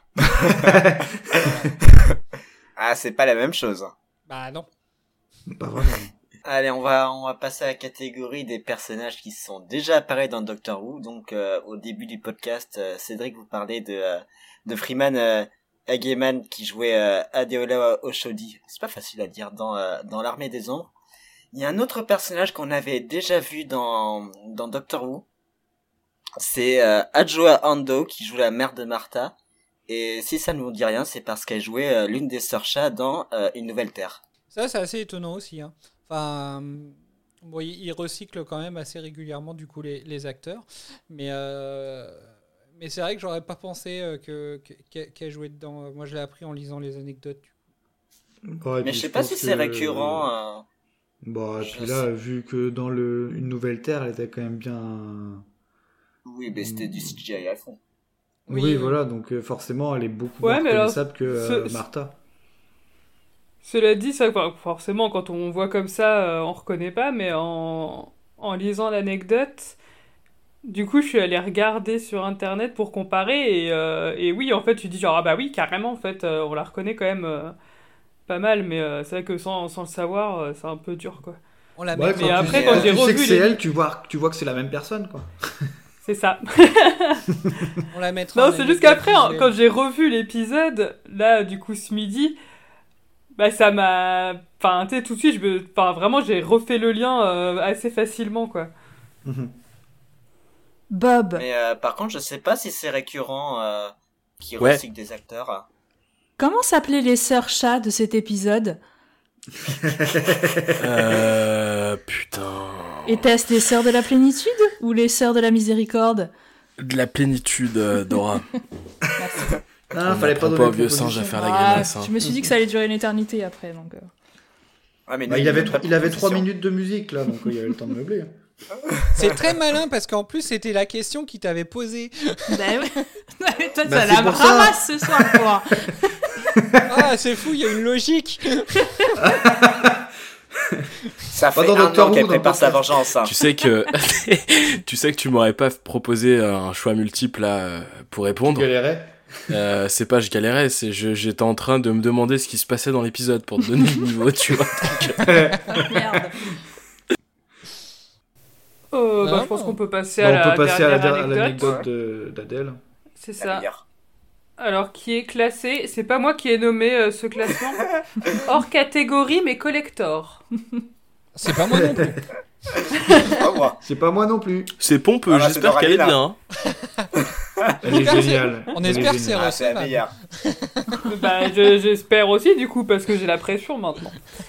Ah, c'est pas la même chose. Bah non. Pas vraiment. Allez, on va on va passer à la catégorie des personnages qui sont déjà apparus dans Doctor Who. Donc, euh, au début du podcast, euh, Cédric vous parlait de euh, de Freeman euh, Hageman qui jouait euh, Adeola Oshodi. C'est pas facile à dire dans euh, dans l'Armée des Ombres. Il y a un autre personnage qu'on avait déjà vu dans dans Doctor Who. C'est euh, Adjoa Ando qui joue la mère de Martha. Et si ça ne vous dit rien, c'est parce qu'elle jouait euh, l'une des sœurs chats dans euh, Une Nouvelle Terre. Ça, c'est assez étonnant aussi. Hein. Enfin, euh, bon, ils ils recyclent quand même assez régulièrement du coup les, les acteurs, mais euh, mais c'est vrai que j'aurais pas pensé euh, que que- qu'elle qu'elle jouait dedans. Moi, je l'ai appris en lisant les anecdotes. Bon, et Mais puis je sais pas pense si que- c'est récurrent. euh, Bon, et Je puis là, sais. vu que dans le Une Nouvelle Terre, elle était quand même bien. Oui, mais c'était du C G I à fond. Oui, Oui, oui. voilà, donc euh, forcément, elle est beaucoup Ouais, moins mais alors, reconnaissable que euh, ce- Martha. Cela dit, ça, enfin, forcément, quand on voit comme ça, euh, on reconnaît pas, mais en, en lisant l'anecdote, du coup, je suis allée regarder sur Internet pour comparer, et, euh, et oui, en fait, tu dis genre, ah bah oui, carrément, en fait, euh, on la reconnaît quand même euh, pas mal, mais euh, c'est vrai que sans, sans le savoir, euh, c'est un peu dur, quoi. On la Ouais, met. quand Mais tu après, sais- quand quand j'ai tu sais revu que c'est les- elle, tu vois, tu vois que c'est la même personne, quoi. C'est ça. On la mettra. Non, en c'est anecdote juste qu'après, hein, visuelle. quand j'ai revu l'épisode, là, du coup, ce midi, bah, ça m'a. Enfin, tu sais, tout de suite, je me... enfin, vraiment, j'ai refait le lien euh, assez facilement, quoi. Mhm. Bob. Mais euh, par contre, je sais pas si c'est récurrent euh, qui Ouais. recycle des acteurs. Comment s'appelaient les sœurs chats de cet épisode? Euh. Putain. Était-ce les sœurs de la plénitude ou les sœurs de la miséricorde? De la plénitude, euh, Dora. Ah, On fallait pas n'apprend donner pas aux de vieux proposition. singes à faire la Ah, grimace. hein. je me suis dit que ça allait durer une éternité après, donc... euh. Ah, mais Bah, nous, il avait, nous, pas de il avait trois proposition. minutes de musique, là, donc euh, il y avait le temps de meubler. C'est très malin parce qu'en plus c'était la question qui t'avait posée. Bah ouais. Toi, Bah, ça c'est la pour ça. ramasse ce soir, toi. Ah, c'est fou, il y a une logique. Ça Pas fait dans un Doctor an Who, qu'elle dans le prépare sa podcast. vengeance. hein. Tu sais que tu sais que tu m'aurais pas proposé un choix multiple là euh, pour Tu répondre. galérais. Euh, c'est pas je galérais, c'est je j'étais en train de me demander ce qui se passait dans l'épisode pour te donner le niveau, tu vois. Merde. Euh, bah, Ah. je pense qu'on peut passer Bah, à on la peut passer à la- dernière à anecdote. l'anecdote de- d'Adèle. C'est La ça. meilleure. Alors, qui est classé, c'est pas moi qui ai nommé euh, ce classement, hors catégorie mais collector. C'est pas moi non plus. Pas moi. C'est pas moi non plus. C'est pompeux, Ah, là, c'est j'espère Dora qu'elle est Lina. bien. hein. Elle est espère que géniale. On Elle est espère que c'est géniale. Ah, c'est la recevable. meilleure. Bah, je- j'espère aussi du coup parce que j'ai la pression maintenant.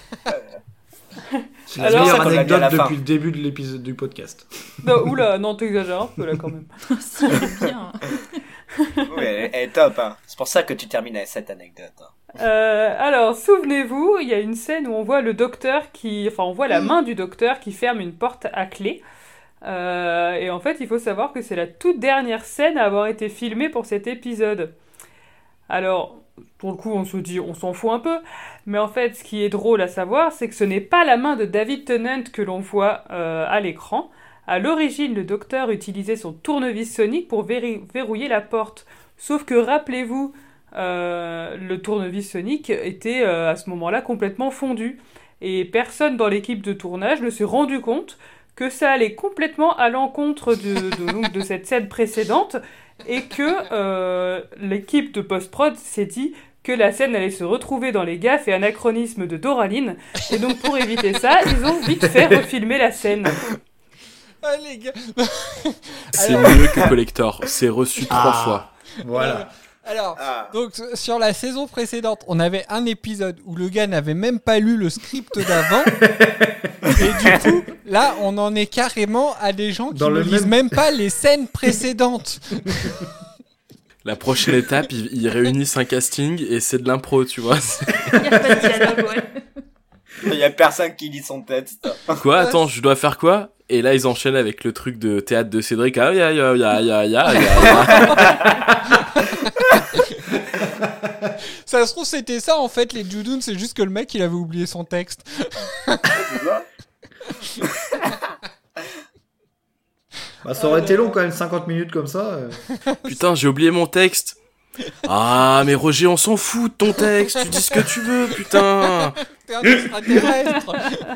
C'est la Alors, meilleure ça, on l'a dit à anecdote la fin. depuis le début de l'épisode du podcast. Non, oula, non, t'exagères un peu là quand même. Si, bien. Oui, elle, elle est top. Hein. C'est pour ça que tu termines avec cette anecdote. hein. Euh, alors, souvenez-vous, il y a une scène où on voit le docteur qui... Enfin, on voit la main du docteur qui ferme une porte à clé. Euh, et en fait, il faut savoir que c'est la toute dernière scène à avoir été filmée pour cet épisode. Alors, pour le coup, on se dit, on s'en fout un peu. Mais en fait, ce qui est drôle à savoir, c'est que ce n'est pas la main de David Tennant que l'on voit euh, à l'écran. À l'origine, le docteur utilisait son tournevis sonique pour verri- verrouiller la porte. Sauf que, rappelez-vous, euh, le tournevis sonique était euh, à ce moment-là complètement fondu. Et personne dans l'équipe de tournage ne s'est rendu compte que ça allait complètement à l'encontre de, de, donc, de cette scène précédente et que euh, l'équipe de post-prod s'est dit que la scène allait se retrouver dans les gaffes et anachronismes de Dora Lynn. Et donc, pour éviter ça, ils ont vite fait refilmer la scène. Ah, les gars. C'est Alors- mieux que Collector, c'est reçu trois Ah. fois. Voilà. Alors, Ah. donc sur la saison précédente, on avait un épisode où le gars n'avait même pas lu le script d'avant. Et du coup, là, on en est carrément à des gens qui Dans ne le lisent même- même pas les scènes précédentes. La prochaine étape, ils, ils réunissent un casting et c'est de l'impro, tu vois. C'est- Il n'y a pas de dialogue, ouais. Il y a personne qui lit son texte. Quoi? Attends, je dois faire quoi? Et là, ils enchaînent avec le truc de théâtre de Cédric. Ah, ya, ya, ya, ya, ya, ya, ya. Ça se trouve, c'était ça en fait, les Judoon, c'est juste que le mec il avait oublié son texte. Bah, ça aurait été long quand même, cinquante minutes comme ça. euh. Putain, j'ai oublié mon texte. Ah, mais Roger, on s'en fout de ton texte. Tu dis ce que tu veux, putain. T'es un extraterrestre.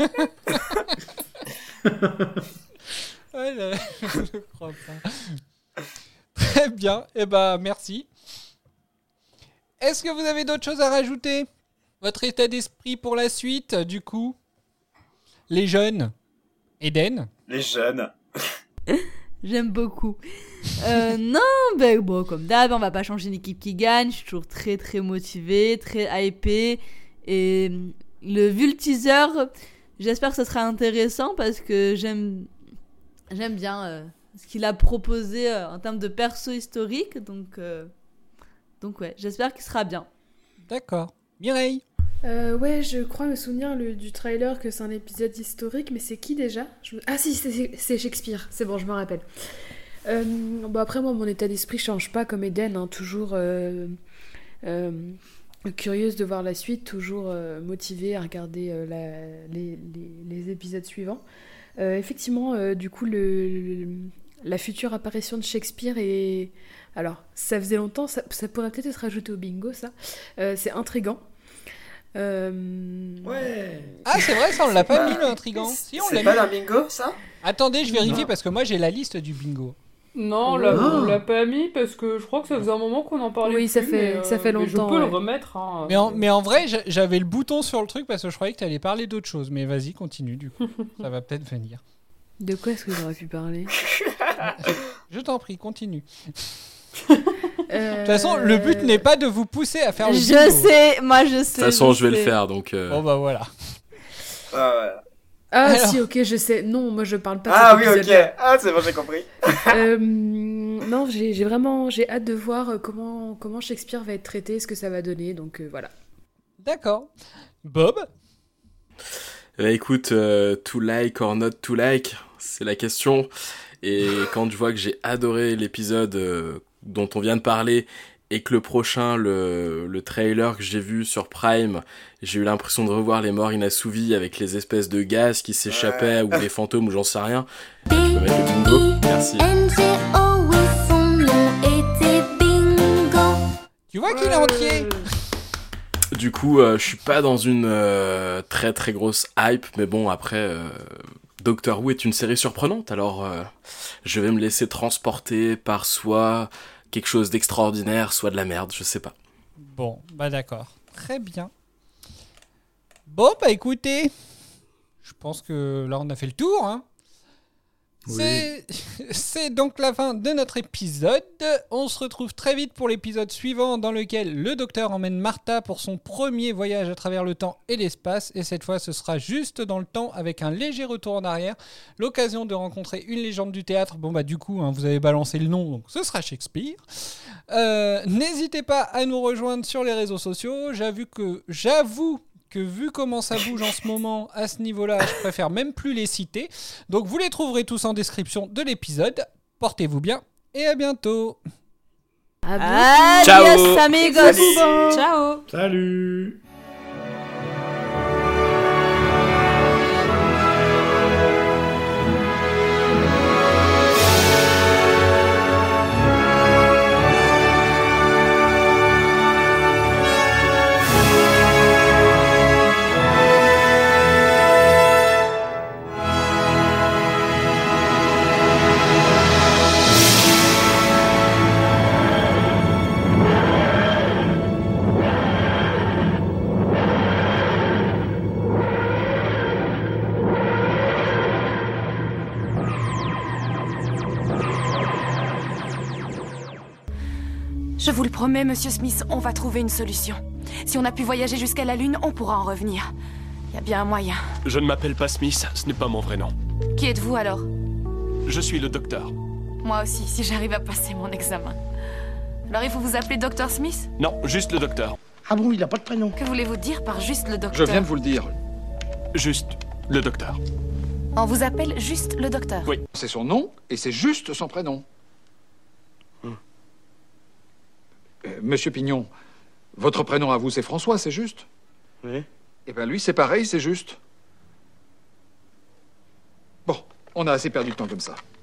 Ouais, là, je ne crois pas. Très bien, et eh ben merci. Est-ce que vous avez d'autres choses à rajouter? Votre état d'esprit pour la suite, du coup? Les jeunes. Eden? Les jeunes. J'aime beaucoup. Euh, non, ben bon, comme d'hab, on va pas changer une équipe qui gagne. Je suis toujours très très motivée, très hypée. Et le, vu le teaser, j'espère que ça sera intéressant parce que j'aime, j'aime bien euh, ce qu'il a proposé euh, en termes de perso historique. Donc, euh, donc ouais, j'espère qu'il sera bien. D'accord. Mireille? Euh, ouais, je crois me souvenir le, du trailer que c'est un épisode historique, mais c'est qui déjà? Je me- Ah si, c'est c'est Shakespeare, c'est bon, je me rappelle. Euh, bon, après, moi, mon état d'esprit change pas comme Eden, hein, toujours euh, euh, curieuse de voir la suite, toujours euh, motivée à regarder euh, la- les, les- les épisodes suivants. Euh, effectivement, euh, du coup, le, le- la future apparition de Shakespeare est... Alors, ça faisait longtemps, ça, ça pourrait peut-être être ajouté au bingo, ça. Euh, c'est intriguant. Euh... Ouais. Ah, c'est vrai, ça, on l'a pas Bah, mis, l'intrigant. Si, on C'est l'a pas mis. un bingo, ça? Attendez, je vérifie Non. parce que moi, j'ai la liste du bingo. Non, on l'a, Ah. on l'a pas mis parce que je crois que ça faisait un moment qu'on en parlait. Oui, ça plus, fait- mais, ça fait mais je longtemps, peux le ouais. remettre. Hein, Mais en, mais en vrai, j'a- j'avais le bouton sur le truc parce que je croyais que tu allais parler d'autre chose. Mais vas-y, continue, du coup. Ça va peut-être venir. De quoi est-ce que j'aurais pu parler? Je t'en prie, continue. De De toute façon, le but n'est pas de vous pousser à faire le Je bingo. sais, moi je sais. De toute façon, je vais le sais. faire, donc... euh, Bon, bah voilà. Ah, ouais. Ah Alors. si, ok, je sais. Non, moi je parle pas de Ah cet oui, ok. épisode-là. Ah, c'est bon, j'ai compris. Euh, non, j'ai j'ai vraiment j'ai hâte de voir euh, comment, comment Shakespeare va être traité, ce que ça va donner, donc euh, voilà. D'accord. Bob? Bah écoute, euh, to like or not to like, c'est la question. Et quand je vois que j'ai adoré l'épisode euh, dont on vient de parler et que le prochain, le, le trailer que j'ai vu sur Prime, j'ai eu l'impression de revoir les morts inassouvis avec les espèces de gaz qui s'échappaient ou des fantômes ou j'en sais rien. Je peux mettre le bingo. Merci. N G O, oui, son nom était Bingo. Tu vois qu'il est entier? Du coup, euh, je suis pas dans une euh, très très grosse hype, mais bon, après, euh, Doctor Who est une série surprenante, alors euh, je vais me laisser transporter par soit quelque chose d'extraordinaire, soit de la merde, je sais pas. Bon, bah d'accord. Très bien. Bon, bah écoutez, je pense que là on a fait le tour. Hein. Oui. C'est... C'est donc la fin de notre épisode. On se retrouve très vite pour l'épisode suivant dans lequel le docteur emmène Martha pour son premier voyage à travers le temps et l'espace. Et cette fois, ce sera juste dans le temps avec un léger retour en arrière. L'occasion de rencontrer une légende du théâtre. Bon, bah du coup, hein, vous avez balancé le nom, donc ce sera Shakespeare. Euh, n'hésitez pas à nous rejoindre sur les réseaux sociaux. J'avoue que, j'avoue que vu comment ça bouge en ce moment à ce niveau-là, je préfère même plus les citer. Donc vous les trouverez tous en description de l'épisode. Portez-vous bien et à bientôt. Adios, Ciao. amigos. Salut. Ciao. Salut. Je vous le promets, Monsieur Smith, on va trouver une solution. Si on a pu voyager jusqu'à la Lune, on pourra en revenir. Il y a bien un moyen. Je ne m'appelle pas Smith, ce n'est pas mon vrai nom. Qui êtes-vous alors? Je suis le docteur. Moi aussi, si j'arrive à passer mon examen. Alors il faut vous appeler Docteur Smith? Non, juste le docteur. Ah bon, il n'a pas de prénom. Que voulez-vous dire par juste le Je docteur? viens de vous le dire. Juste le docteur. On vous appelle juste le docteur? Oui. C'est son nom et c'est juste son prénom. Hmm. Euh, Monsieur Pignon, votre prénom à vous c'est François, c'est juste? Oui. Eh bien lui c'est pareil, c'est juste. Bon, on a assez perdu de temps comme ça.